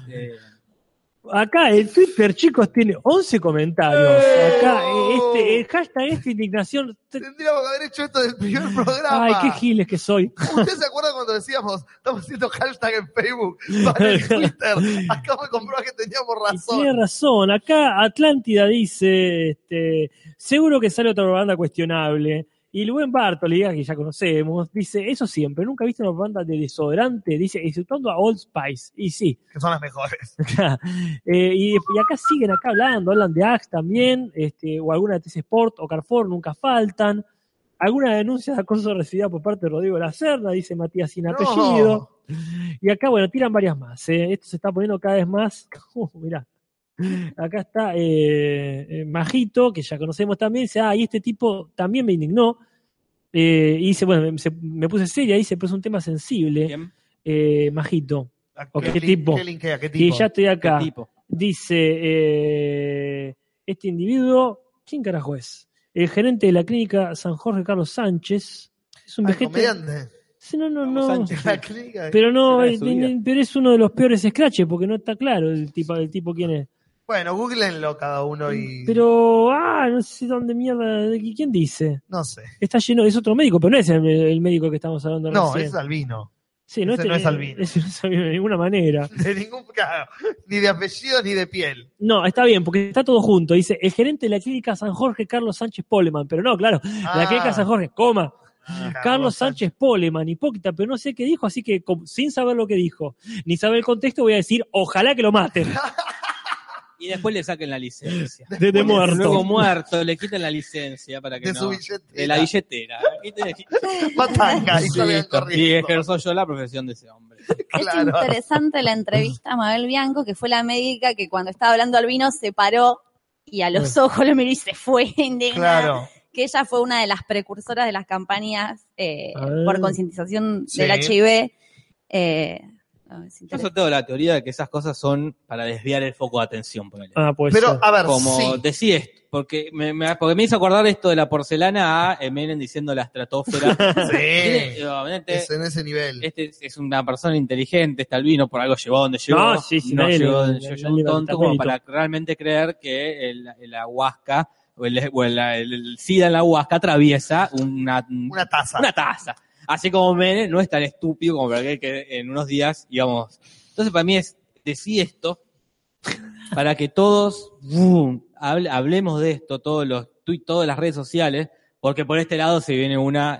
Acá el Twitter, chicos, tiene 11 comentarios. Acá el hashtag esta indignación. Tendríamos que haber hecho esto del primer programa. Ay, qué giles que soy. ¿Usted se acuerda cuando decíamos, estamos haciendo hashtag en Facebook, para en Twitter? Acá me comprueba que teníamos Y razón. tiene razón. Acá Atlántida dice, seguro que sale otra propaganda cuestionable. Y el buen Bartoli, que ya conocemos, dice, eso siempre, nunca viste una propaganda de desodorante, dice, insultando a Old Spice. Y sí. Que son las mejores. y acá siguen acá hablando, hablan de Axe también, o alguna de TC Sport o Carrefour, nunca faltan. Alguna denuncia de acoso recibida por parte de Rodrigo Lacerda, dice Matías sin apellido. Y acá, bueno, tiran varias más. Esto se está poniendo cada vez más. Mirá. Acá está Majito, que ya conocemos también, dice, y este tipo también me indignó. Y dice, bueno, me puse seria, dice, pero es un tema sensible. Majito. ¿O qué tipo? ¿Qué linkea? ¿Qué Y tipo? ya estoy acá. ¿Qué tipo? Dice, este individuo, ¿quién carajo es? El gerente de la clínica San Jorge, Carlos Sánchez. Es un Ah, vejete. comediante. Sí, no. Sánchez. La clínica. Pero no, Será de su vida. pero es uno de los peores scratches porque no está claro el tipo quién es. Bueno, googleenlo cada uno y... Pero, no sé dónde mierda, ¿quién dice? No sé. Está lleno, es otro médico, pero no es el médico que estamos hablando No, recién. es albino. Sí, no, ese no es albino. Ese no es albino de ninguna manera. De ningún... Claro, ni de apellido ni de piel. No, está bien, porque está todo junto. Dice, el gerente de la clínica San Jorge, Carlos Sánchez Poleman. Pero no, claro, la clínica San Jorge, Carlos Sánchez Poleman, hipócrita, pero no sé qué dijo, así que sin saber lo que dijo, ni saber el contexto, voy a decir, ojalá que lo maten. Y después le saquen la licencia. De muerto. Luego muerto, le quiten la licencia para que De no. su billetera. De la billetera. Matanga y salgan Listo. Y corriendo. ejerzo yo la profesión de ese hombre. Claro. Es interesante la entrevista a Mabel Bianco, que fue la médica que cuando estaba hablando Albino se paró y a los ojos lo miró y se fue indignada. Claro. Que ella fue una de las precursoras de las campañas Ah. por concientización Sí. del HIV. Yo tengo la teoría de que esas cosas son para desviar el foco de atención. Ponele. Pues Pero, a ver, Como sí. decía esto, porque porque me hizo acordar esto de la porcelana a Menem diciendo la estratosfera. Sí. Obviamente, Es en ese nivel. este es una persona inteligente, está albino, por algo llegó donde llegó. No, sí, no nadie llegó le- donde le- llegó le- un tonto le- como le- para realmente creer que el ayahuasca o el SIDA en la ayahuasca atraviesa Una taza. una taza. Así como Menem no es tan estúpido como para creer que en unos días íbamos. Entonces, para mí es decir esto para que todos hablemos de esto, todos los tweets, todas las redes sociales, porque por este lado se viene una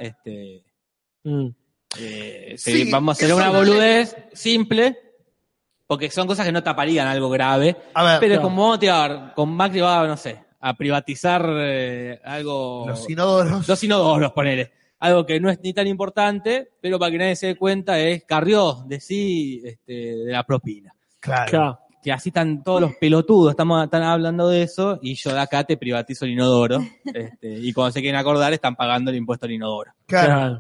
Sí, vamos a hacer eso una no boludez simple, porque son cosas que no taparían algo grave, A ver, pero es claro. como vamos a tirar, con Macri va, no sé, a privatizar algo. los inodoros. Los inodoros, ponele. Algo que no es ni tan importante, pero para que nadie se dé cuenta es Carrió, de la propina. Claro. Claro. que así están todos los pelotudos, están hablando de eso, y yo de acá te privatizo el inodoro, y cuando se quieren acordar están pagando el impuesto al inodoro. Claro.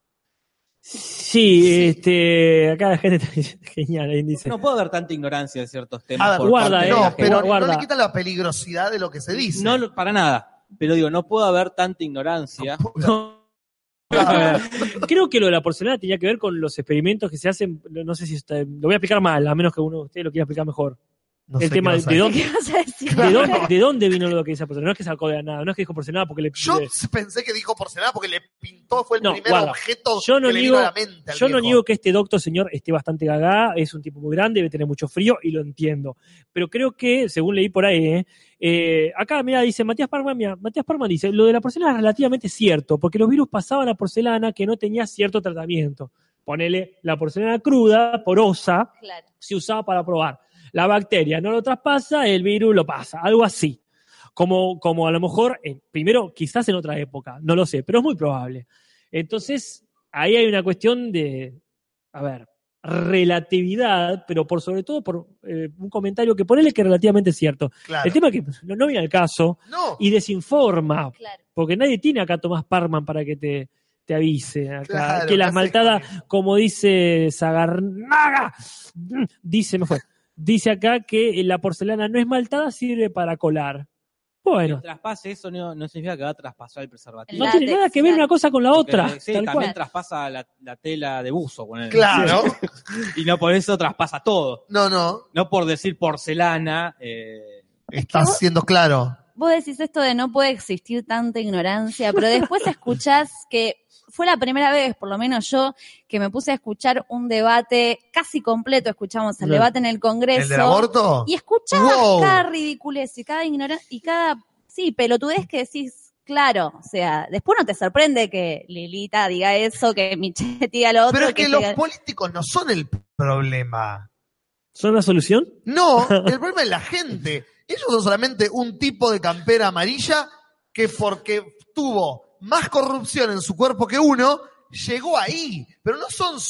Sí, acá la gente está diciendo, genial, ahí dice. No puede haber tanta ignorancia de ciertos temas. A ver, por guarda, parte de no, la gente. pero guarda. no le quita la peligrosidad de lo que se dice. No, para nada. Pero digo, no puede haber tanta ignorancia. Creo que lo de la porcelana tenía que ver con los experimentos que se hacen, no sé si lo voy a explicar mal, a menos que uno de ustedes lo quiera explicar mejor. No El sé tema qué vas a de decir. dónde, ¿Qué vas a decir? de dónde vino lo que dice porcelana. No es que sacó de la nada, no es que dijo porcelana porque le Yo pensé que dijo porcelana porque le pintó, fue el No, primer guarda. objeto Yo no que le niego- vino a la mente al Yo no viejo. niego que este doctor, señor, esté bastante gagá, es un tipo muy grande, debe tener mucho frío y lo entiendo. Pero creo que, según leí por ahí, acá, mira, dice Matías Parman dice, lo de la porcelana es relativamente cierto, porque los virus pasaban a porcelana que no tenía cierto tratamiento. Ponele la porcelana cruda, porosa, Claro. se usaba para probar. La bacteria no lo traspasa, el virus lo pasa, algo así. Como a lo mejor, primero, quizás en otra época, no lo sé, pero es muy probable. Entonces, ahí hay una cuestión de, relatividad, pero por sobre todo por un comentario que ponele que es relativamente cierto. Claro. El tema es que no viene al caso No. y desinforma, Claro. porque nadie tiene acá a Tomás Parman para que te avise. Acá. Claro, Que las ¿qué haces maltadas, con eso? como dice Sagarnaga, dice acá que la porcelana no es maltada, sirve para colar. Bueno, El traspase, eso no significa que va a traspasar el preservativo. no tiene látex, nada que ver claro. una cosa con la Porque, otra. sí, tal también cual. traspasa la tela de buzo. Ponele. Claro. Y no por eso traspasa todo. No. No por decir porcelana. Estás siendo claro. Vos decís esto de no puede existir tanta ignorancia, pero después escuchás que fue la primera vez, por lo menos yo, que me puse a escuchar un debate casi completo, escuchamos el Claro. debate en el Congreso. ¿El del aborto? Y escuchabas Wow. cada ridiculez y cada ignorancia y cada, sí, pelotudez que decís, claro, o sea, después no te sorprende que Lilita diga eso, que Michetti diga lo otro. Pero es que los diga- políticos no son el problema. ¿Son la solución? No, el problema es la gente. Ellos son solamente un tipo de campera amarilla que porque tuvo más corrupción en su cuerpo que uno, llegó ahí. Pero no son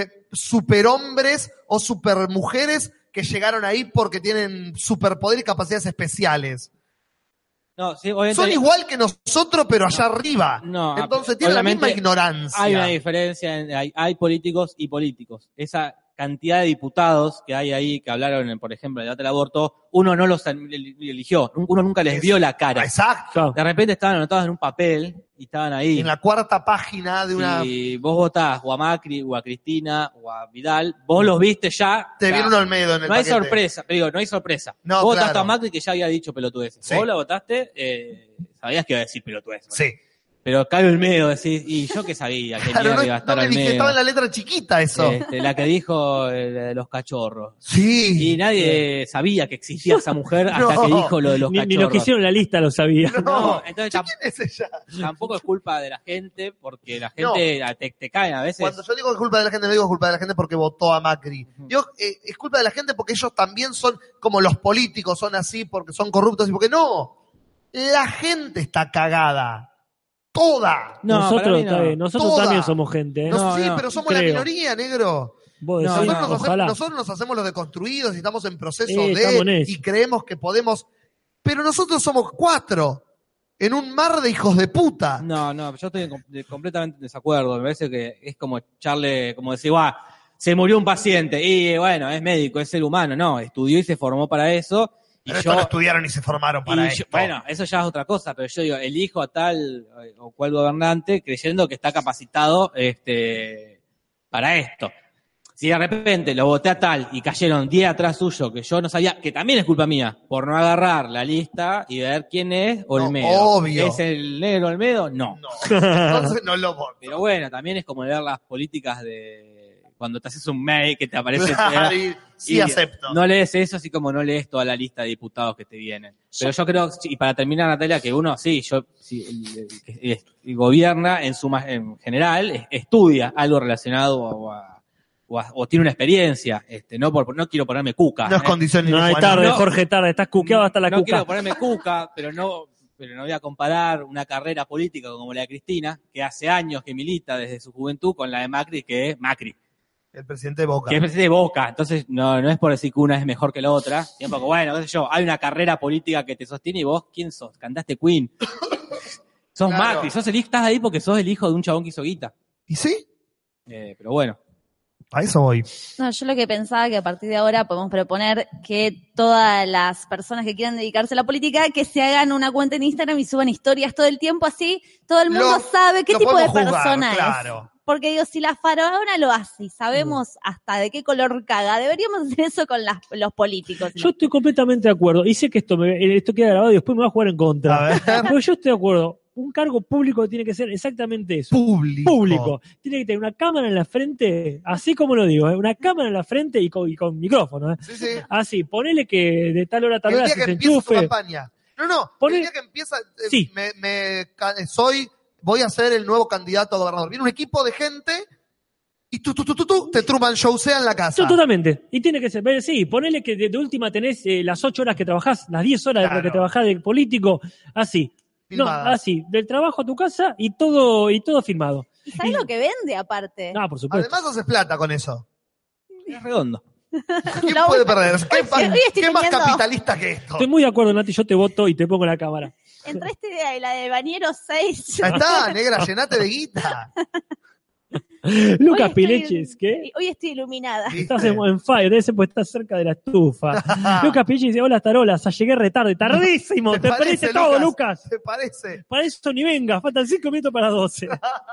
superhombres o supermujeres que llegaron ahí porque tienen superpoder y capacidades especiales. No, sí, obviamente Son igual que nosotros, pero allá arriba. No, Entonces tienen la misma obviamente ignorancia. hay una diferencia, hay políticos y políticos. Esa cantidad de diputados que hay ahí que hablaron, por ejemplo, del debate del aborto, uno no los eligió, uno nunca les vio la cara. Exacto. Claro. De repente estaban anotados en un papel y estaban ahí. En la cuarta página de una... Si vos votás o a Macri o a Cristina o a Vidal, vos los viste ya. Te ya. viene un Olmedo en el No hay paquete. sorpresa, pero digo, no hay sorpresa. No, Vos votaste claro. a Macri que ya había dicho pelotudeces. Sí. Vos la votaste, sabías que iba a decir pelotudeces. Sí. Pero cae Olmedo, decís, y yo que sabía que Claro, iba a estar no me dije, estaba en Olmedo. la letra chiquita eso. La que dijo de los cachorros. Sí. Y nadie sabía que existía esa mujer hasta No. que dijo lo de los Ni cachorros. los que hicieron la lista lo sabía. No, entonces ¿quién es ella? tampoco es culpa de la gente, porque la gente te caen a veces. Cuando yo digo que es culpa de la gente, no digo que es culpa de la gente porque votó a Macri. Digo, es culpa de la gente porque ellos también son como los políticos, son así porque son corruptos y porque no. La gente está cagada. Toda. No, para nosotros mí no. está bien, nosotros Toda. también somos gente. ¿eh? No, sí, no, pero somos la creo. minoría, negro. Vos No, decís, Nosotros, ojalá. nosotros nos hacemos los deconstruidos y estamos en proceso estamos en eso. y creemos que podemos. Pero nosotros somos 4 en un mar de hijos de puta. No, yo estoy completamente en desacuerdo. Me parece que es como echarle, como decir, se murió un paciente y bueno, es médico, es ser humano. No, estudió y se formó para eso. Y Pero yo, estos no estudiaron y se formaron para y esto. bueno, eso ya es otra cosa, pero yo digo, elijo a tal o cual gobernante creyendo que está capacitado para esto. Si de repente lo voté a tal y cayeron 10 atrás suyo que yo no sabía, que también es culpa mía, por no agarrar la lista y ver quién es Olmedo. obvio. ¿Es el negro Olmedo? No. No, entonces no lo voto. Pero bueno, también es como ver las políticas de cuando te haces un mail que te aparece. Claro, y sí y acepto. No lees eso, así como no lees toda la lista de diputados que te vienen. Pero yo creo, y para terminar, Natalia, que uno, el gobierna en general, estudia algo relacionado o tiene una experiencia. No quiero ponerme cuca. No es condición No hay inhumana. tarde, No. Jorge, tarde. Estás cuqueado hasta la No cuca. quiero ponerme cuca, pero no voy a comparar una carrera política como la de Cristina, que hace años que milita desde su juventud, con la de Macri, que es Macri. El presidente de Boca. Que es presidente de Boca. Entonces, no es por decir que una es mejor que la otra. Sino porque, bueno, qué sé yo, hay una carrera política que te sostiene y vos, ¿quién sos? Cantaste Queen. Sos Claro. Macri, estás ahí porque sos el hijo de un chabón que hizo guita. ¿Y sí? Pero bueno. A eso voy. No, yo lo que pensaba que a partir de ahora podemos proponer que todas las personas que quieran dedicarse a la política que se hagan una cuenta en Instagram y suban historias todo el tiempo, así todo el mundo sabe qué lo tipo de podemos jugar, persona claro. es. Porque digo, si la faraona lo hace y sabemos hasta de qué color caga, deberíamos hacer eso con los políticos. Yo estoy completamente de acuerdo. Y sé que esto queda grabado y después me va a jugar en contra. A ver. Pero yo estoy de acuerdo. Un cargo público tiene que ser exactamente eso. Público. Tiene que tener una cámara en la frente, así como lo digo, una cámara en la frente y con micrófono. Sí, sí. Así, ponele que de tal hora a tal El hora día se que te empieza tu enchufe. campaña. No. Ponele- El día que empieza, Sí. voy a ser el nuevo candidato a gobernador. Viene un equipo de gente y tú, te Truman Showsea en la casa. Totalmente. Y tiene que ser, sí, ponele que de última tenés las 8 horas que trabajás, las 10 horas Claro. que trabajás de político, así. Filmadas. No, así, del trabajo a tu casa y todo filmado. ¿Y sabes lo que vende aparte? Ah, por supuesto. Además haces plata con eso. Es redondo. ¿Quién La puede última- perder? Hoy estoy ¿Qué más teniendo- capitalista que esto? Estoy muy de acuerdo, Nati, yo te voto y te pongo la cámara. Entre esta idea y la de Bañero 6. Ya está, negra, llenate de guita. Lucas estoy- Pileches, ¿qué? Hoy estoy iluminada. Estás en fire, ese pues estás cerca de la estufa. Lucas Pileches dice, hola Tarolas, llegué retarde, tardísimo, te perdiste todo, Lucas. ¿Te parece? Para eso ni venga, faltan 5 minutos para 12.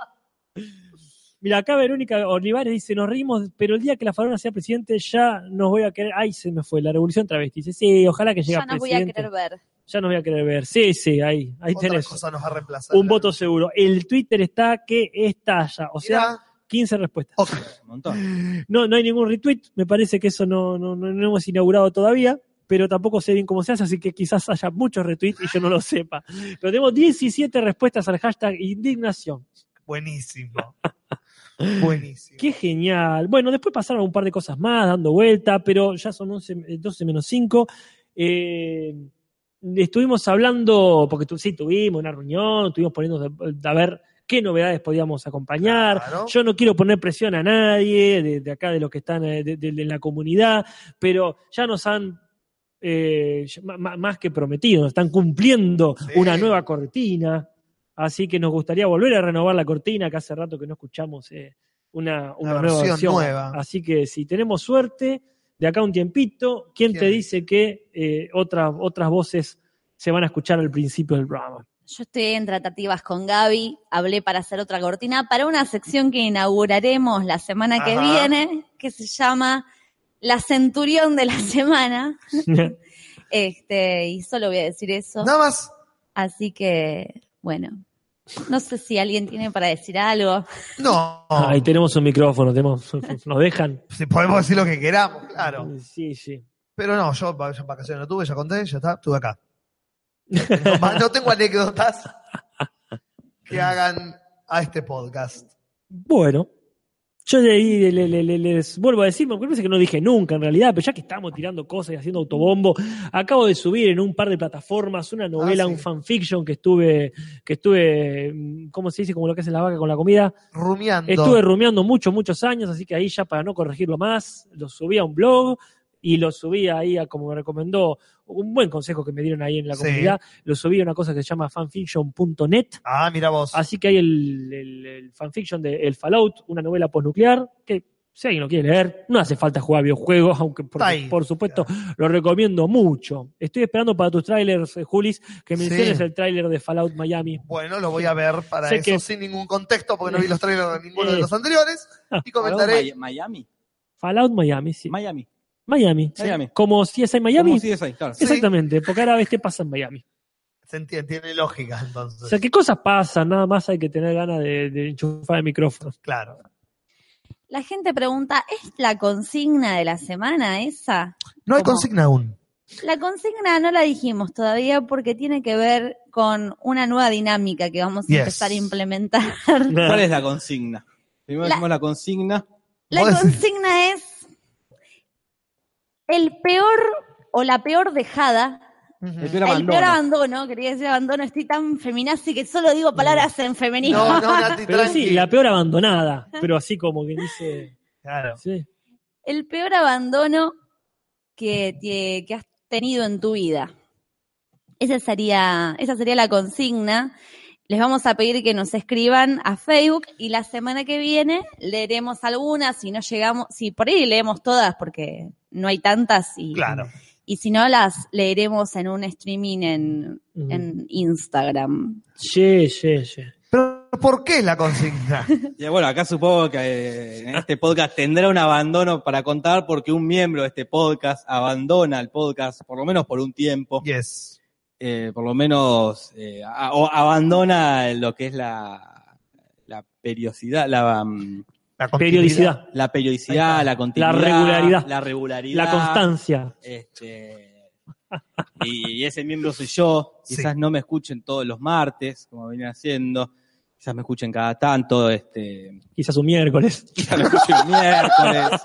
Mira, acá Verónica Olivares dice, nos reímos, pero el día que la Faraona sea presidente ya nos voy a querer. Ay, se me fue, la revolución travesti. Dice, sí, ojalá que llegue Ya a nos voy a presidente. querer ver. Ya nos voy a querer ver. Sí, ahí Otra tenés. cosa nos va a reemplazar. Un voto seguro. El Twitter está que estalla. O sea, Mirá. 15 respuestas. Ok. Un montón. No hay ningún retweet. Me parece que eso no hemos inaugurado todavía. Pero tampoco sé bien cómo se hace, así que quizás haya muchos retweets y yo no lo sepa. Pero tenemos 17 respuestas al hashtag indignación. Buenísimo. Buenísimo. Qué genial. Bueno, después pasaron un par de cosas más dando vuelta, pero ya son 12 menos 5. Estuvimos hablando, porque tuvimos una reunión, estuvimos poniendo a ver qué novedades podíamos acompañar. Claro. Yo no quiero poner presión a nadie de acá, de los que están de la comunidad, pero ya nos han más que prometido, nos están cumpliendo Sí. una nueva cortina. Así que nos gustaría volver a renovar la cortina, que hace rato que no escuchamos una nueva versión. nueva. Así que si tenemos suerte, de acá a un tiempito, ¿quién te dice que otras voces se van a escuchar al principio del programa? Yo estoy en tratativas con Gaby, hablé para hacer otra cortina para una sección que inauguraremos la semana que Ajá. viene, que se llama La Centurión de la Semana. Y solo voy a decir eso. Nada más. Así que, bueno, no sé si alguien tiene para decir algo. No. Ahí tenemos un micrófono, nos dejan. Si podemos decir lo que queramos, claro. Sí. Pero no, yo vacaciones no tuve, ya conté, ya está, estuve acá. No tengo anécdotas que hagan a este podcast. Bueno, yo les vuelvo a decir, me parece que no dije nunca en realidad, pero ya que estamos tirando cosas y haciendo autobombo, acabo de subir en un par de plataformas una novela, sí. un fanfiction que estuve, ¿cómo se dice? Como lo que hace la vaca con la comida. Rumiando. Estuve rumiando muchos años, así que ahí ya para no corregirlo más, lo subí a un blog y lo subí ahí a, como me recomendó, un buen consejo que me dieron ahí en la Sí. comunidad, lo subí a una cosa que se llama fanfiction.net. Ah, mira vos. Así que hay el fanfiction de El Fallout, una novela postnuclear, que si alguien lo quiere leer, no hace falta jugar videojuegos, aunque Está ahí. por supuesto lo recomiendo mucho. Estoy esperando para tus trailers, Julis, que menciones el tráiler de Fallout Miami. Bueno, lo voy a ver para Sé eso que- sin ningún contexto, porque no vi los trailers de ninguno de los anteriores. Y comentaré. Miami. Fallout Miami, sí. Miami. Miami. Miami. Como si es en Miami. Como si es ahí, claro. Exactamente, porque ahora ves qué pasa en Miami. Se entiende, tiene lógica entonces. O sea, qué cosas pasan, nada más hay que tener ganas de enchufar el micrófono. Claro. La gente pregunta, ¿es la consigna de la semana esa? No hay ¿Cómo? consigna aún. La consigna no la dijimos todavía porque tiene que ver con una nueva dinámica que vamos a Yes. empezar a implementar. ¿Cuál es la consigna? Primero La- decimos la consigna. La ¿Vos decís? consigna es el peor o la peor dejada, El peor el abandono. peor abandono, quería decir abandono, estoy tan feminazi que solo digo palabras en femenino. No, Nati, Pero tranqui. sí, la peor abandonada, pero así como que dice... Claro. Sí. El peor abandono que has tenido en tu vida. Esa sería la consigna. Les vamos a pedir que nos escriban a Facebook y la semana que viene leeremos algunas. Si no llegamos, si por ahí leemos todas porque no hay tantas Claro. y si no las leeremos en un streaming en Instagram. Sí. Pero ¿por qué la consigna? Y bueno, acá supongo que en este podcast tendrá un abandono para contar porque un miembro de este podcast abandona el podcast, por lo menos por un tiempo. Yes. Por lo menos o abandona lo que es la periodicidad, la Periodicidad. la continuidad, La regularidad. la regularidad, La constancia. Y ese miembro soy yo. Quizás no me escuchen todos los martes, como venía haciendo. Quizás me escuchen cada tanto. Quizás un miércoles. Quizás me escuchen un miércoles.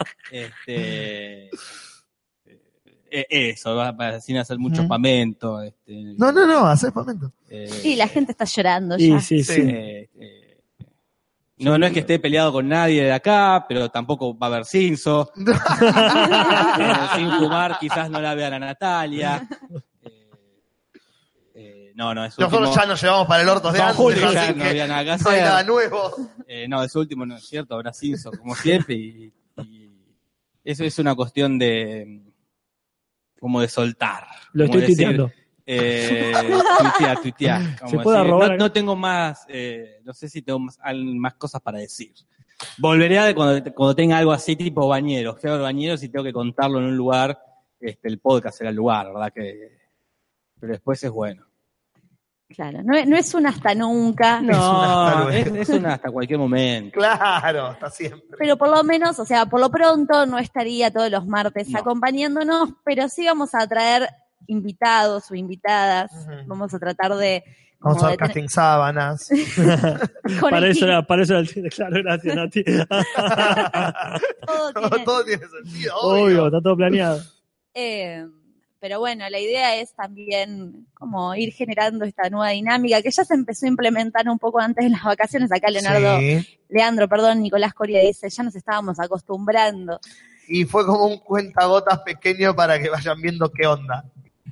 Eso, sin hacer mucho pamento. No, haces pamento. Sí, la gente está llorando ya. Sí. No es que esté peleado con nadie de acá, pero tampoco va a haber Cinso. Sin fumar, quizás no la vean a Natalia. No, es último. Nosotros ya nos llevamos para el orto de No, antes, Julio, así ya que no había nada que no hay hacer. nada nuevo. No, es último, no es cierto, habrá Cinso, como siempre, y eso es una cuestión de como de soltar. Lo como estoy decir, tuitear. Se puede decir, robar. no tengo más, no sé si tengo más cosas para decir. Volveré cuando tenga algo así tipo bañeros. Fui a ver bañeros y tengo que contarlo en un lugar, el podcast será el lugar, ¿verdad? Pero después es bueno. Claro, no es un hasta nunca. No, es una hasta cualquier momento. Claro, hasta siempre. Pero por lo menos, o sea, por lo pronto no estaría todos los martes No. acompañándonos, pero sí vamos a traer invitados o invitadas. Ujú. Vamos a tratar de... Vamos como a ver de casting sábanas. con Para el eso equipo. era el claro, gracias, Nati. Todo tiene- Todo tiene sentido, Obvio, obvio. está todo planeado. Pero bueno, la idea es también como ir generando esta nueva dinámica que ya se empezó a implementar un poco antes de las vacaciones. Acá Sí. Nicolás Coria dice, ya nos estábamos acostumbrando. Y fue como un cuentagotas pequeño para que vayan viendo qué onda.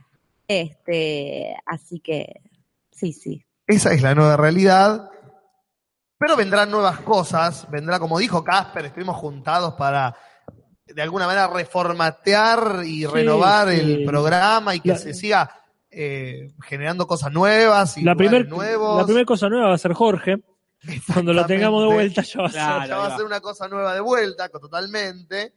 Así que, sí. Esa es la nueva realidad. Pero vendrán nuevas cosas. Vendrá, como dijo Casper, estuvimos juntados para de alguna manera reformatear y renovar sí. el programa y que se siga generando cosas nuevas y La lugares primera nuevos. cosa nueva va a ser Jorge. Cuando lo tengamos de vuelta ya va a ser. Claro, Ya va a ser una cosa nueva de vuelta, totalmente.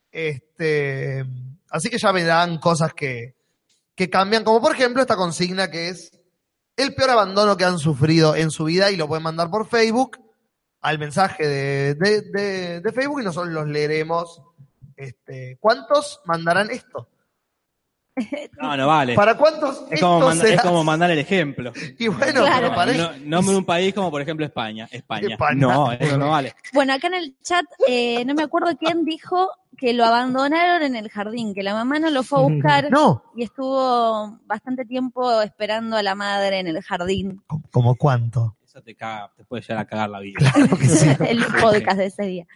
Así que ya verán cosas que cambian, como por ejemplo esta consigna que es el peor abandono que han sufrido en su vida y lo pueden mandar por Facebook al mensaje de Facebook y nosotros los leeremos. ¿Cuántos mandarán esto? No vale. ¿Para cuántos Es como, esto será? es como mandar el ejemplo. Y bueno, Claro. pero para eso- Nombre un país como por ejemplo España. España. España. No, eso no vale. Bueno, acá en el chat, no me acuerdo quién dijo que lo abandonaron en el jardín, que la mamá no lo fue a buscar No, y estuvo bastante tiempo esperando a la madre en el jardín. ¿como cuánto? Eso te puede llegar a cagar la vida. Claro que sí. El podcast de ese día.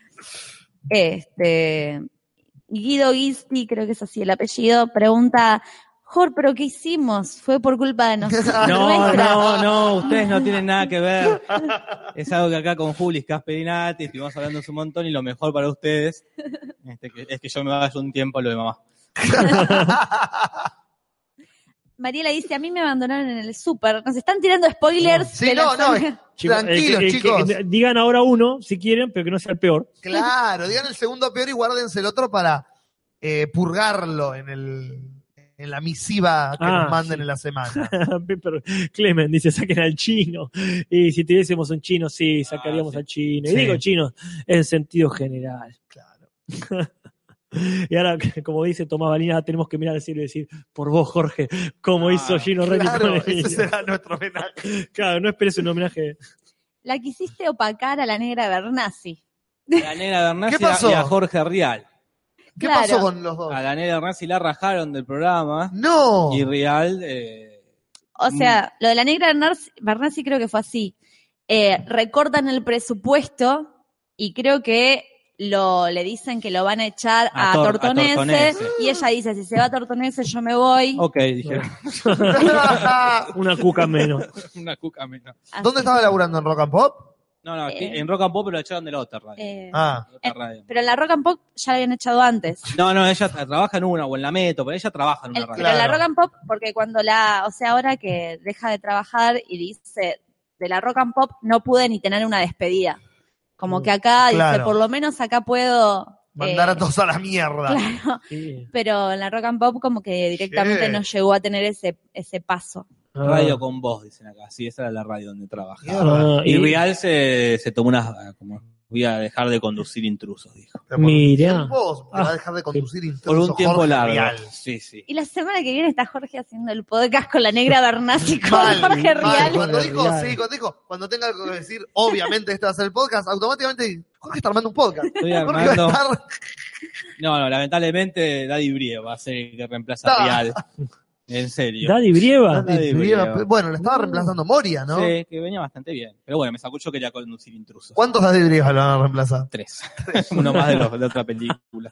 Guido Gisti, creo que es así el apellido, pregunta, Jor, ¿pero qué hicimos? Fue por culpa de nosotros. No, ustedes no tienen nada que ver. Es algo que acá con Juli, Casper y Nati estuvimos hablando un montón y lo mejor para ustedes es que yo me vaya un tiempo a lo de mamá. Mariela dice, a mí me abandonaron en el súper. Nos están tirando spoilers. Sí, de la no, zona. tranquilos, chicos. Digan ahora uno, si quieren, pero que no sea el peor. Claro, digan el segundo peor y guárdense el otro para purgarlo en la misiva que nos manden sí. en la semana. Pero Clemen dice, saquen al chino. Y si tuviésemos un chino, sí, sacaríamos sí. al chino. Y Sí. digo chino en sentido general. Claro. Y ahora, como dice Tomás Balina, tenemos que mirar al cielo y decir, por vos, Jorge, como hizo Gino Reni con Claro, el ese niño. será nuestro homenaje. Claro, no esperes un homenaje. La quisiste opacar a la negra Bernasi. A la negra Bernasi ¿Qué pasó? y a Jorge Rial. ¿Qué Claro. pasó con los dos? A la negra Bernasi la rajaron del programa No. y Rial... O sea, lo de la negra Bernasi creo que fue así. Recortan el presupuesto y creo que le dicen que lo van a echar a Tortonese. Tortonese, y ella dice, si se va a Tortonese yo me voy. Ok, dije. Una cuca menos. Una cuca menos. Así ¿Dónde estaba laburando? ¿En Rock and Pop? No, aquí, en Rock and Pop, pero la echaron de la otra radio. Ah. De otra radio. Pero en la Rock and Pop ya la habían echado antes. No, ella trabaja en una, o en la Meto, pero ella trabaja en una radio. Pero en la Rock and Pop, porque cuando ahora que deja de trabajar y dice, de la Rock and Pop no pude ni tener una despedida. Como que acá, Claro. dice, por lo menos acá puedo... Mandar a todos a la mierda. Claro, Sí. pero en la Rock and Pop como que directamente ¿Qué? no llegó a tener ese paso. Radio con voz, dicen acá. Sí, esa era la radio donde trabajaba. Mierda. Y Real se tomó como voy a dejar de conducir intrusos, dijo. Pero por un Mirá. tiempo va a dejar de conducir intrusos, Por un tiempo Jorge largo. Rial. Sí, sí. Y la semana que viene está Jorge haciendo el podcast con la Negra Bernasi con Mal, Jorge mal. Rial. Cuando tenga algo que decir, obviamente este va a ser el podcast, automáticamente Jorge está armando un podcast. Estoy Jorge va a armando. estar... No, lamentablemente Daddy Brie va a ser el que reemplaza No. a Real. En serio. Daddy Brieva. Daddy Brieva. Bueno, le estaba reemplazando Moria, ¿no? Sí, que venía bastante bien. Pero bueno, me sacó, yo quería conducir intrusos. ¿Cuántos Daddy Brieva lo van a reemplazar? 3. Uno más de otra película.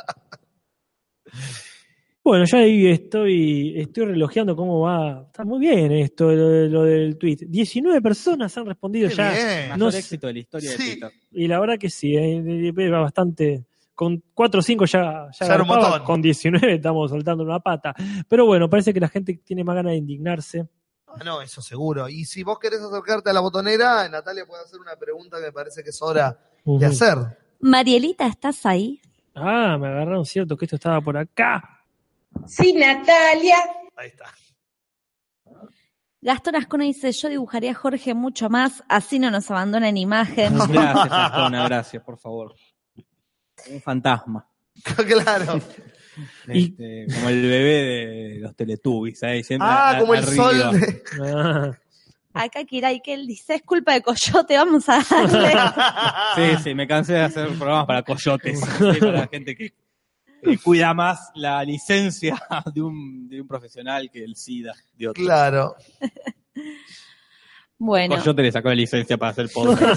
Bueno, yo ahí estoy relojeando cómo va. Está muy bien esto, lo del tweet. 19 personas han respondido Qué ya. bien. Mayor No sé. éxito de la historia de Sí. Twitter. Y la verdad que sí, va bastante. Con 4 o 5 ya era un garpaba, montón. con 19 estamos soltando una pata. Pero bueno, parece que la gente tiene más ganas de indignarse. Ah, no, eso seguro. Y si vos querés acercarte a la botonera, Natalia puede hacer una pregunta que me parece que es hora de Ujú. hacer. Marielita, ¿estás ahí? Ah, me agarraron cierto que esto estaba por acá. Sí, Natalia. Ahí está. Gastón Ascona dice, yo dibujaría a Jorge mucho más, así no nos abandona en imagen. Gracias, Gastona, gracias, por favor. Un fantasma. Claro. Como el bebé de los Teletubbies, ¿sabes? Siempre Como el arriba. sol. Ah, Acá Kiraikel dice, es culpa de Coyote, vamos a darle. Sí, me cansé de hacer programas para coyotes, sí, para gente que cuida más la licencia de un profesional que el SIDA de otro. Claro. Bueno, Coyote le sacó la licencia para hacer podcast.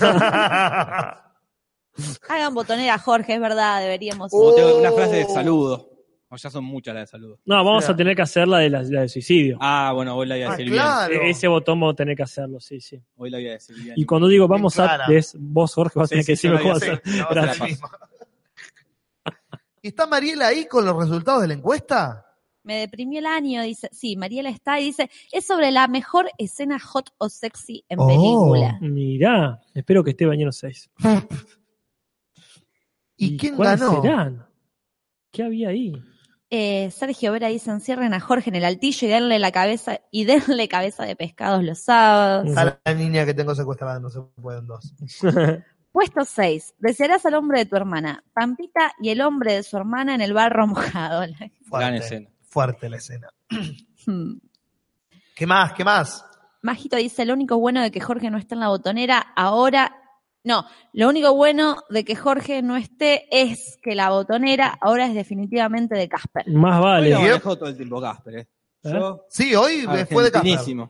hagan botonera a Jorge, es verdad, deberíamos. Como tengo una frase de saludo. O ya son muchas las de saludo. no, vamos Mira. a tener que hacer la de suicidio. Bueno, hoy la voy a decir claro. Ese botón vamos a tener que hacerlo, sí, sí. bien. Hoy la voy a decir bien. Y cuando digo vamos Bien a, clara. vos, Jorge, vas a tener Sí, que sí, decirme yo cómo la voy a hacer. Sí, no, Gracias. así mismo. ¿Y está Mariela ahí con los resultados de la encuesta? Me deprimió el año, dice. Sí, Mariela está y dice, es sobre la mejor escena hot o sexy en Oh. película. Mirá, espero que esté Bañero 6. ¿Y quién cuáles ganó? serán? ¿Qué había ahí? Sergio Vera dice, encierren a Jorge en el altillo y denle cabeza de pescados los sábados. A la niña que tengo secuestrada, no se pueden dos. Puesto 6. Desearás al hombre de tu hermana. Pampita y el hombre de su hermana en el barro mojado. Gran Fuerte, escena. fuerte la escena. Hmm. ¿Qué más? ¿Qué más? Majito dice, lo único bueno de que Jorge no esté en la botonera ahora... No, lo único bueno de que Jorge no esté es que la botonera ahora es definitivamente de Casper. Más Hoy vale. lo manejo todo el tiempo Casper, Yo, Sí, hoy fue de Casper. argentinísimo.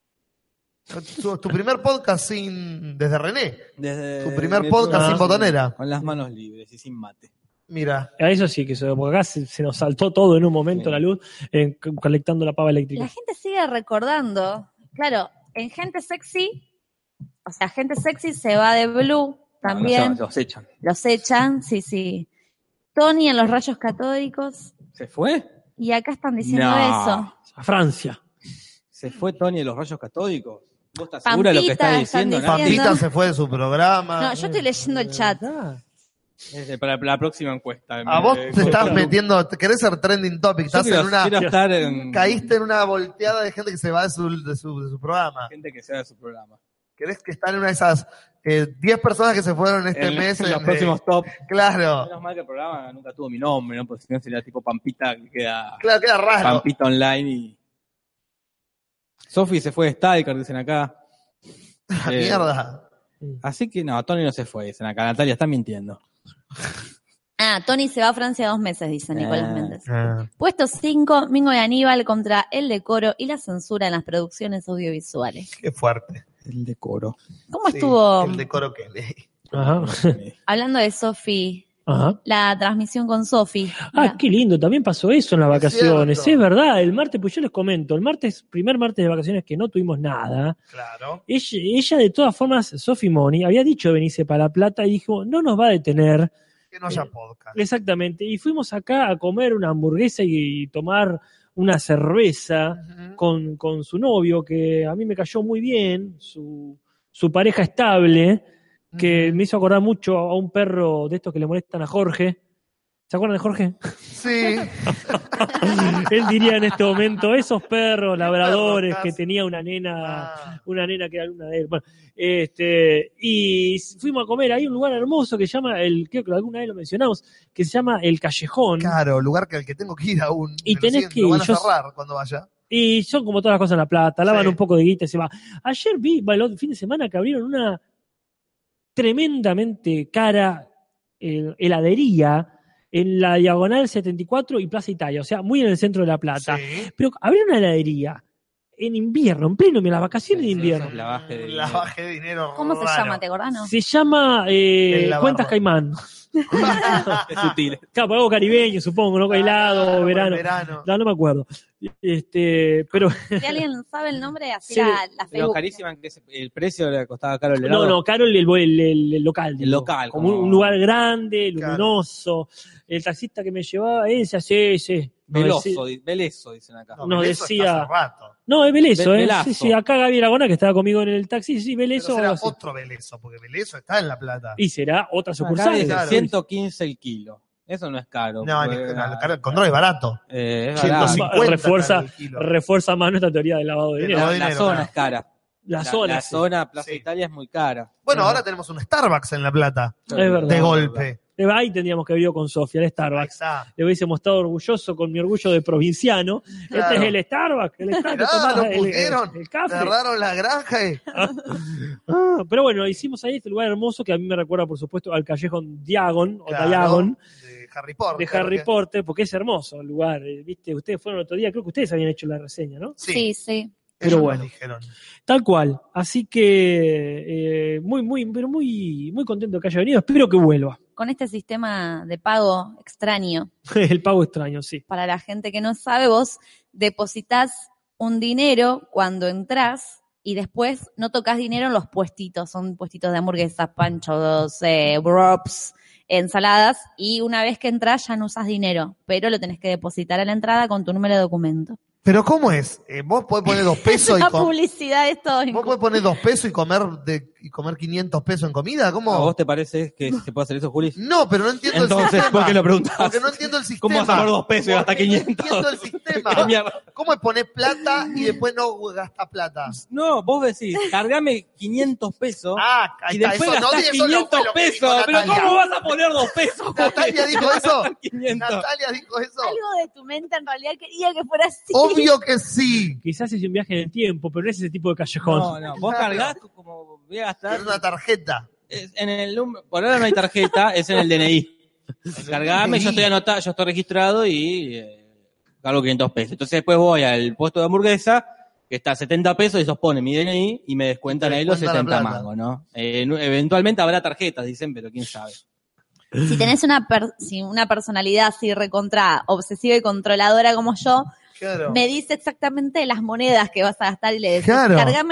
Tu primer podcast desde René. Desde Tu primer mi podcast programa, sin botonera. Con las manos libres y sin mate. Mira. A eso sí, porque acá se nos saltó todo en un momento Sí. la luz, colectando la pava eléctrica. La gente sigue recordando, claro, en Gente Sexy, o sea, Gente Sexy se va de Blue también, Los echan. los echan, sí, sí. Tony en los rayos catódicos, ¿Se fue? y acá están diciendo No. eso. A Francia. ¿Se fue Tony de los rayos catódicos? ¿Vos estás segura de lo que Pampita, estás están diciendo? diciendo. Nati? Pampita se fue de su programa. No, yo estoy leyendo el chat. Para la próxima encuesta. A vos te estás metiendo, querés ser trending topic, estás Yo en una, quiero estar en caíste en una volteada de gente que se va de su programa. gente que sea de su programa. Querés que están en una de esas 10 personas que se fueron este mes. En los próximos top. Claro, Menos mal que el programa nunca tuvo mi nombre, ¿no? Porque si no sería tipo Pampita, que queda claro, queda raro. Pampita Online y... Sofi se fue de Stalker, dicen acá. Mierda. Así que no, Tony no se fue, dicen acá. Natalia está mintiendo. Ah, Tony se va a Francia 2 meses, dice Nicolás Méndez. Ah. Puesto 5, Mingo y Aníbal contra el decoro y la censura en las producciones audiovisuales. Qué fuerte. El decoro. ¿Cómo Sí, estuvo? el decoro que leí. Ajá. Hablando de Sofi, Ajá. la transmisión con Sofi. Ah, qué lindo, también pasó eso en las vacaciones. cierto. Es verdad, el martes, pues yo les comento, primer martes de vacaciones que no tuvimos nada. Claro. Ella de todas formas, Sofi Moni, había dicho de venirse para La Plata y dijo, no nos va a detener. Que no haya podcast. Exactamente. Y fuimos acá a comer una hamburguesa y tomar una cerveza Ujú. con su novio, que a mí me cayó muy bien, su pareja estable, que Ujú. me hizo acordar mucho a un perro de estos que le molestan a Jorge. ¿Se acuerdan de Jorge? Sí. Él diría en este momento, esos perros labradores Perros, que casi. tenía una nena Ah. que era una de él. Bueno, y fuimos a comer. Hay un lugar hermoso que se llama, creo que alguna vez lo mencionamos, que se llama El Callejón. Claro, lugar que al que tengo que ir aún. Y Me lo tenés siguen- que lo ir, van a yo- cerrar cuando vaya. Y son como todas las cosas en La Plata, lavan Sí. un poco de guita y se va. Ayer vi, el fin de semana, que abrieron una tremendamente cara heladería en la Diagonal 74 y Plaza Italia, o sea, muy en el centro de La Plata. Sí. Pero abrieron una heladería en invierno, en pleno, en las vacaciones de invierno. Eso es lavaje de dinero. Lavaje de dinero. ¿Cómo se raro. llama, te acordás, no? Se llama El lavarro. Cuentas Caimán. Es sutil. Claro, algo caribeño, supongo, ¿no? Helado, por el verano. verano. No me acuerdo. Pero Si alguien sabe el nombre, así Sí, la Pero Facebook. carísima, que el precio le costaba caro el helado. no, Carol, el local. El local, Como como- un lugar grande, Claro. luminoso. El taxista que me llevaba, sí. Belezo, dicen acá. No, Nos Belezo decía- está hace rato. No, es Belezo, Belazo. Sí, acá Gaby Lagona, que estaba conmigo en el taxi, sí, Pero Belezo. será Sí. otro Belezo, porque Belezo está en La Plata. Y será otra Acá sucursal. es claro. 115 el kilo. Eso no es caro. No, porque, el control es barato. es 150 barato. refuerza, el kilo. refuerza más nuestra teoría del lavado de Del dinero. lavado de La dinero, zona claro. es cara. La zona, La sí. zona Plaza Sí. Italia es muy cara. Bueno, Ajá. ahora tenemos un Starbucks en La Plata. Es verdad. De golpe. Ahí tendríamos que haber ido con Sofía, al Ahí Starbucks. está. Le hubiésemos estado orgulloso con mi orgullo de provinciano. Claro. Este es el Starbucks. El Starbucks, Mirá, tomás lo el pusieron. café. Cerraron la granja y... Pero bueno, hicimos ahí este lugar hermoso que a mí me recuerda, por supuesto, al callejón Diagon, o Claro, Diagon, de Harry Potter. de Harry Potter, porque es hermoso el lugar. ¿Viste? Ustedes fueron el otro día, creo que ustedes habían hecho la reseña, ¿no? Sí, sí. Pero ellos bueno. lo dijeron. Tal cual. Así que muy contento que haya venido. Espero que vuelva. Con este sistema de pago extraño, El pago extraño, sí. para la gente que no sabe, vos depositas un dinero cuando entrás y después no tocas dinero en los puestitos. Son puestitos de hamburguesas, panchos, wraps, ensaladas, y una vez que entras ya no usas dinero, pero lo tenés que depositar a la entrada con tu número de documento. ¿Pero cómo es? ¿Vos podés poner 2 pesos y La publicidad es todo. ¿Vos podés poner 2 pesos y comer 500 pesos en comida? ¿Cómo? ¿A vos te parece que se puede hacer eso, Juli? No, pero no entiendo el Entonces, sistema. ¿por qué lo preguntás? Porque no entiendo el sistema. ¿Cómo vas a poner 2 pesos y gastar Porque 500? No entiendo el ¿Qué sistema. mierda? ¿Cómo es poner plata y después no gastar plata? No, vos decís, cargame 500 pesos Ah, ahí y está, después eso no, gastás eso no 500 fue lo que dijo pesos. Pero Natalia. ¿cómo vas a poner 2 pesos? ¿Natalia dijo eso? 500. ¿Natalia dijo eso? Algo de tu mente en realidad quería que fuera así. Obvio que sí. Quizás es un viaje en el tiempo, pero no es ese tipo de callejón. No, vos cargás como voy a gastar. Es una tarjeta. En el número, por ahora no hay tarjeta, es en el DNI. Cargame, yo estoy anotado, yo estoy registrado y cargo 500 pesos. Entonces después voy al puesto de hamburguesa, que está a 70 pesos, y esos pone mi DNI y me descuentan Te ahí los descuentan la 70 plata. mangos, ¿no? Eventualmente habrá tarjetas, dicen, pero quién sabe. Si tenés una personalidad así recontra obsesiva y controladora como yo, Claro. me dice exactamente las monedas que vas a gastar y le decís, Claro. cargame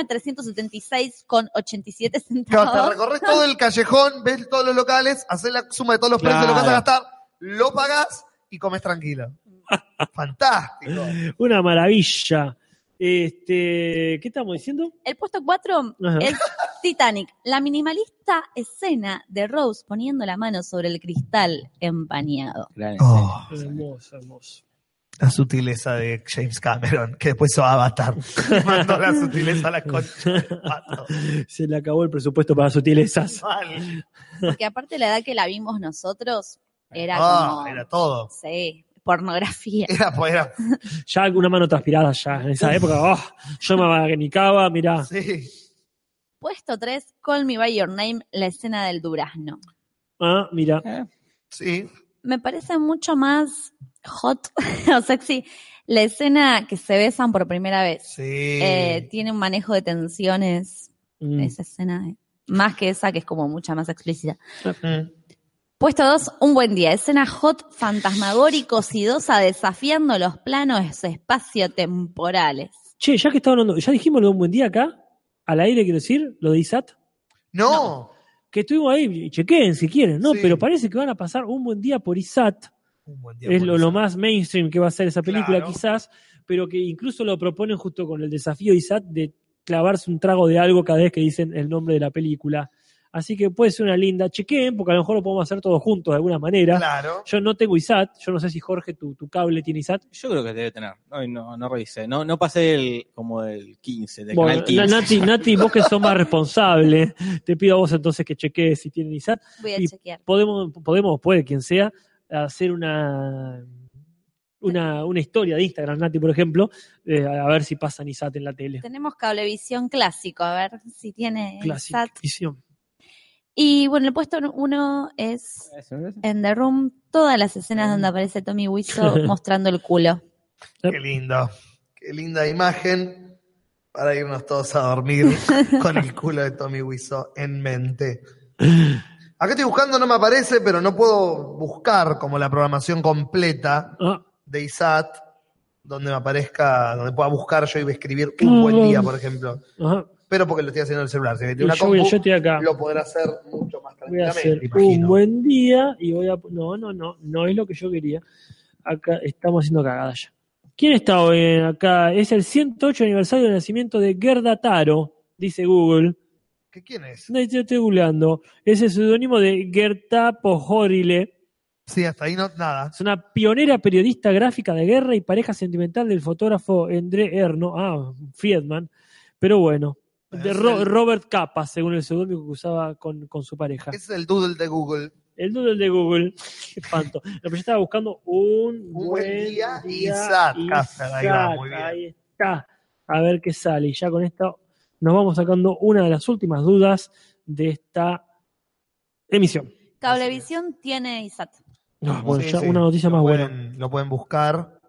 376,87 Claro, te centavos. recorres todo el callejón, ves todos los locales, haces la suma de todos los precios de lo que vas a gastar, lo pagás y comes tranquilo. Fantástico. Una maravilla. ¿Qué estamos diciendo? El puesto 4 Ajá. es Titanic, la minimalista escena de Rose poniendo la mano sobre el cristal empañado. Oh, Hermoso, hermoso. la sutileza de James Cameron, que después hizo Avatar. Mandó la sutileza a la concha del pato. Se le acabó el presupuesto para sutilezas. Mal. Porque aparte la edad que la vimos nosotros era como... Era todo. Sí, pornografía. Era Ya alguna mano transpirada ya. En esa época, yo me abanicaba, mirá. sí. Puesto 3, Call Me By Your Name, la escena del durazno. Ah, mira. Sí. Me parece mucho más hot o sexy la escena que se besan por primera vez. Sí. Tiene un manejo de tensiones, esa escena. más que esa, que es como mucha más explícita. Mm. Puesto 2, un buen día. Escena hot, fantasmagórico, sidosa, desafiando los planos espacio-temporales. Che, ya que estaba hablando, ¿ya dijimos lo de un buen día acá? Al aire, quiero decir, lo de ISAT. No. Que estuvimos ahí, chequeen si quieren, ¿no? Sí. Pero parece que van a pasar un buen día por ISAT. Un buen día Es por lo eso. más mainstream que va a ser esa película, Claro. quizás, pero que incluso lo proponen justo con el desafío ISAT de clavarse un trago de algo cada vez que dicen el nombre de la película. Así que puede ser una linda. Chequeen, porque a lo mejor lo podemos hacer todos juntos de alguna manera. Claro. Yo no tengo ISAT, yo no sé si Jorge, tu cable tiene ISAT. Yo creo que debe tener. No revisé. No pasé como el 15, del Bueno, canal 15. Nati, vos que sos más responsable, te pido a vos entonces que chequees si tienen ISAT. Voy a Y chequear. puede quien sea, hacer una historia de Instagram, Nati, por ejemplo, a ver si pasan ISAT en la tele. Tenemos Cablevisión clásico, a ver si tiene Clásico. SAT. Visión. Y bueno, el puesto 1 es en The Room, todas las escenas donde aparece Tommy Wiseau mostrando el culo. Qué lindo. Qué linda imagen para irnos todos a dormir con el culo de Tommy Wiseau en mente. Acá estoy buscando, no me aparece, pero no puedo buscar como la programación completa Ah, de ISAT, donde me aparezca, donde pueda buscar yo y voy a escribir un buen día, por ejemplo. ajá. Pero porque lo estoy haciendo en el celular. Si Y tiene una yo compu, estoy acá. lo podrá hacer mucho más Voy a hacer tranquilamente, imagino. un buen día y voy a... No es lo que yo quería. Acá estamos haciendo cagada ya. ¿Quién está hoy acá? Es el 108 aniversario del nacimiento de Gerda Taro, dice Google. ¿Quién es? No, yo estoy googleando. Es el seudónimo de Gerta Pojorile. Sí, hasta ahí no, nada. Es una pionera periodista gráfica de guerra y pareja sentimental del fotógrafo André Erno, Friedman. Pero bueno, de Robert Capa, según el seudónimo que usaba con su pareja. Ese es el doodle de Google. El doodle de Google. Qué espanto. No, pero yo estaba buscando un buen día ISAT. Casper, ahí va, muy bien. Ahí está. A ver qué sale. Y ya con esto nos vamos sacando una de las últimas dudas de esta emisión. Cablevisión tiene ISAT. Bueno, Sí, ya sí. una noticia más buena. Lo pueden buscar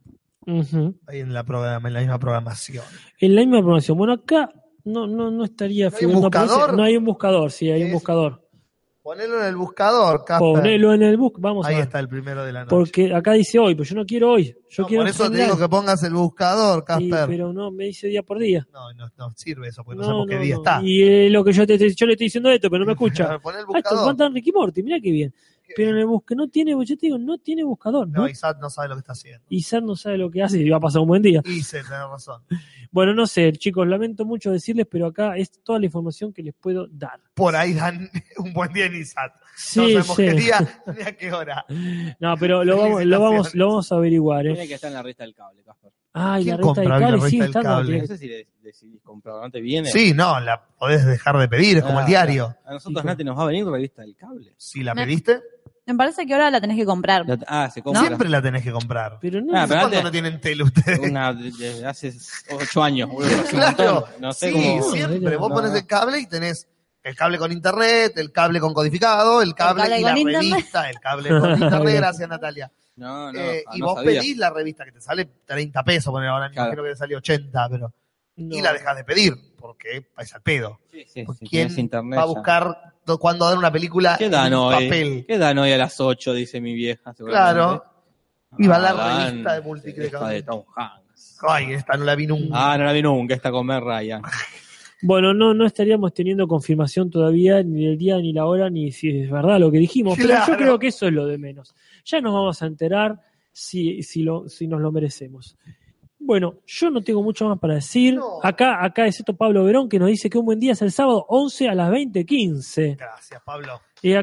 Ujú. ahí en la misma programación. En la misma programación. Bueno, acá no estaría ¿No hay un figurando, buscador? parece. No hay un buscador, sí, hay un Es- buscador. Ponelo en el buscador, Casper. Ponelo en el vamos Ahí a ver. está el primero de la noche. Porque acá dice hoy, pero yo no quiero hoy. Yo No, quiero por eso te general. digo que pongas el buscador, Sí, Casper. pero no, me dice día por día. No sirve eso, porque no sabemos qué día no. está. Y lo que yo le estoy diciendo esto, pero no me escucha. Pon el Ah, esto buscador. cuentan Ricky Morty, mira qué bien. Pero en el no tiene, yo te digo, no tiene buscador. No, ¿no? ISAT no sabe lo que está haciendo. Isaac no sabe lo que hace y va a pasar un buen día. Tenés razón. Bueno, no sé, chicos, lamento mucho decirles, pero acá es toda la información que les puedo dar. Por ahí dan un buen día en ISAT. Sí, no sabemos sí. qué día ni a qué hora. No, pero lo vamos a averiguar, Tiene que estar en la revista del cable, Casper. Ay, ¿Quién la revista de compra hoy la cable sigue revista del estando. cable? No sé si decidís comprar, ¿no te viene? Sí, no, la podés dejar de pedir, es como el diario. A nosotros, Nati, nos va a venir revista del cable. Si la Me- pediste, Me parece que ahora la tenés que comprar. Se compra. siempre la tenés que comprar. Pero no, Ah, pero ¿Cuándo antes- no tienen tele ustedes? Una de hace 8 años, boludo. Hace un Claro, montón. No sé sí, cómo. siempre. Vos No, pones no. el cable y tenés el cable con internet, el cable con codificado, el cable cable y la con internet. revista, el cable con internet, gracias Natalia. No, Y no vos sabía. pedís la revista que te sale 30 pesos, poner ahora, me Claro. imagino que te sale 80, pero no. y la dejas de pedir, porque es al pedo. Sí, sí, Porque si ¿quién tenés internet va a ya. buscar cuándo dar una película ¿Qué en dan hoy? papel? ¿Qué dan hoy a las 8? Dice mi vieja. seguramente. Claro. Y va a la Dan revista de Multicred. esta de Tom Hanks. Ay, esta no la vi nunca. No la vi nunca, esta con Meg Ryan. Bueno, no estaríamos teniendo confirmación todavía, ni del día, ni la hora, ni si es verdad lo que dijimos, pero Claro. yo creo que eso es lo de menos. Ya nos vamos a enterar si nos lo merecemos. Bueno, yo no tengo mucho más para decir. No. Acá es esto Pablo Verón, que nos dice que un buen día es el sábado 11 a las 20:15. Gracias, Pablo.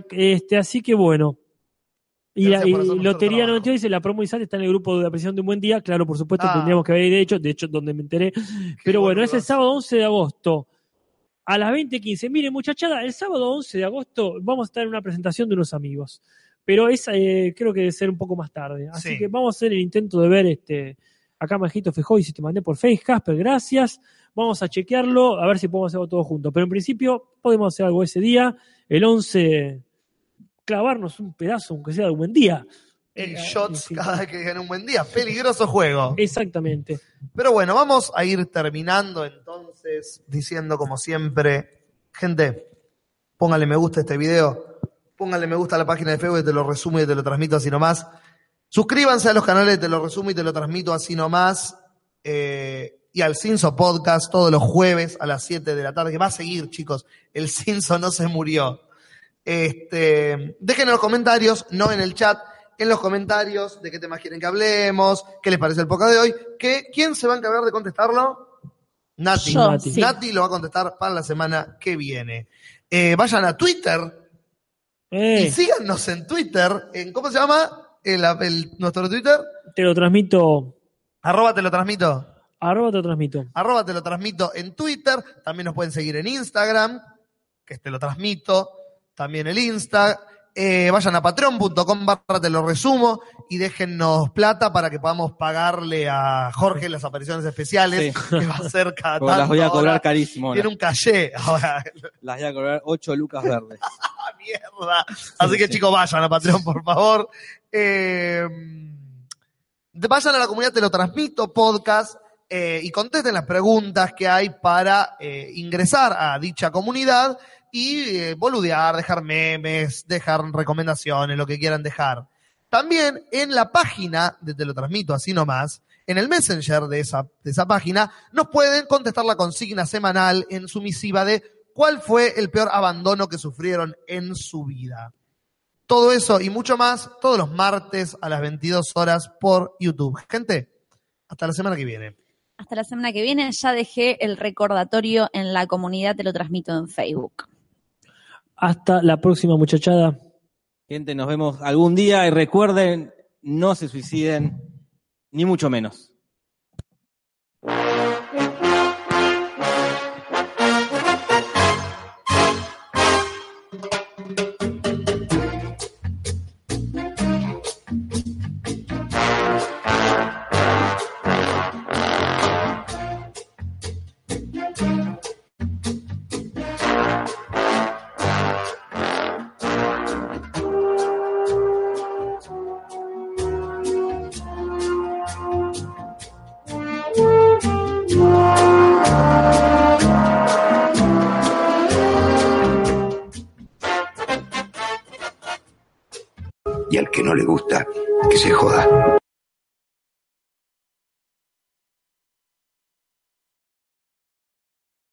Así que bueno. Y Gracias por hacer nuestro Lotería trabajo. 92 dice, la promo ISAT está en el grupo de apreciación de un buen día. Claro, por supuesto, Ah. tendríamos que haber de hecho, donde me enteré. Pero bueno, es el boludos. sábado 11 de agosto a las 20:15. Miren, muchachada, el sábado 11 de agosto vamos a estar en una presentación de unos amigos. Pero creo que debe ser un poco más tarde. Así Sí. que vamos a hacer el intento de ver acá Majito Fejoy, si te mandé por Face, Casper, gracias. Vamos a chequearlo, a ver si podemos hacerlo todo juntos. Pero en principio podemos hacer algo ese día, el 11, clavarnos un pedazo, aunque sea de un buen día. Y shots cada vez que gane un buen día. Peligroso juego. Exactamente. Pero bueno, vamos a ir terminando entonces diciendo como siempre, gente, pónganle me gusta a este video, pónganle me gusta a la página de Facebook, te lo resumo y te lo transmito así nomás. Suscríbanse a los canales, te lo resumo y te lo transmito así nomás. Y al Cinso Podcast todos los jueves a las 7 de la tarde, que va a seguir, chicos. El Cinso no se murió. Dejen en los comentarios, no en el chat, en los comentarios de qué temas quieren que hablemos, qué les parece el podcast de hoy. ¿Quién se va a encargar de contestarlo? Nati. Yo, sí. Nati lo va a contestar para la semana que viene. Vayan a Twitter y síganos en Twitter. ¿Cómo se llama nuestro Twitter? Te lo transmito. Te lo transmito. Te lo transmito en Twitter. También nos pueden seguir en Instagram, que te lo transmito. También el Insta. Vayan a patreon.com/te lo resumo y déjennos plata para que podamos pagarle a Jorge las apariciones especiales, que va a hacer cada tanto. Las voy a cobrar ahora. carísimo. Tiene un caché ahora. Las voy a cobrar 8 lucas verdes. Mierda. Así que chicos, vayan a Patreon, por favor. Vayan a la comunidad Te lo transmito podcast y contesten las preguntas que hay para ingresar a dicha comunidad y boludear, dejar memes, dejar recomendaciones, lo que quieran dejar. También en la página de Te lo transmito así nomás, en el Messenger de esa página, nos pueden contestar la consigna semanal en su misiva de cuál fue el peor abandono que sufrieron en su vida. Todo eso y mucho más todos los martes a las 22 horas por YouTube. Gente, hasta la semana que viene. Hasta la semana que viene. Ya dejé el recordatorio en la comunidad, Te lo transmito en Facebook. Hasta la próxima, muchachada. Gente, nos vemos algún día y recuerden, no se suiciden, ni mucho menos. Y al que no le gusta, que se joda.